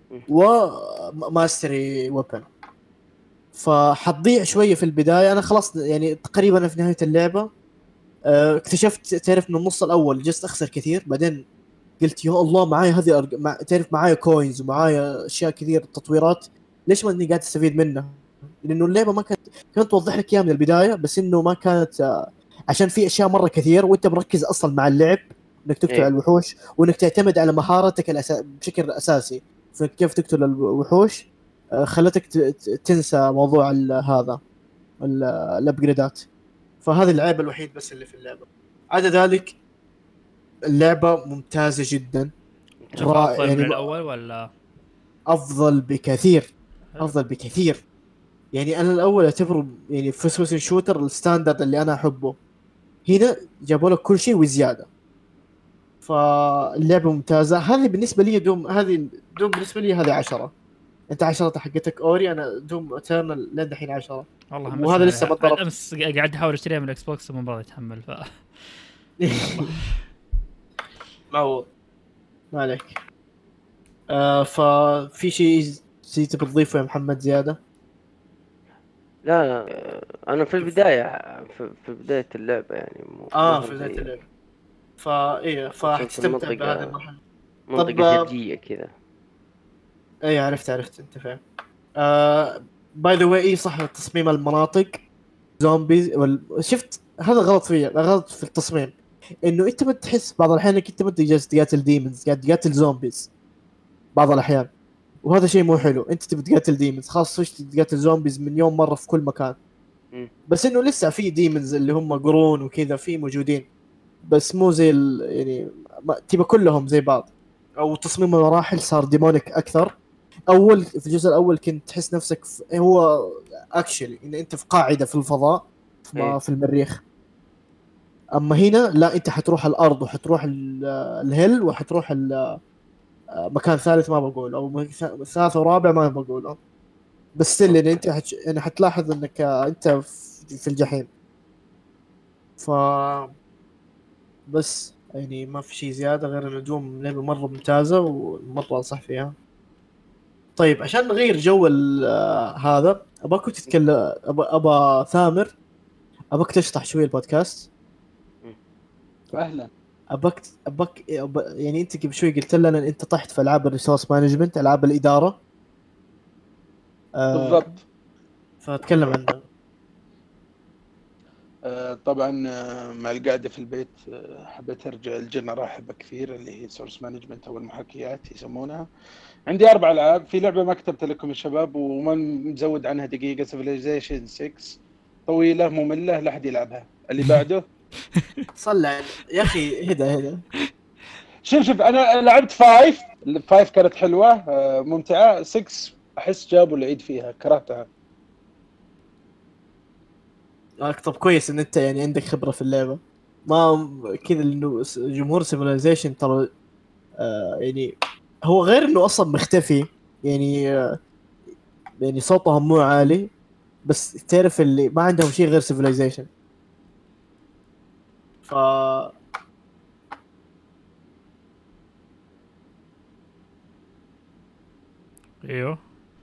[SPEAKER 1] وماستري ويبن. فحتضيع شوية في البداية. أنا خلاص يعني تقريبا في نهاية اللعبة اكتشفت، تعرف من النص الأول جلست أخسر كثير، بعدين قلت يا الله معايا هذه تعرف معايا كوينز ومعايا أشياء كثير تطويرات، ليش ما إني قاعد أستفيد منها؟ لأنه اللعبة ما كانت توضح لك إياها من البداية، بس إنه ما كانت عشان في أشياء مرة كثير وأنت مركز أصلا مع اللعب إنك تقتل الوحوش، وإنك تعتمد على مهاراتك بشكل أساسي في كيف تقتل الوحوش. خلتك تنسى موضوع هذا الأبجريدات. فهذه العيب الوحيد بس اللي في اللعبة. عدا ذلك اللعبة ممتازة جدا.
[SPEAKER 2] أفضل من الأول ولا؟
[SPEAKER 1] أفضل بكثير، أفضل بكثير. يعني أنا الأول أعتبره يعني فيرست بيرسون شوتر الستاندرد اللي أنا أحبه، هنا جابوا لك كل شيء وزيادة. فاللعبة ممتازة. هذه بالنسبة لي دوم بالنسبة لي هذه 10. انت 10 حقتك اوري، انا دوم اترنال لين دحين 10.
[SPEAKER 2] والله
[SPEAKER 1] وهذا لسه ما ضرب.
[SPEAKER 2] امس قاعد احاول اشتريها من الاكس بوكس وما راضي يتحمل
[SPEAKER 1] معوض ما عليك. ففي شيء تبي تضيفه يا محمد زياده؟
[SPEAKER 3] لا انا في البدايه، في بدايه اللعبه يعني
[SPEAKER 1] في بدايه اللعبه. فايه فحتستمتع بهذه المرحله.
[SPEAKER 3] منطقه ثلجيه كذا.
[SPEAKER 1] ايه عرفت انت فاهم. باي ذا واي صح، تصميم المناطق زومبيز شفت هذا غلط في التصميم، انه انت بتحس بعض الاحيان انك انت بدك جالس تقاتل ديمونز، قاعد تقاتل زومبيز بعض الاحيان، وهذا شيء مو حلو. انت تبي تقاتل ديمونز، خاص وش تقاتل زومبيز مليون مره في كل مكان. بس انه لسه في ديمونز اللي هم قرون وكذا في موجودين، بس مو زي يعني تبى كلهم زي بعض. او تصميم المراحل صار ديمونيك اكثر. في الجزء الاول كنت تحس نفسك هو اكشلي ان انت في قاعده في الفضاء في المريخ. اما هنا لا، انت حتروح الارض وحتروح الهيل وحتروح مكان ثالث ما بقول، او ثالث ورابع ما بقوله، بس اللي انت يعني حتلاحظ انك انت في الجحيم. بس يعني ما في شيء زياده غير انه دوم لعبه مره ممتازه ومره انصح فيها. طيب عشان نغير جو هذا اباكم تتكلم، ابا ثامر اباك تشطح شوي البودكاست.
[SPEAKER 4] اهلا.
[SPEAKER 1] اباك يعني انت قبل شوي قلت لنا ان انت طحت في العاب الريسورس مانجمنت، العاب الاداره.
[SPEAKER 4] بالضبط.
[SPEAKER 1] فاتكلم عنها.
[SPEAKER 4] طبعا مع القعده في البيت حبيت ارجع الجنة راحبه كثير اللي هي سورس مانجمنت او المحاكيات يسمونها. عندي 4 ألعاب. في لعبه ما كتبت لكم يا شباب وما مزود عنها دقيقه، سيفيلايزيشن 6 طويله ممله لا احد يلعبها. اللي بعده
[SPEAKER 1] صلى يا اخي هدا
[SPEAKER 4] شوف انا لعبت 5 كانت حلوه ممتعه. 6 احس جابوا العيد فيها، كرهتها.
[SPEAKER 1] طب كويس ان انت يعني عندك خبره في اللعبه. ما كذا انه جمهور سيفيلايزيشن ترى يعني هو غير انه اصلا مختفي، يعني يعني صوتهم مو عالي، بس تعرف اللي ما عندهم شيء غير سيفيلايزيشن.
[SPEAKER 2] ايوه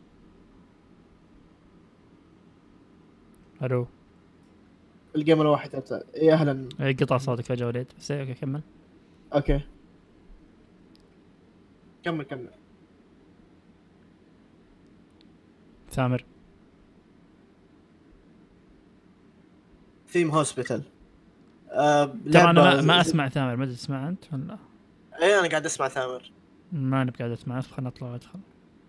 [SPEAKER 2] الو
[SPEAKER 1] الجيم الواحد يا اهلا.
[SPEAKER 2] قطع صوتك فجأة وليد، بس اوكي كمل.
[SPEAKER 1] اوكي كمل.
[SPEAKER 2] ثامر
[SPEAKER 1] ثيم هوسبيتال.
[SPEAKER 2] ترى انا ما اسمع ثامر، ما ادري تسمع انت ولا؟
[SPEAKER 1] اي انا قاعد اسمع ثامر.
[SPEAKER 2] ما انا قاعد اسمع، خلنا نطلع وادخل.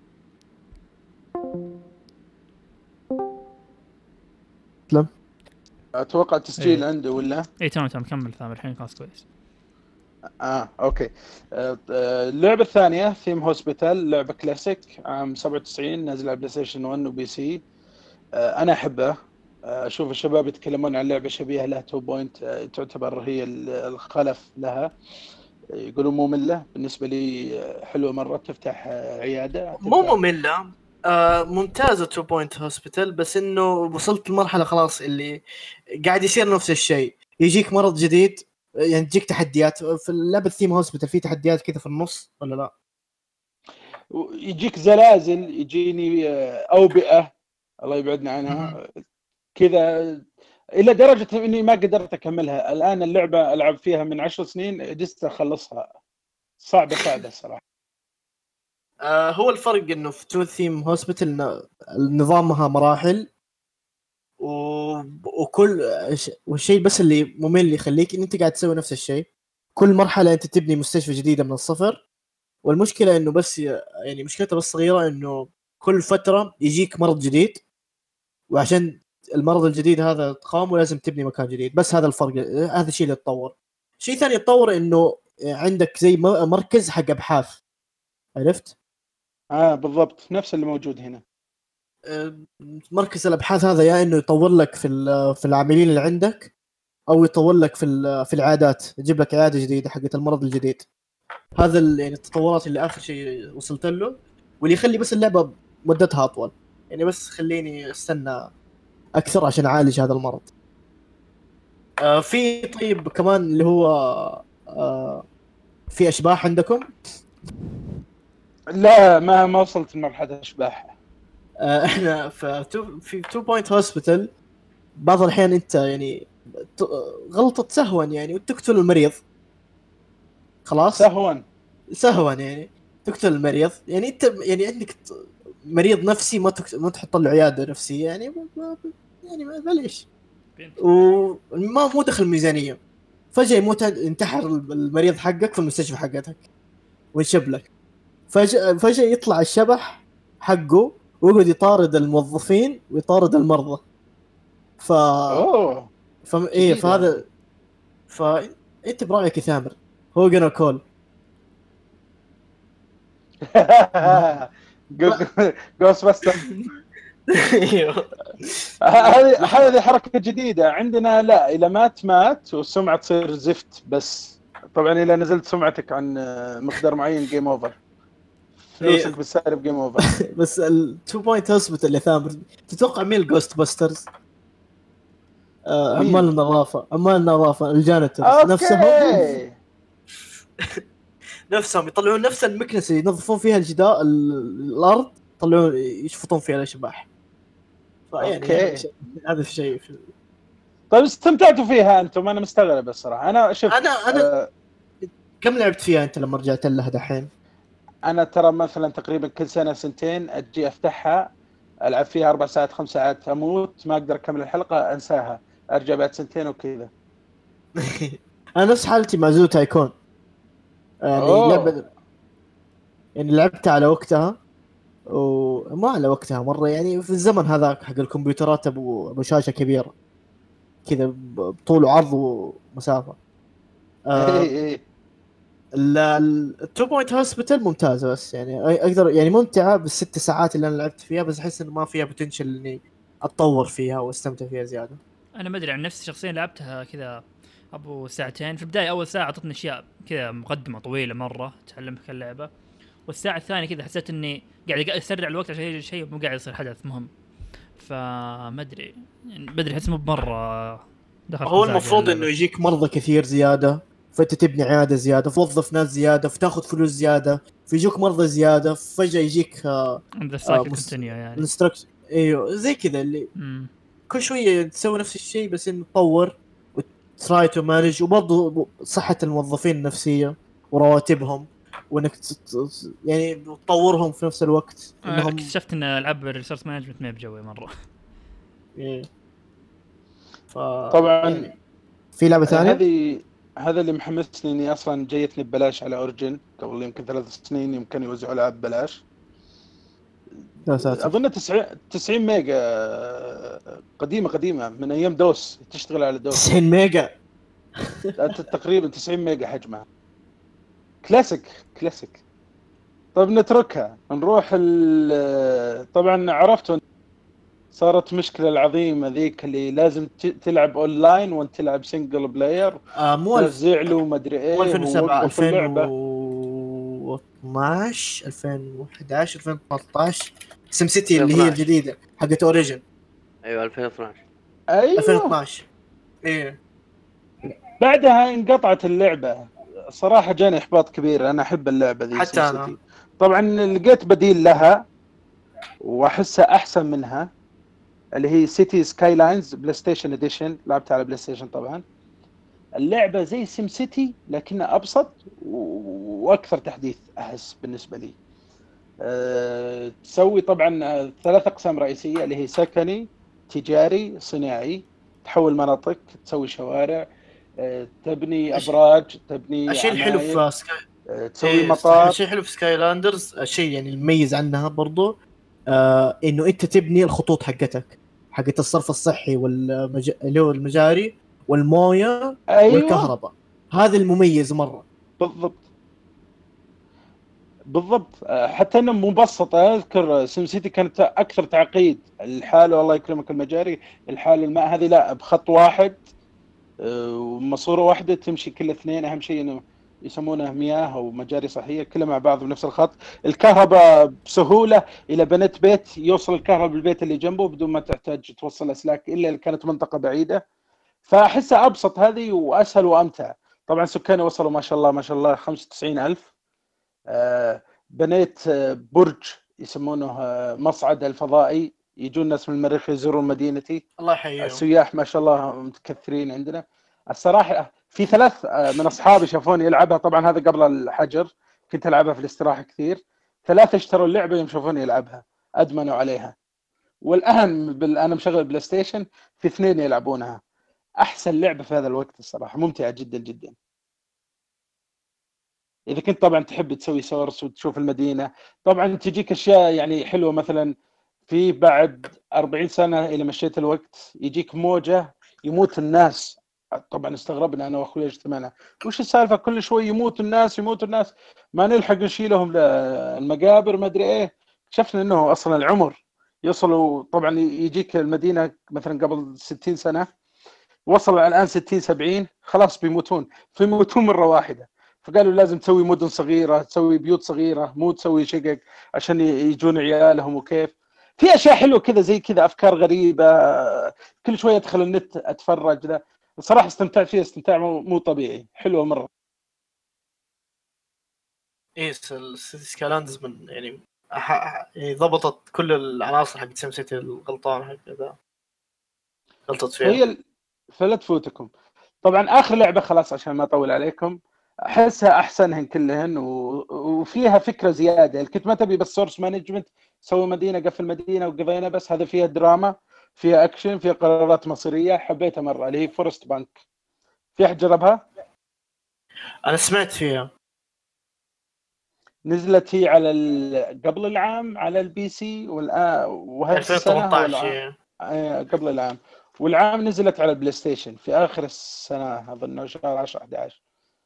[SPEAKER 1] تمام
[SPEAKER 4] اتوقع تسجيل عنده ولا؟
[SPEAKER 2] اي تمام كمل ثامر الحين خلاص كويس.
[SPEAKER 4] اوكي. اللعبه الثانيه ثيم هوسبيتال، لعبه كلاسيك عام 97 نازله على بلاي ستيشن 1 وبي سي. انا احبها. اشوف الشباب يتكلمون عن لعبه شبيهه لها 2 بوينت، تعتبر هي الخلف لها. يقولون ممله، بالنسبه لي حلوه مره. تفتح عياده
[SPEAKER 1] مو ممله، ممتازه 2 بوينت هوسبيتال، بس انه وصلت لمرحله خلاص اللي قاعد يصير نفس الشيء. يجيك مرض جديد، يعني تجيك تحديات في لعبه ثيم هوسبيتال، في تحديات كذا في النص ولا لا؟
[SPEAKER 4] يجيك زلازل، يجيني اوبئه الله يبعدنا عنها كذا، الى درجه اني ما قدرت اكملها. الان اللعبه العب فيها من 10 سنين لسه اخلصها. صعبه صراحه.
[SPEAKER 1] هو الفرق انه في تو ثيم هوسبيتال نظامها مراحل وكل والشيء بس اللي ممل يخليك ان انت قاعد تسوي نفس الشيء. كل مرحله انت تبني مستشفى جديده من الصفر، والمشكله انه بس يعني مشكلتها بس صغيره، انه كل فتره يجيك مرض جديد، وعشان المرض الجديد هذا تقاومه لازم تبني مكان جديد. بس هذا الفرق، هذا الشيء اللي يتطور. شيء ثاني يتطور انه عندك زي مركز حق ابحاث، عرفت؟
[SPEAKER 4] بالضبط نفس اللي موجود هنا.
[SPEAKER 1] مركز الابحاث هذا يا انه يطور لك في العاملين اللي عندك، او يطور لك في العيادات، يجيب لك عياده جديده حقت المرض الجديد. هذا يعني التطورات اللي اخر شيء وصلت له، واللي يخلي بس اللعبه مدتها اطول يعني، بس خليني استنى اكثر عشان اعالج هذا المرض. في طيب كمان اللي هو في اشباح عندكم؟
[SPEAKER 4] لا ما وصلت لمرحله اشباح.
[SPEAKER 1] احنا في 2 بوينت هوسبيتال بعض الأحيان أنت يعني غلطة سهوا يعني وتقتل المريض. خلاص سهوا يعني تقتل المريض، يعني أنت يعني عندك مريض نفسي ما تحط له عيادة نفسية يعني يعني بلاش وما مو دخل الميزانية. فجأة يموت ينتحر المريض حقك في المستشفى حقتك وينشب لك. فجأة يطلع الشبح حقه ويقعد يطارد الموظفين ويطارد المرضى.
[SPEAKER 4] اوه
[SPEAKER 1] ايه فهذا انت برايك يا ثامر هوجن كول؟
[SPEAKER 4] جوست باستر. هذه حركه جديده عندنا. لا اذا مات والسمعه تصير زفت، بس طبعا اذا نزلت سمعتك عن مقدار معين جيم اوفر، فلوسك بالسالب جيم اوفر.
[SPEAKER 1] بس ال2 بوينت هوسبيتال اللي ثامر تتوقع مين الجوست باسترز؟ عمال النظافه الجانترز نفسهم يطلعون نفس المكنسه ينظفون فيها الجدار الارض، يطلعون يشفطون فيها الاشباح. يعني هذا الشيء.
[SPEAKER 4] طيب استمتعتوا فيها انتم؟ انا مستغرب الصراحه. انا شوف
[SPEAKER 1] انا كم لعبت فيها انت لما رجعت لها دحين؟
[SPEAKER 4] انا ترى مثلا تقريبا كل سنه سنتين اجي افتحها العب فيها 4 ساعات 5 ساعات، اموت ما اقدر اكمل الحلقه انساها، ارجع بعد سنتين وكذا.
[SPEAKER 1] انا نفس حالتي مع زو تايكون يعني لعبه يعني لعبتها على وقتها وما على وقتها مره يعني في الزمن هذاك حق الكمبيوترات ابو شاشه كبيره كذا بطول وعرض ومسافه. ال2 بوينت هوسبيتال ممتازه، بس يعني اقدر يعني ممتعه بالست ساعات اللي انا لعبت فيها، بس احس انه ما فيها بوتنشل اني اتطور فيها واستمتع فيها زياده.
[SPEAKER 2] انا ما ادري عن نفسي شخصيا لعبتها كذا ابو ساعتين. في البدايه اول ساعه اعطتني اشياء كذا مقدمه طويله مره تعلمت اللعبه، والساعه الثانيه كذا حسيت اني قاعد اسرع الوقت عشان يجي شيء مو قاعد يصير حدث مهم. فما ادري يعني بدري احس مو بمره دخل.
[SPEAKER 1] هو المفروض انه يجيك مرضى كثير زياده فانت تبني عياده زياده، توظف ناس زياده، فتاخذ فلوس زياده، فيجوك مرضى زياده، فجاه يجيك
[SPEAKER 2] عند السايكل كونتينيو يعني
[SPEAKER 1] ايوه زي كذا اللي كل شويه تسوي نفس الشيء بس انه تطور وتراي تو مانج، وبرضه صحه الموظفين النفسيه ورواتبهم وانك يعني تطورهم في نفس الوقت.
[SPEAKER 2] انهم اكتشفت ان العاب الريسورس مانجمنت ما بجوي مره.
[SPEAKER 4] طبعا
[SPEAKER 1] يعني في لعبه ثانيه
[SPEAKER 4] هذا اللي محمسني اني اصلا جايتني ببلاش على اوريجن قبل يمكن 3 سنين، يمكن يوزعوا العاب ببلاش. اظن 90 ميجا، قديمه من ايام دوس، تشتغل على دوس.
[SPEAKER 1] 90 ميجا
[SPEAKER 4] تقريبا 90 ميجا حجمها، كلاسيك. طيب نتركها نروح طبعا عرفتوا صارت مشكلة العظيمة ذيك اللي لازم تلعب اونلاين وانت تلعب سنجل بلاير.
[SPEAKER 1] مو
[SPEAKER 4] زعلوا ما ادري ايه،
[SPEAKER 1] 2007 2012 2011 2013 سم سيتي اللي هي الجديدة حقت اوريجن.
[SPEAKER 3] ايوه 2012
[SPEAKER 1] 2012 ايه.
[SPEAKER 4] بعدها انقطعت اللعبة صراحة، جاني احباط كبير. انا احب اللعبة ذي
[SPEAKER 1] حتى أنا.
[SPEAKER 4] طبعا لقيت بديل لها واحسها احسن منها اللي هي سيتي سكاي لاينز بلاي ستيشن اديشن. لعبتها على بلاي ستيشن طبعا. اللعبة زي سيم سيتي لكنها ابسط واكثر تحديث احس بالنسبة لي. تسوي طبعا 3 اقسام رئيسية اللي هي سكني، تجاري، صناعي. تحول مناطق، تسوي شوارع، تبني ابراج، تبني
[SPEAKER 1] الشيء الحلو في
[SPEAKER 4] تسوي مطار.
[SPEAKER 1] الشيء الحلو في سكاي لاندرز الشيء يعني المميز عنها برضو انه انت تبني الخطوط حقت الصرف الصحي اللي هو المجاري والمويه والكهرباء. هذا المميز مره.
[SPEAKER 4] بالضبط. حتى انه مبسطه. اذكر سيم سيتي كانت اكثر تعقيد. الحال والله يكرمك المجاري، الحال الماء، هذه لا بخط واحد وماسوره واحده تمشي كل اثنين. اهم شيء انه يسمونه مياه او مجاري صحيه كلها مع بعض بنفس الخط. الكهرباء بسهوله الى بنت بيت، يوصل الكهرباء بالبيت اللي جنبه بدون ما تحتاج توصل اسلاك الا اذا كانت منطقه بعيده. فاحسها ابسط هذه واسهل وامتع. طبعا سكاني وصلوا ما شاء الله ما شاء الله 95,000. بنيت برج يسمونه مصعد الفضائي، يجون الناس من المريخ يزورون مدينتي.
[SPEAKER 5] الله يحييهم.
[SPEAKER 4] السياح ما شاء الله متكثرين عندنا. الصراحه في 3 من اصحابي شافوني يلعبها، طبعا هذا قبل الحجر، كنت العبها في الاستراحه كثير. 3 اشتروا اللعبه يوم شافوني يلعبها ادمنوا عليها. والان انا مشغل بلاي ستيشن، في 2 يلعبونها. احسن لعبه في هذا الوقت الصراحه، ممتعه جدا جدا. اذا كنت طبعا تحب تسوي سورس وتشوف المدينه، طبعا تجيك اشياء يعني حلوه. مثلا في بعد 40 سنه الى مشيت الوقت يجيك موجه يموت الناس. طبعا استغربنا انا واخوي اجتمعنا وش السالفه، كل شوي يموت الناس يموت الناس، ما نلحق نشيلهم للمقابر ما ادري ايه. اكتشفنا انه اصلا العمر يوصلوا. طبعا يجيك المدينه مثلا قبل 60 سنه، وصلوا الان 60 70 خلاص بيموتون مره واحده. فقالوا لازم تسوي مدن صغيره، تسوي بيوت صغيره، مو تسوي شقق عشان يجون عيالهم. وكيف في اشياء حلوه كذا زي كذا، افكار غريبه. كل شويه ادخل النت اتفرج ذا. الصراحه استمتعت فيها استمتاع مو طبيعي، حلوه مره.
[SPEAKER 5] ايه سكالاندز من يعني يعني ضبطت كل العناصر حق سيم سيتي الغلطان حق ذا غلطت فيها.
[SPEAKER 4] فلا تفوتكم. طبعا اخر لعبه خلاص عشان ما اطول عليكم، احسها احسنهن كلهن وفيها فكره زياده. كنت ما تبي بس سورس مانجمنت، سوي مدينه قفل مدينه وقضينا، بس هذا فيها دراما، فيها اكشن، فيها قرارات مصيريه. حبيتها مره اللي هي فورست بانك. في احد جربها؟
[SPEAKER 5] انا سمعت فيها.
[SPEAKER 4] نزلت هي على قبل العام على البي سي وهذه السنه
[SPEAKER 5] 2018
[SPEAKER 4] قبل العام، والعام نزلت على البلاي ستيشن في اخر السنه اظن شهر 10 11.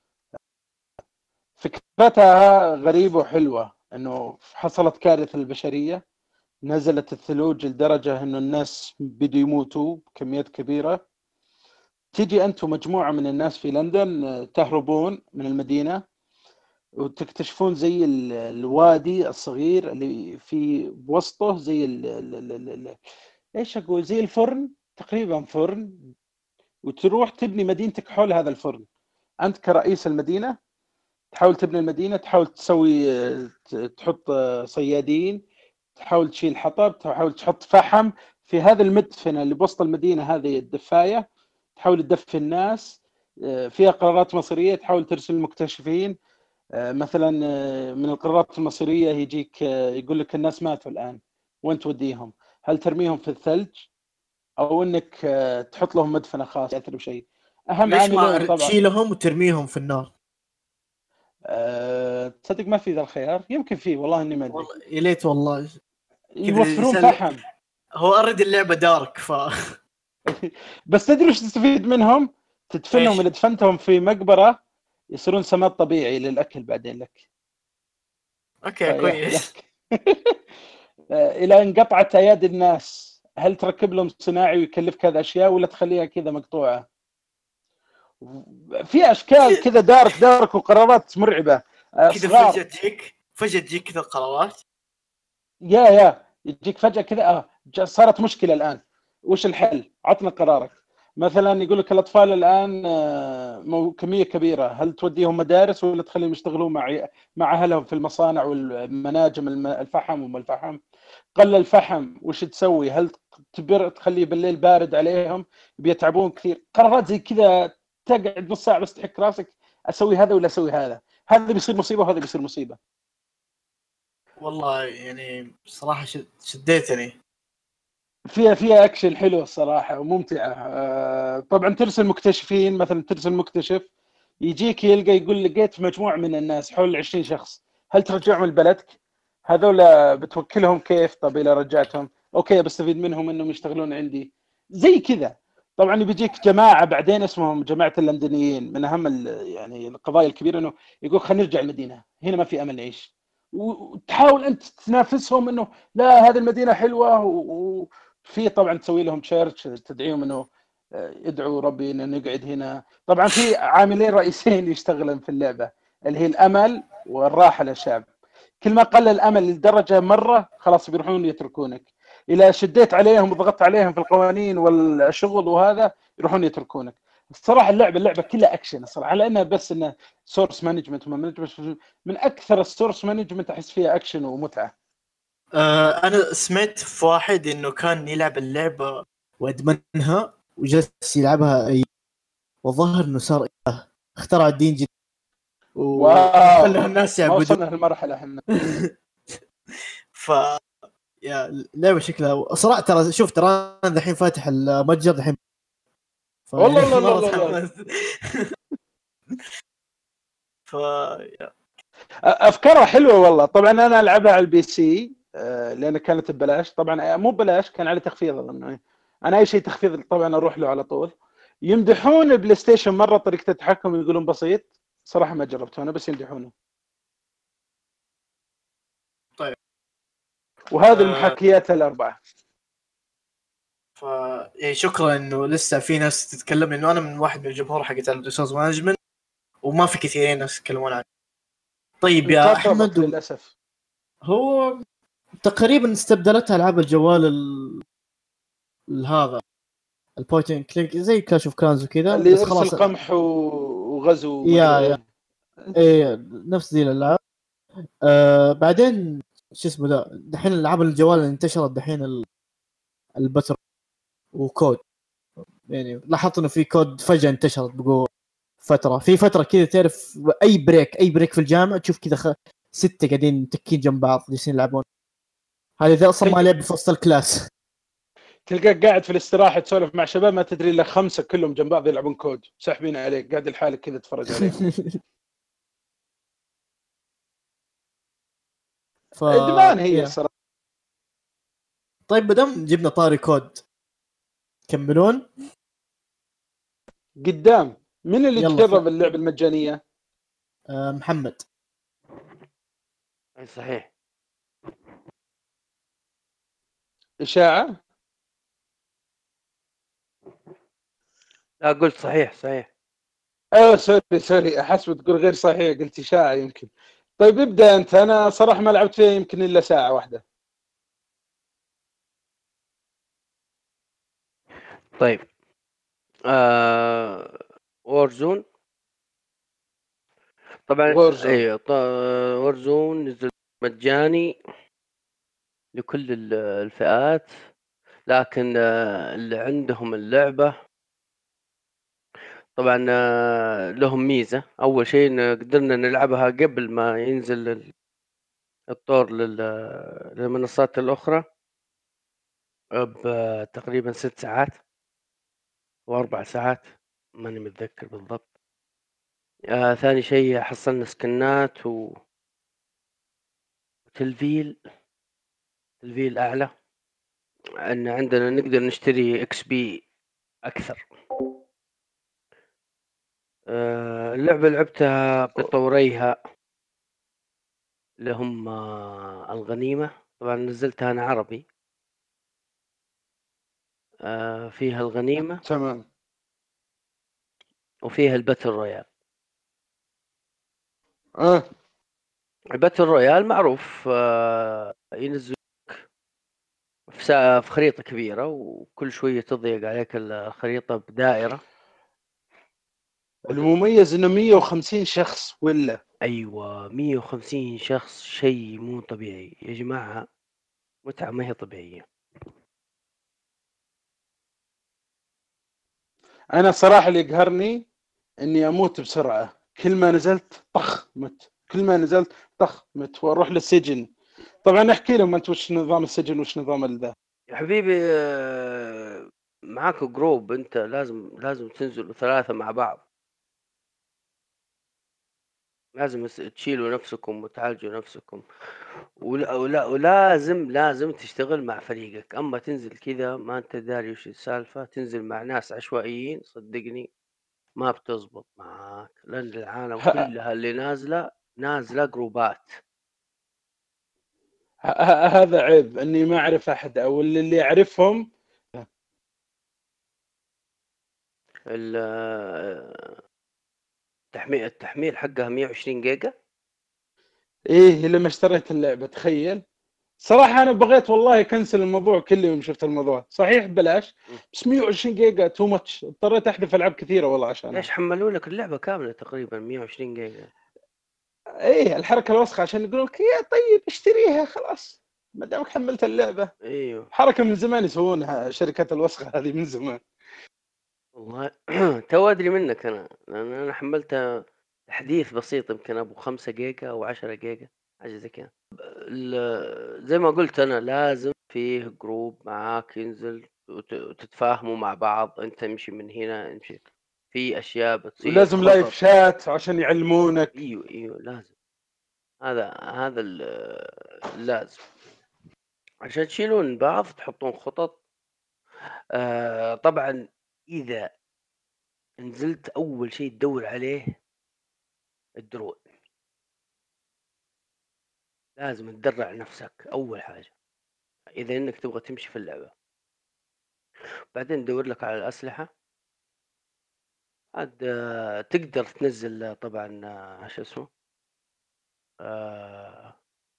[SPEAKER 4] فكرتها غريبة وحلوة، انه حصلت كارثة للبشرية، نزلت الثلوج لدرجة انه الناس بدوا يموتوا بكميات كبيرة. تيجي انتم مجموعة من الناس في لندن تهربون من المدينة، وتكتشفون زي الوادي الصغير اللي في وسطه زي ايش اقول، زي الفرن تقريبا، فرن. وتروح تبني مدينتك حول هذا الفرن. انت كرئيس المدينة تحاول تبني المدينة، تحاول تسوي تحط صيادين، تحاول تشيل حطب، تحاول تحط فحم في هذا المدفنة اللي بوسط المدينة، هذه الدفاية تحاول تدفي الناس. فيها قرارات مصيرية، تحاول ترسل المكتشفين. مثلا من القرارات المصيرية يجيك يقول لك الناس ماتوا الآن، وين توديهم؟ هل ترميهم في الثلج أو أنك تحط لهم مدفنة خاصة يأثر بشيء؟ أهم
[SPEAKER 5] ليش ما
[SPEAKER 4] عاملين طبعا
[SPEAKER 5] تشيلهم وترميهم في النار؟
[SPEAKER 4] تصدق ما في ذا الخيار، يمكن فيه والله اني ما ادري.
[SPEAKER 5] والله يا ليت والله
[SPEAKER 4] يوفرون فحم.
[SPEAKER 5] هو اريد اللعبه دارك
[SPEAKER 4] بس تدري وش تستفيد منهم؟ تدفنهم، اذا دفنتهم في مقبره يصيرون سماد طبيعي للاكل بعدين لك.
[SPEAKER 5] اوكي كويس.
[SPEAKER 4] الى انقطعت ايادي الناس، هل تركب لهم صناعي ويكلفك هذا اشياء ولا تخليها كذا مقطوعه؟ في اشكال كذا دارك وقرارات مرعبه.
[SPEAKER 5] كذا فجأة تجيك كذا قرارات.
[SPEAKER 4] يا يجيك فجأة كذا صارت مشكلة الآن، وش الحل؟ عطنا قرارك. مثلا يقول لك الأطفال الآن كمية كبيرة، هل توديهم مدارس ولا تخليهم يشتغلون مع أهلهم في المصانع والمناجم الفحم وما الفحم؟ قل الفحم وش تسوي؟ هل تخليه بالليل بارد عليهم بيتعبون كثير؟ قرارات زي كذا تقعد نص ساعة بس تحك راسك، أسوي هذا ولا أسوي هذا؟ هذا بيصير مصيبة وهذا بيصير مصيبة.
[SPEAKER 5] والله يعني صراحة شديتني.
[SPEAKER 4] فيها اكشن حلو الصراحه وممتعه. طبعا ترسل مكتشفين، مثلا ترسل مكتشف يجيك يلقى يقول لقيت مجموعه من الناس حول 20 شخص، هل ترجعهم لبلدك؟ هذول بتوكلهم كيف؟ طب اذا رجعتهم اوكي بستفيد منهم انهم يشتغلون عندي زي كذا. طبعا بيجيك جماعه بعدين اسمهم جماعه اللندنيين، من اهم يعني القضايا الكبيره انه يقول خلينا نرجع المدينه، هنا ما في امل نعيش. وتحاول انت تنافسهم انه لا هذه المدينه حلوه في طبعا تسوي لهم تشيرش، تدعيهم انه يدعوا ربي انه نقعد هنا. طبعا في عاملين رئيسيين يشتغلون في اللعبه، اللي هي الامل والراحه للشعب. كل ما قل الامل لدرجه مره خلاص بيروحون يتركونك. اذا شديت عليهم وضغطت عليهم في القوانين والشغل وهذا يروحون يتركونك. الصراحه اللعبه كلها اكشن الصراحه، على انها بس انها سورس مانجمنت من اكثر السورس مانجمنت احس فيها اكشن ومتعه.
[SPEAKER 5] انا سمعت في واحد انه كان يلعب اللعبه وادمنها وجلس يلعبها والظاهر انه صار اخترع الدين جديد وخلى الناس
[SPEAKER 4] ما
[SPEAKER 5] يعبدون.
[SPEAKER 4] وصلنا للمرحله احنا.
[SPEAKER 5] ف يا اللعبه شكلها صراحه ترى شوف ترى انا الحين فاتح المتجر الحين
[SPEAKER 4] والله
[SPEAKER 5] مرة
[SPEAKER 4] الله
[SPEAKER 5] تحمست. ف
[SPEAKER 4] افكارها حلوه والله. طبعا انا العبها على البي سي لان كانت ببلاش. طبعا مو ببلاش، كان على تخفيض اظن. انا اي شيء تخفيض طبعا اروح له على طول. يمدحون البلاي ستيشن مره طريقه التحكم، يقولون بسيط. صراحه ما جربته انا، بس يمدحونه.
[SPEAKER 5] طيب.
[SPEAKER 4] وهذه المحاكيات الاربعه.
[SPEAKER 5] يعني شكرا انه لسه في ناس تتكلم، انه انا من واحد من الجمهور حقت الريسورس مانجمنت وما في كثيرين ناس يتكلمون عنه. طيب يا احمد
[SPEAKER 4] للاسف
[SPEAKER 5] هو تقريبا استبدلتها العاب الجوال هذا البوينت كليك زي كلاش اوف كلانز وكذا،
[SPEAKER 4] اللي
[SPEAKER 5] بس خلاص
[SPEAKER 4] يرسل قمح وغزو
[SPEAKER 5] يا ايه نفس ذي الالعاب. بعدين شو اسمه ده دحين العاب الجوال اللي انتشرت دحين البتر وكود. يعني لاحظت انه في كود فجأة انتشرت بقوة في فترة كذا، تعرف اي بريك في الجامعة تشوف كذا 6 قاعدين متكين جنب بعض جالسين يلعبون. هذه اذا اصلا ما لعب في وسط الكلاس.
[SPEAKER 4] تلقاك قاعد في الاستراحه تسولف مع شباب ما تدري الا 5 كلهم جنب بعض يلعبون كود، ساحبين عليك، قاعد لحالك كذا تتفرج عليهم. ادمان هي الصراحه.
[SPEAKER 5] طيب بدم جبنا طاري كود، كملون
[SPEAKER 4] قدام. من اللي جرب اللعبه المجانيه؟
[SPEAKER 5] محمد.
[SPEAKER 3] اي صحيح.
[SPEAKER 4] اشاعه.
[SPEAKER 3] لا قلت صحيح.
[SPEAKER 4] ايوه سوري احس بتقول غير صحيح، قلت اشاعه يمكن. طيب ابدا انت. انا صراحه ما لعبت فيها يمكن الا ساعه واحده.
[SPEAKER 3] طيب وورزون طبعا. ايوه وورزون نزل مجاني لكل الفئات، لكن اللي عندهم اللعبة طبعا لهم ميزة. أول شيء قدرنا نلعبها قبل ما ينزل الطور للمنصات الأخرى بتقريبا 6 ساعات و4 ساعات، ماني متذكر بالضبط. ثاني شيء حصلنا سكنات وتلفيل أعلى، أن عندنا نقدر نشتري اكس بي أكثر. اللعبة لعبتها بطوريها اللي هم الغنيمة. طبعا نزلتها أنا عربي. فيها الغنيمة
[SPEAKER 4] تمام.
[SPEAKER 3] وفيها الباتل رويال.
[SPEAKER 4] اه
[SPEAKER 3] الباتل رويال معروف، ينزلوك في خريطة كبيرة وكل شوية تضيق عليك الخريطة بدائرة.
[SPEAKER 4] المميز انه 150 شخص ولا؟
[SPEAKER 3] ايوه 150 شخص، شيء مو طبيعي يا جماعة، متعة ما هي طبيعية.
[SPEAKER 4] انا صراحه اللي يقهرني اني اموت بسرعه. كل ما نزلت طخ مت، كل ما نزلت طخ مت، واروح للسجن. طبعا احكي لهم انت وش نظام السجن وش نظام ذا.
[SPEAKER 3] يا حبيبي معاك جروب، انت لازم تنزلوا 3 مع بعض. لازم تشيلوا نفسكم وتعالجوا نفسكم، ولازم تشتغل مع فريقك. اما تنزل كذا ما انت داري وش السالفة، تنزل مع ناس عشوائيين، صدقني ما بتزبط معاك، لان العالم كلها اللي نازلة جروبات.
[SPEAKER 4] هذا عيب اني ما اعرف احد، او اللي يعرفهم.
[SPEAKER 3] التحميل حقها 120 جيجا.
[SPEAKER 4] ايه لما اشتريت اللعبه تخيل. صراحه انا بغيت والله كنسل الموضوع كله يوم شفت الموضوع، صحيح ببلاش بس 120 جيجا تو ماتش، اضطريت احذف العاب كثيره والله عشانها.
[SPEAKER 3] ليش حملوا لك اللعبة كاملة تقريبا 120 جيجا؟
[SPEAKER 4] ايه الحركه الوسخه عشان يقولون لك يا طيب اشتريها خلاص ما دامك حملت اللعبه.
[SPEAKER 3] ايوه
[SPEAKER 4] حركه من زمان يسوونها شركات الوسخه هذه من زمان.
[SPEAKER 3] والله. تو ادري منك انا، لان انا حملتها تحديث بسيط يمكن ابو 5 جيجا او 10 جيجا حاجه زي كذا. زي ما قلت انا لازم فيه جروب معاك ينزل وتتفاهموا مع بعض، انت امشي من هنا امشي، في اشياء بتصير
[SPEAKER 4] ولازم لايف
[SPEAKER 3] خطط.
[SPEAKER 4] شات عشان يعلمونك.
[SPEAKER 3] ايوه لازم. هذا لازم عشان تشيلون بعض تحطون خطط. طبعا اذا نزلت اول شيء تدور عليه الدروع، لازم تدرع نفسك اول حاجه اذا انك تبغى تمشي في اللعبه. بعدين تدور لك على الاسلحه، عاد تقدر تنزل طبعا شو اسمه آه،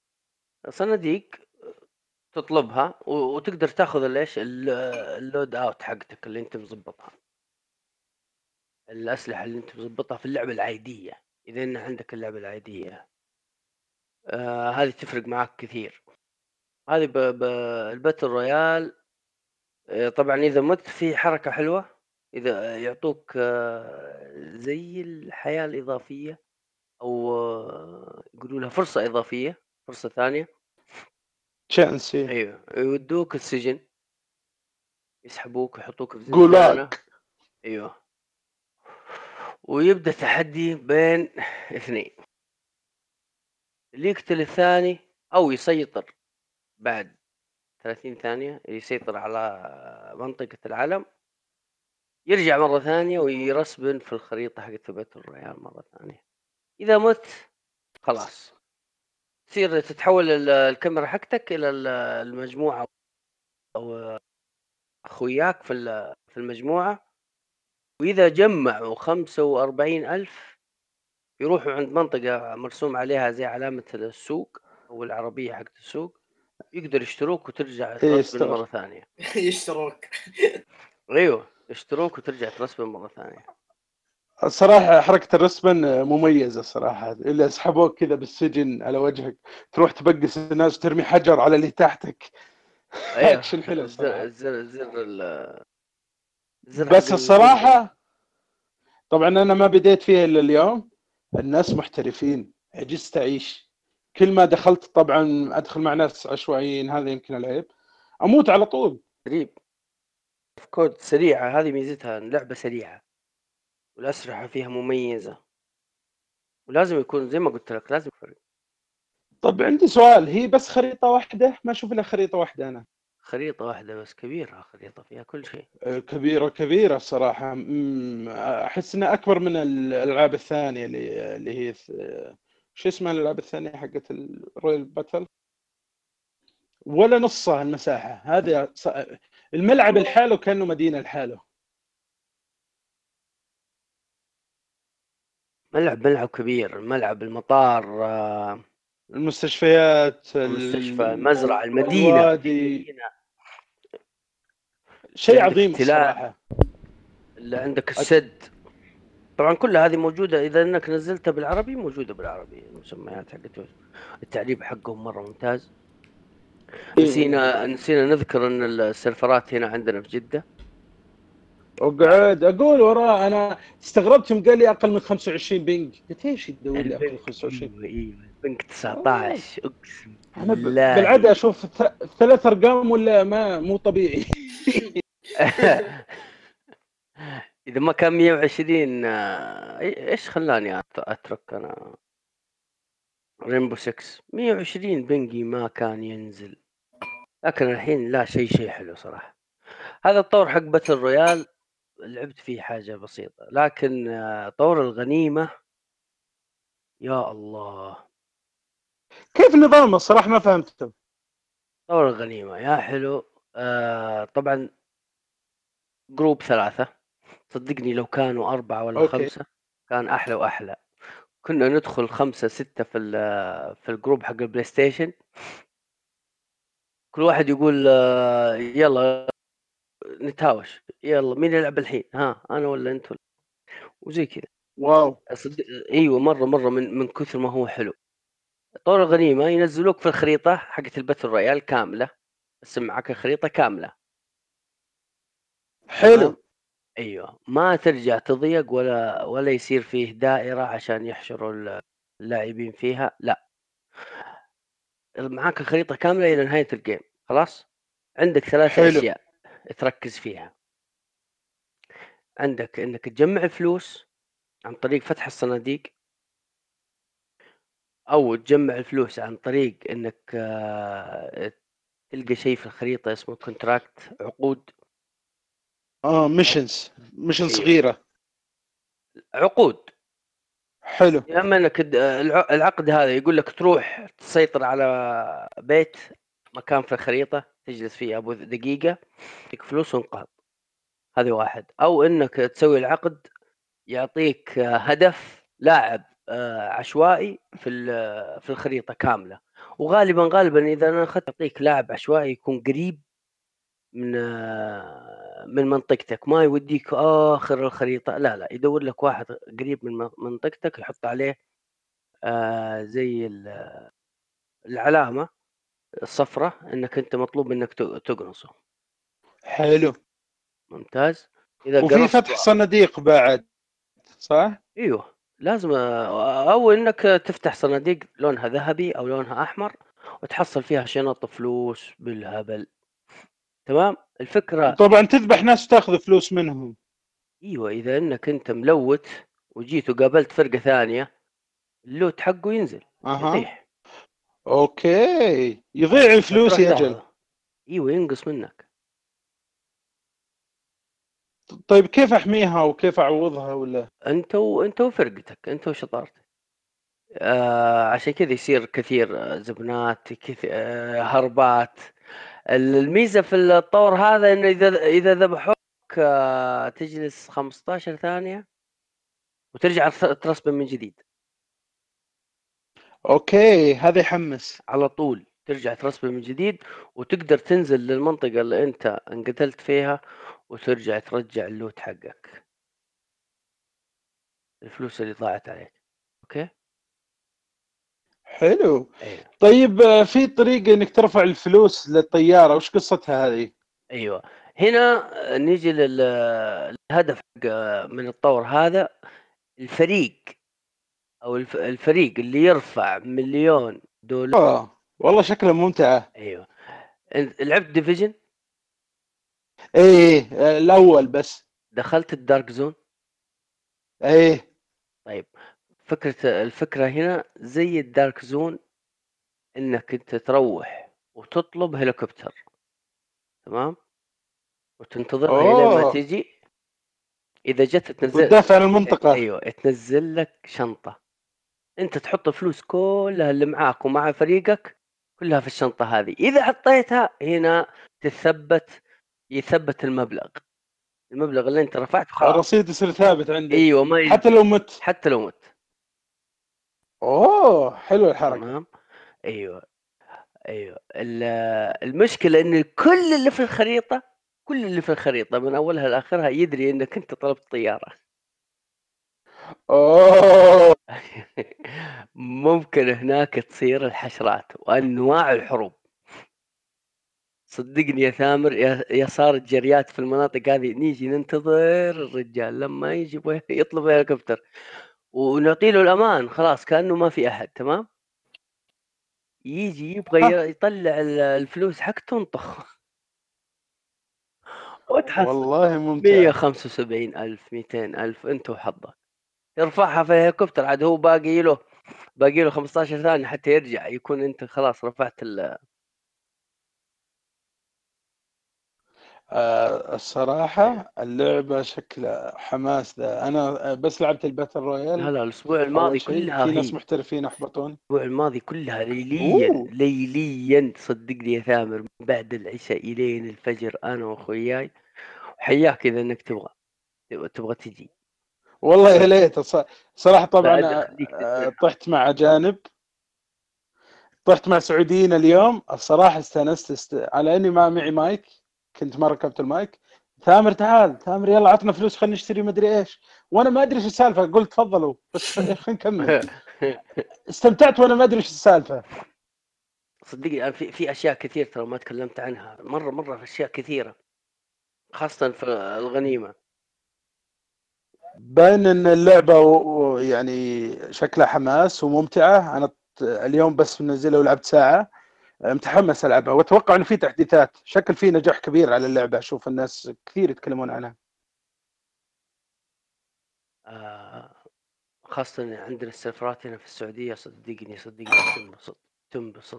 [SPEAKER 3] صناديق تطلبها وتقدر تاخذ ليش اللود اوت حقتك اللي انت مظبطها، الاسلحه اللي انت مظبطها في اللعبه العاديه. اذا ان عندك اللعبه العاديه هذه تفرق معك كثير. هذه الباتل رويال. طبعا اذا مت في حركه حلوه، اذا يعطوك زي الحياه الاضافيه او يقولوا لها فرصه اضافيه، فرصه ثانيه.
[SPEAKER 4] تشانسي
[SPEAKER 3] ايوه يودوك السجن، يسحبوك ويحطوك في زنزانه.
[SPEAKER 4] جولاك.
[SPEAKER 3] ايوه ويبدا تحدي بين اثنين، اللي يقتل الثاني او يسيطر بعد 30 ثانيه، يسيطر على منطقه العالم، يرجع مرة ثانية ويرسبن في الخريطة حقت باتل رويال مرة ثانية. إذا مت خلاص تصير تتحول الكاميرا حقتك إلى المجموعة أو أخوياك في المجموعة، وإذا جمعوا 45,000 يروحوا عند منطقة مرسوم عليها زي علامة السوق أو العربية حقت السوق، يقدر يشتروك وترجع
[SPEAKER 4] ايه
[SPEAKER 3] ترسبن مرة ثانية.
[SPEAKER 5] يشتروك.
[SPEAKER 3] أيوه يشتروك وترجع ترسبن مرة ثانية.
[SPEAKER 4] الصراحة حركة الرسبن مميزة صراحة، اللي اسحبوك كذا بالسجن على وجهك تروح تبقس الناس ترمي حجر على اللي تحتك.
[SPEAKER 3] أيوه
[SPEAKER 4] اكشن حلو
[SPEAKER 3] الزر
[SPEAKER 4] صراحة.
[SPEAKER 3] الزر الزر الزر حق
[SPEAKER 4] بس
[SPEAKER 3] الزنزانة.
[SPEAKER 4] الصراحة طبعا انا ما بديت فيها الا اليوم. الناس محترفين، عجزت اعيش. كل ما دخلت طبعا ادخل مع ناس عشوائيين، هذا يمكن العيب، اموت على طول.
[SPEAKER 3] قريب كود سريعة، هذه ميزتها اللعبة سريعة والأسلحة فيها مميزة، ولازم يكون زي ما قلت لك لازم فرق.
[SPEAKER 4] طب عندي سؤال، هي بس خريطة واحدة؟ ما اشوف الا خريطة واحدة انا.
[SPEAKER 3] خريطة واحدة بس كبيرة، خريطة فيها كل شيء.
[SPEAKER 4] كبيرة كبيرة الصراحة. أحس إنها أكبر من الألعاب الثانية اللي هي شو اسمها الألعاب الثانية حقت الرويال باتل، ولا نصها المساحة هذه. الملعب لحاله كأنه مدينة لحاله.
[SPEAKER 3] ملعب كبير، الملعب، المطار،
[SPEAKER 4] المستشفيات،
[SPEAKER 3] المستشفى، المزرعة، المدينة،
[SPEAKER 4] الوادي،
[SPEAKER 3] مدينة. اللي
[SPEAKER 4] شيء
[SPEAKER 3] عندك
[SPEAKER 4] عظيم
[SPEAKER 3] التلال،
[SPEAKER 4] الصراحة.
[SPEAKER 3] اللي عندك السد. طبعا كل هذه موجودة، إذا إنك نزلتها بالعربي موجودة بالعربي، المسميات حقتها، التعريب حقهم مرة ممتاز. نسينا نذكر ان السيرفرات هنا عندنا في جدة.
[SPEAKER 4] وقعد اقول وراه، انا استغربت يوم قال لي اقل من 25 بينج، قلت ايش يدور لي اقل من
[SPEAKER 3] البنك
[SPEAKER 4] 25؟
[SPEAKER 3] ايوه البنك 19 اقسم
[SPEAKER 4] انا
[SPEAKER 3] بالله.
[SPEAKER 4] بالعاده اشوف ثلاث ارقام ولا ما مو طبيعي.
[SPEAKER 3] اذا ما كان 120 ايش خلاني اترك انا ريمبو 6 120 بنجي ما كان ينزل، لكن الحين لا شيء حلو صراحة. هذا الطور حق باتل رويال لعبت فيه حاجة بسيطة، لكن طور الغنيمة يا الله.
[SPEAKER 4] كيف نظامه الصراحه ما فهمته.
[SPEAKER 3] طور الغنيمة يا حلو. طبعا جروب 3، صدقني لو كانوا 4 ولا
[SPEAKER 4] اوكي.
[SPEAKER 3] 5 كان احلى واحلى. كنا ندخل 5 6 في الجروب حق البلاي ستيشن، كل واحد يقول يلا نتهاوش، يلا مين يلعب الحين، ها انا ولا انت وزي كذا.
[SPEAKER 4] واو.
[SPEAKER 3] ايوه مره من كثر ما هو حلو. طور الغنيمه ينزلوك في الخريطه حقت الباتل رويال كامله، بس معك الخريطه كامله.
[SPEAKER 4] حلو.
[SPEAKER 3] تمام. ايوه ما ترجع تضيق ولا يصير فيه دائره عشان يحشروا اللاعبين فيها، لا، معاك الخريطه كامله الى نهايه الجيم. خلاص، عندك 3
[SPEAKER 4] حلو.
[SPEAKER 3] اشياء تركز فيها. عندك انك تجمع فلوس عن طريق فتح الصناديق، او تجمع الفلوس عن طريق انك تلقى شيء في الخريطة اسمه كونتراكت، عقود.
[SPEAKER 4] ميشن
[SPEAKER 3] ايوه
[SPEAKER 4] صغيرة.
[SPEAKER 3] عقود.
[SPEAKER 4] حلو.
[SPEAKER 3] يا اما انك العقد هذا يقول لك تروح تسيطر على بيت، مكان في الخريطة تجلس فيه ابو دقيقة، يعطيك فلوس وانقاذ. هذه واحد. او انك تسوي العقد يعطيك هدف لاعب عشوائي في الخريطة كاملة. وغالبا إذا أنا أخذت يعطيك لاعب عشوائي يكون قريب من منطقتك، ما يوديك آخر الخريطة، لا يدور لك واحد قريب من منطقتك، يحط عليه زي العلامة الصفراء إنك أنت مطلوب منك تقنصه.
[SPEAKER 4] حلو.
[SPEAKER 3] ممتاز. إذا
[SPEAKER 4] وفي
[SPEAKER 3] قنصته
[SPEAKER 4] فتح صناديق بعد، صح؟
[SPEAKER 3] ايوه لازم او انك تفتح صناديق لونها ذهبي او لونها احمر وتحصل فيها شنط فلوس بالهبل. تمام الفكرة.
[SPEAKER 4] وطبعا تذبح ناس وتاخذ فلوس منهم.
[SPEAKER 3] ايوه اذا انك انت ملوت وجيت وقابلت فرقة ثانية، اللوت حقه ينزل،
[SPEAKER 4] اها.
[SPEAKER 3] يطيح.
[SPEAKER 4] اوكي، يضيع الفلوس
[SPEAKER 3] فتروح
[SPEAKER 4] يا اجل.
[SPEAKER 3] تاخذه. ايوه ينقص منك.
[SPEAKER 4] طيب كيف احميها وكيف اعوضها ولا؟
[SPEAKER 3] انت وفرقتك، انت وشطارتك. عشان كذا يصير كثير زبنات، كثير هربات. الميزة في الطور هذا انه اذا ذبحوك تجلس 15 ثانية وترجع ترسبن من جديد.
[SPEAKER 4] اوكي، هذا يحمس.
[SPEAKER 3] على طول ترجع ترسبن من جديد، وتقدر تنزل للمنطقة اللي انت انقتلت فيها وترجع ترجع اللوت حقك، الفلوس اللي ضاعت عليك. اوكي.
[SPEAKER 4] حلو.
[SPEAKER 3] ايوه
[SPEAKER 4] طيب في طريقة انك ترفع الفلوس للطيارة، وش قصتها هذه؟
[SPEAKER 3] ايوه. هنا نيجي للهدف حق من الطور هذا. الفريق او الفريق اللي يرفع $1,000,000.
[SPEAKER 4] والله شكلها ممتعة.
[SPEAKER 3] ايوه. لعبت ديفيجن؟
[SPEAKER 4] ايه الاول بس.
[SPEAKER 3] دخلت الدارك زون؟
[SPEAKER 4] ايه.
[SPEAKER 3] طيب الفكرة هنا زي الدارك زون، انك انت تروح وتطلب هليكوبتر، تمام، وتنتظرها الين ما
[SPEAKER 4] اوه،
[SPEAKER 3] تجي. اذا جت تنزل.
[SPEAKER 4] وتدافع عن المنطقة.
[SPEAKER 3] ايوه تنزل لك شنطة، انت تحط الفلوس كلها اللي معاك ومع فريقك كلها في الشنطة هذه. اذا حطيتها هنا يثبت المبلغ اللي انت رفعته خلاص.
[SPEAKER 4] الرصيد يصير ثابت عندك
[SPEAKER 3] ايوه ما
[SPEAKER 4] حتى لو مت.
[SPEAKER 3] حتى لو مت.
[SPEAKER 4] اوه، حلو الحركة.
[SPEAKER 3] تمام. ايوه المشكلة ان كل اللي في الخريطة من اولها لاخرها يدري انك انت طلبت طيارة.
[SPEAKER 4] اوه.
[SPEAKER 3] ممكن هناك تصير الحشرات وانواع الحروب. صدقني يا ثامر، يا صارت جريات في المناطق هذه، نيجي ننتظر الرجال لما يجي يطلب هليكوبتر ونعطي له الامان، خلاص كانه ما في احد. تمام. يجي يبغى يطلع الفلوس حقته ونطخ وتحصل
[SPEAKER 4] والله ممتعة.
[SPEAKER 3] 175,000 200,000 انت وحظك. ترفعها في الهليكوبتر عاد هو باقي له 15 ثانية حتى يرجع، يكون انت خلاص رفعت
[SPEAKER 4] الصراحة اللعبة شكلها حماس. ذا أنا بس لعبت الباتل رويال
[SPEAKER 3] لا الاسبوع الماضي
[SPEAKER 4] أول شيء.
[SPEAKER 3] كلها
[SPEAKER 4] في ناس
[SPEAKER 3] هي
[SPEAKER 4] محترفين أحبطون.
[SPEAKER 3] الاسبوع الماضي كلها
[SPEAKER 4] أوه.
[SPEAKER 3] ليليا صدقني يا ثامر، من بعد العشاء الين الفجر انا واخوياي. وحياك اذا انك تبغى تجي.
[SPEAKER 4] والله يا ليت صراحه. طبعا
[SPEAKER 3] بعد خليك تسمعها.
[SPEAKER 4] طحت مع اجانب، طحت مع سعوديين اليوم. الصراحه استانست على اني ما معي مايك، كنت ما ركبت المايك. ثامر تعال، ثامر يلا عطنا فلوس خلينا نشتري مدري ايش، وانا ما ادري ايش السالفه. قلت تفضلوا بس خلينا نكمل. استمتعت وانا ما ادري ايش السالفه.
[SPEAKER 3] صدقني أنا في اشياء كثير ترى ما تكلمت عنها، مره في اشياء كثيره، خاصه في الغنيمه.
[SPEAKER 4] باين ان اللعبه يعني شكلها حماس وممتعه. انا اليوم بس منزلها ولعبت ساعه، متحمس العبها، واتوقع انه في تحديثات. شكل في نجاح كبير على اللعبه، اشوف الناس كثير يتكلمون عنها.
[SPEAKER 3] خاصه إن عندنا السيرفرات هنا في السعوديه، صدقني تنبسط.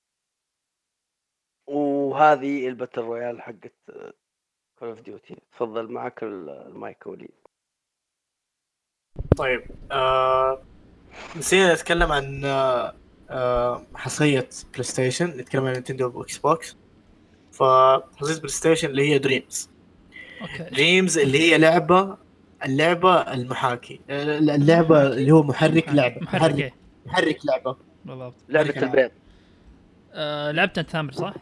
[SPEAKER 3] وهذه الباتل رويال حقت كول اوف ديوتي. تفضل معك المايك وليد.
[SPEAKER 5] طيب نسينا نتكلم عن حصرية بلاي ستيشن، نتكلم عن نينتندو واكس بوكس. فحصرية بلاي ستيشن اللي هي دريمز.
[SPEAKER 2] اوكي
[SPEAKER 5] دريمز اللي هي اللعبة المحاكي، اللعبة اللي هو محرك لعبة،
[SPEAKER 2] محرك
[SPEAKER 5] محرك لعبة
[SPEAKER 2] بالضبط.
[SPEAKER 3] لعبه البيض.
[SPEAKER 2] لعبت انت ثامر صح؟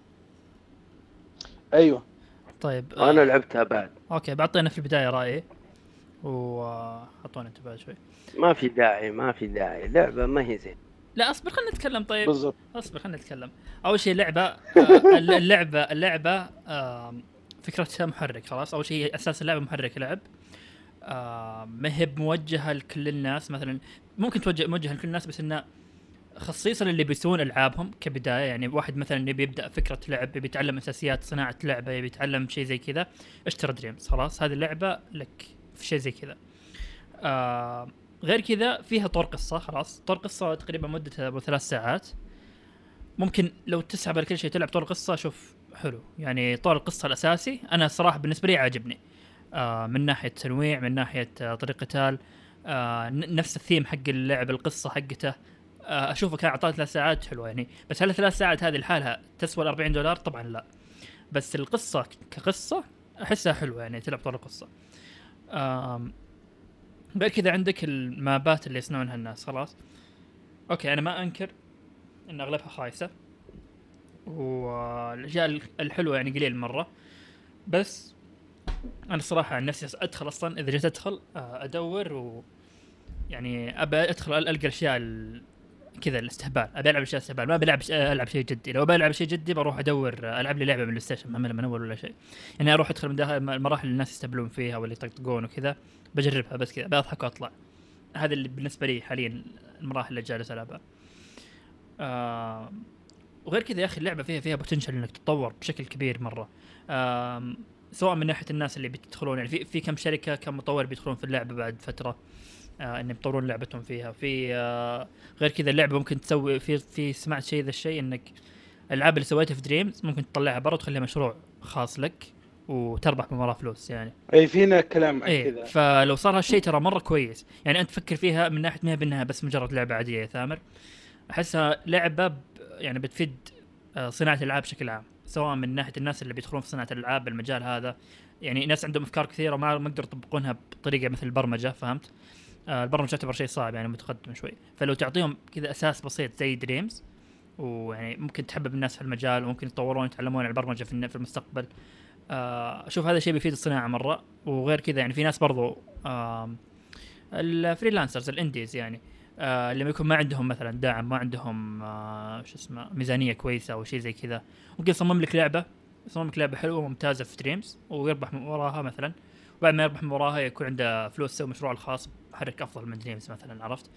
[SPEAKER 4] ايوه
[SPEAKER 2] طيب
[SPEAKER 3] انا لعبتها بعد.
[SPEAKER 2] اوكي بعطينا في البدايه رايي وحطونا انتباه شوي.
[SPEAKER 3] ما في داعي، لعبه ما هي زين.
[SPEAKER 2] لا اصبر خلينا نتكلم. طيب
[SPEAKER 4] بالضبط.
[SPEAKER 2] اصبر خلينا نتكلم. اول شيء لعبه اللعبه فكرتها محرك. خلاص اول شيء اساس اللعبه محرك لعب، ما هي موجهه لكل الناس. مثلا ممكن موجهه لكل الناس، بس انه خصيصا اللي بيسوون العابهم كبدايه. يعني واحد مثلا يبي يبدا فكره لعب، يبي يتعلم اساسيات صناعه لعبه، يبي يتعلم شيء زي كذا، اشتري دريمز. خلاص هذه اللعبه لك في شيء زي كذا. غير كذا فيها طور قصه. خلاص طور قصه تقريبا مدتها ابو 3 ساعات. ممكن لو تسحب على كل شيء تلعب طور القصه، شوف حلو. يعني طور القصه الاساسي انا صراحه بالنسبه لي عاجبني، من ناحيه تنويع، من ناحيه طريقه قتال، نفس الثيم حق اللعب، القصه حقته. اشوفه كان اعطاه 3 ساعات حلوه يعني. بس هل 3 ساعات هذه لحالها تسوى $40؟ طبعا لا. بس القصه كقصه احسها حلوه يعني، تلعب طول القصه. غير كذا عندك المابات اللي يصنعونها الناس. خلاص اوكي انا ما انكر ان اغلبها خايسه، والاشياء الحلوه يعني قليل مره. بس انا الصراحه عن نفسي ادخل اصلا، اذا جيت ادخل ادور يعني ابى ادخل القى الاشياء كذا الاستهبال. ابي العب اشياء استهبال، ما بلعب العب شيء جدي. لو بلعب شيء جدي بروح ادور العب لي لعبه من البلاي ستيشن، ما من اول ولا شيء. يعني اروح ادخل من داخل المراحل اللي الناس يستهبلون فيها واللي يطقطقون وكذا، بجربها بس كذا بضحك واطلع. هذا اللي بالنسبه لي حاليا المراحل اللي جالس العبها. وغير كذا يا اخي اللعبه فيها بوتنشل انك تتطور بشكل كبير مره. سواء من ناحيه الناس اللي بيدخلون، يعني في كم شركه كم مطور بيدخلون في اللعبه بعد فتره، ان يطورون لعبتهم فيها. في غير كذا اللعبه ممكن تسوي في سمعت شيء ذا الشيء، انك الالعاب اللي سويتها في دريمز ممكن تطلعها برا وتخليها مشروع خاص لك وتربح من وراه فلوس يعني.
[SPEAKER 4] اي فينا كلام عن
[SPEAKER 2] كذا. فلو صار هالشيء ترى مره كويس. يعني انت تفكر فيها من ناحيه ما بانها بس مجرد لعبه عاديه يا ثامر، احسها لعبه يعني بتفيد صناعه الالعاب بشكل عام، سواء من ناحيه الناس اللي بيدخلون في صناعه الالعاب بالمجال هذا. يعني ناس عندهم افكار كثيره ما يقدروا يطبقونها بطريقه مثل البرمجه، فهمت؟ البرمجه تعتبر شيء صعب يعني متقدم شوي. فلو تعطيهم كذا اساس بسيط زي دريمز، ويعني ممكن تحبب الناس في المجال، وممكن يتطورون يتعلمون عن البرمجه في المستقبل. اشوف هذا الشيء بيفيد الصناعه مره. وغير كذا يعني في ناس برضو الفريلانسرز الانديز يعني لما يكون ما عندهم مثلا دعم، ما عندهم شو اسمه ميزانيه كويسه او شيء زي كذا، ممكن يصمم لك لعبه حلوه وممتازه في دريمز ويربح من وراها مثلا. وبعد ما يربح من وراها يكون عنده فلوس يسوي مشروع الخاص محرك افضل من دريمز مثلا، عرفت؟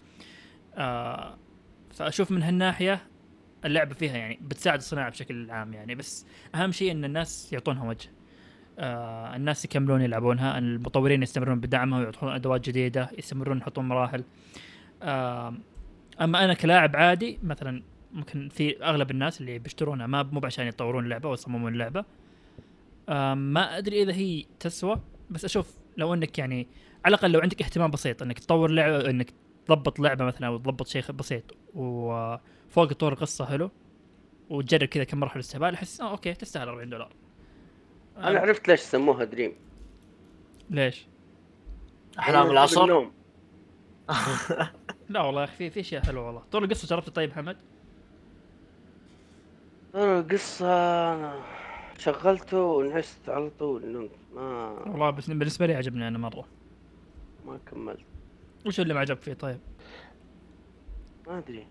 [SPEAKER 2] فاشوف من هالناحيه اللعبه فيها يعني بتساعد الصناعه بشكل عام يعني. بس اهم شيء ان الناس يعطونها وجه، الناس يكملون يلعبونها، المطورين يستمرون بدعمها ويعطون ادوات جديده، يستمرون يحطون مراحل. اما انا كلاعب عادي مثلا، ممكن في اغلب الناس اللي بيشترونها مو عشان يطورون اللعبه ويصممون اللعبه. ما ادري اذا هي تسوى، بس اشوف لو انك يعني على الاقل لو عندك اهتمام بسيط انك تطور لعبه، انك تضبط لعبه مثلا او تضبط شيء بسيط وفوق طور القصه حلو وتجرب كذا كم مرحله استهبال، احس اوكي تستاهل $40.
[SPEAKER 3] انا عرفت ليش سموها دريم.
[SPEAKER 2] ليش؟
[SPEAKER 5] احلام العصر.
[SPEAKER 3] النوم.
[SPEAKER 2] لا والله يا اخي في اشياء حلوه والله. طول القصه جربت طيب حمد؟
[SPEAKER 3] أنا القصة شغلته ونعست على طول نمت
[SPEAKER 2] والله بس بالنسبه لي عجبني انا مره.
[SPEAKER 3] ما كملت.
[SPEAKER 2] وش اللي ما عجبك فيه طيب؟
[SPEAKER 3] ما أدري.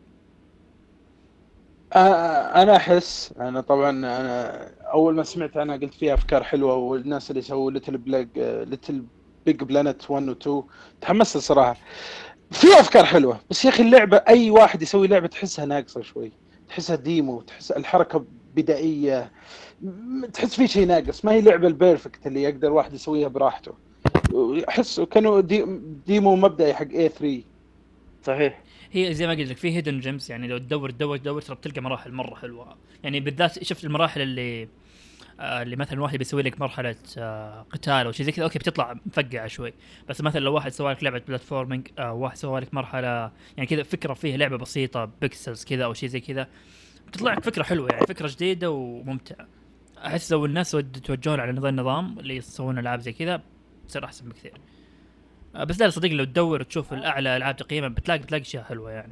[SPEAKER 4] انا احس انا طبعا انا اول ما سمعت انا قلت فيها افكار حلوه، والناس اللي سووا ليتل بيج بلانت 1 و 2 تحمست الصراحه. في افكار حلوه، بس يا اخي اللعبه اي واحد يسوي لعبه تحسها ناقصه شوي، تحسها ديمو، تحس الحركه بدائيه، تحس في شيء ناقص. ما هي لعبه البيرفكت اللي يقدر واحد يسويها براحته. احس كانوا ديمو مبدئي حق A3.
[SPEAKER 3] صحيح.
[SPEAKER 2] هي زي ما قلت لك في هيدن جيمز، يعني لو تدور ترى بتلقى مراحل مره حلوه. يعني بالذات شفت المراحل اللي مثلا واحد بيسوي لك مرحله قتال او شيء زي كذا، اوكي بتطلع مفقعه شوي. بس مثلا لو واحد سوى لك لعبه بلاتفورمينج، واحد سوى لك مرحله يعني كذا فكره فيها لعبه بسيطه بيكسلز كذا او شيء زي كذا، بتطلع لك فكره حلوه، يعني فكره جديده وممتعه. احس لو الناس توجهون على النظام اللي يسوون العاب زي كذا بتصير احسن بكثير. بس لا صدق، لو تدور وتشوف الاعلى العاب تقييما بتلاقي اشياء حلوه يعني.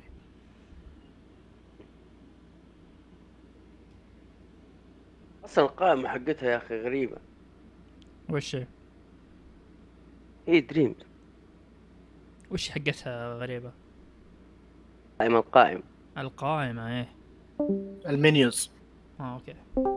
[SPEAKER 3] أصلا القائمة حقتها يا أخي غريبة.
[SPEAKER 2] وش
[SPEAKER 3] هي دريمز.
[SPEAKER 2] وش حقتها غريبه؟
[SPEAKER 3] القائمة.
[SPEAKER 2] القائمه ايه.
[SPEAKER 5] المنيوز.
[SPEAKER 2] اوكي.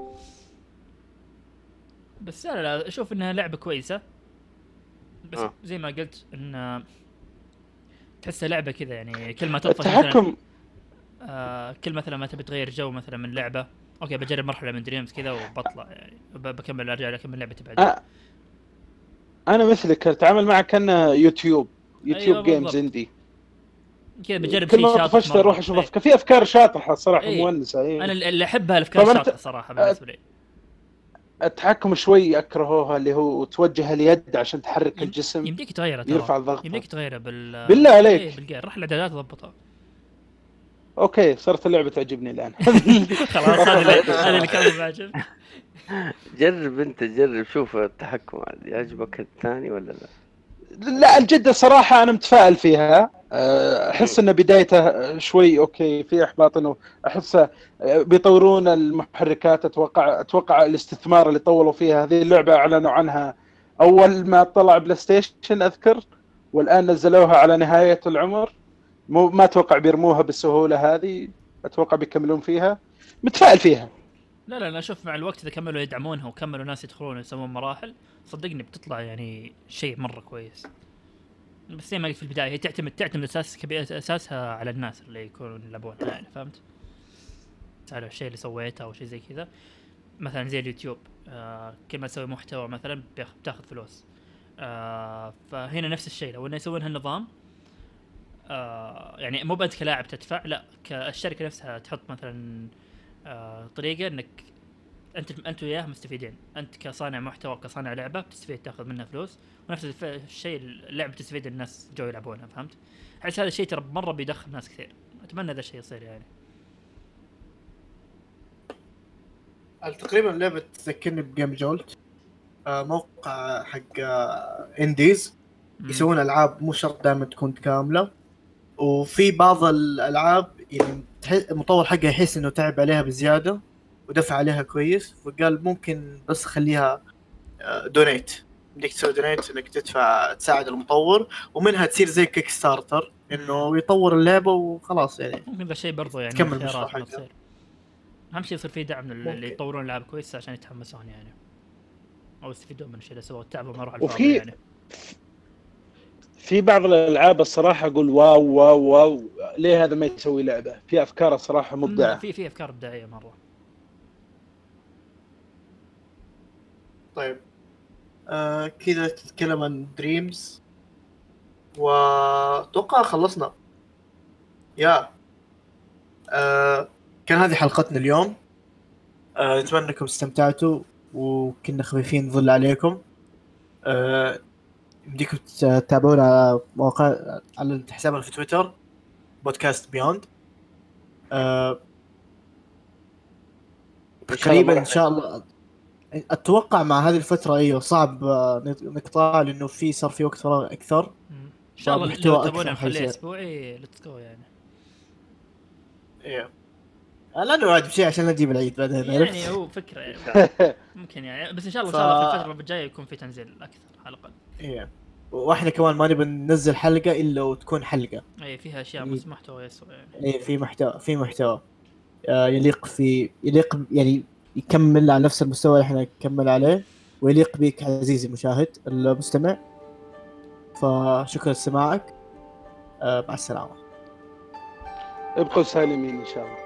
[SPEAKER 2] بس لا اشوف انها لعبه كويسه، بس زي ما قلت ان تحسها لعبه كذا، يعني كل ما تطفش
[SPEAKER 4] التحكم
[SPEAKER 2] مثلا كل مثلا ما تبي تغير جو مثلا من لعبه، اوكي بجرب مرحله من دريمز كذا وبطلع، يعني بكمل ارجع اكمل لعبه بعدين.
[SPEAKER 4] انا مثلك اتعامل معك كانه يوتيوب
[SPEAKER 2] أيوة
[SPEAKER 4] جيمز اندي
[SPEAKER 2] كذا، بجرب
[SPEAKER 4] كل
[SPEAKER 2] شيء
[SPEAKER 4] ما
[SPEAKER 2] شاطح
[SPEAKER 4] طفشت اروح
[SPEAKER 2] مره.
[SPEAKER 4] اشوف في افكار شاطحه صراحه
[SPEAKER 2] أي.
[SPEAKER 4] مونسه.
[SPEAKER 2] انا اللي احبها الافكار
[SPEAKER 4] طبعاً
[SPEAKER 2] الشاطحه صراحه بالنسبه لي.
[SPEAKER 4] التحكم شوي اكرهوها، اللي هو توجه اليد عشان تحرك الجسم،
[SPEAKER 2] يمديك تغيره ترى،
[SPEAKER 4] يرفع الضغط.
[SPEAKER 2] يمديك تغيره
[SPEAKER 4] بالله عليك.
[SPEAKER 2] ايه بالجير، روح الاعدادات ضبطها.
[SPEAKER 4] اوكي صارت اللعبه تعجبني الان.
[SPEAKER 2] خلاص هذا اللي كان معجبك.
[SPEAKER 3] جرب انت، جرب شوف التحكم يعجبك الثاني ولا لا.
[SPEAKER 4] لا الجدة صراحة أنا متفائل فيها. أحس أن بدايته شوي أوكي في إحباط، إنه أحس بيطورون المحركات. أتوقع الاستثمار اللي طولوا فيها. هذه اللعبة أعلنوا عنها أول ما طلع بلاي ستيشن أذكر، والآن نزلوها على نهاية العمر. ما أتوقع بيرموها بالسهولة هذه، أتوقع بيكملون فيها. متفائل فيها.
[SPEAKER 2] لا انا اشوف مع الوقت اذا كملوا يدعمونها وكملوا ناس يدخلون يسوون مراحل، صدقني بتطلع يعني شيء مره كويس. بس زي ما قلت في البدايه، هي تعتمد اساسها على الناس اللي يكونون يلعبونها، يعني فهمت؟ على الشيء اللي سويته او شيء زي كذا. مثلا زي اليوتيوب، كل ما تسوي محتوى مثلا بتاخذ فلوس. فهنا نفس الشيء، لو انه يسوون هالنظام، يعني مو بأنت كلاعب تدفع، لا الشركه نفسها تحط مثلا طريقه انك انت وياه مستفيدين. انت كصانع محتوى كصانع لعبه بتستفيد تاخذ منها فلوس، ونفس الشيء اللعبه تستفيد الناس جو يلعبونها، فهمت؟ احس هذا الشيء ترى مره بيدخل ناس كثير. اتمنى هذا الشيء يصير يعني.
[SPEAKER 5] تقريبا اللعبة تذكرني بجيم جولت، موقع حق انديز يسوون العاب مو شرط دائما تكون كاملة. وفي بعض الالعاب يعني المطور حقها يحس انه تعب عليها بزيادة ودفع عليها كويس، فقال ممكن بس خليها دونيت. بدك تسوي دونيت انك تدفع تساعد المطور، ومنها تصير زي كيك ستارتر انه يطور اللعبة وخلاص. يعني
[SPEAKER 2] ممكن ذا الشيء برضو يعني
[SPEAKER 5] تكمل
[SPEAKER 2] خيارات
[SPEAKER 5] مشروع
[SPEAKER 2] تصير. اهم شيء يصير في دعم اللي يطورون العاب كويسه عشان يتحمسون يعني، او يستفيدون من الشيء اللي سووه، تعبوا ما راح الفاضي يعني.
[SPEAKER 4] في بعض الالعاب الصراحه اقول واو واو واو، ليه هذا ما يسوي لعبه؟ في افكار الصراحه مبدعه.
[SPEAKER 2] في افكار ابداعيه مره.
[SPEAKER 5] طيب كذا تتكلم عن دريمز، واتوقع خلصنا. يا كان هذه حلقتنا اليوم. نتمنى انكم استمتعتوا وكنا خفيفين ظل عليكم. بديكم تتابعونا على مواقع، على حسابنا في تويتر بودكاست بيوند. تقريبا ان شاء الله
[SPEAKER 1] اتوقع مع هذه الفتره ايوه صعب نقطع، لانه صار في وقت فراغ اكثر.
[SPEAKER 2] ان شاء الله
[SPEAKER 1] محتوى
[SPEAKER 2] لو
[SPEAKER 1] أكثر
[SPEAKER 2] تبون نخليه
[SPEAKER 1] حيصير.
[SPEAKER 2] اسبوعي ليتس جو يعني.
[SPEAKER 1] ايوه لا نوعد بشيء عشان نجيب العيد بعدين،
[SPEAKER 2] يعني
[SPEAKER 1] عرفت؟
[SPEAKER 2] هو فكره يعني ممكن يعني، بس ان شاء الله ان شاء الله في الفتره الجايه يكون في تنزيل اكثر على الاقل.
[SPEAKER 1] ايوه واحنا كمان ما نبي ننزل حلقه الا وتكون حلقه
[SPEAKER 2] اي فيها اشياء
[SPEAKER 1] إيه.
[SPEAKER 2] بس محتوى يسوى يعني.
[SPEAKER 1] ايه في محتوى يليق يعني يكمل على نفس المستوى اللي احنا نكمل عليه، ويليق بك عزيزي المشاهد المستمع. فشكرا لسماعك، مع السلامه.
[SPEAKER 4] ابقوا سالمين ان شاء الله.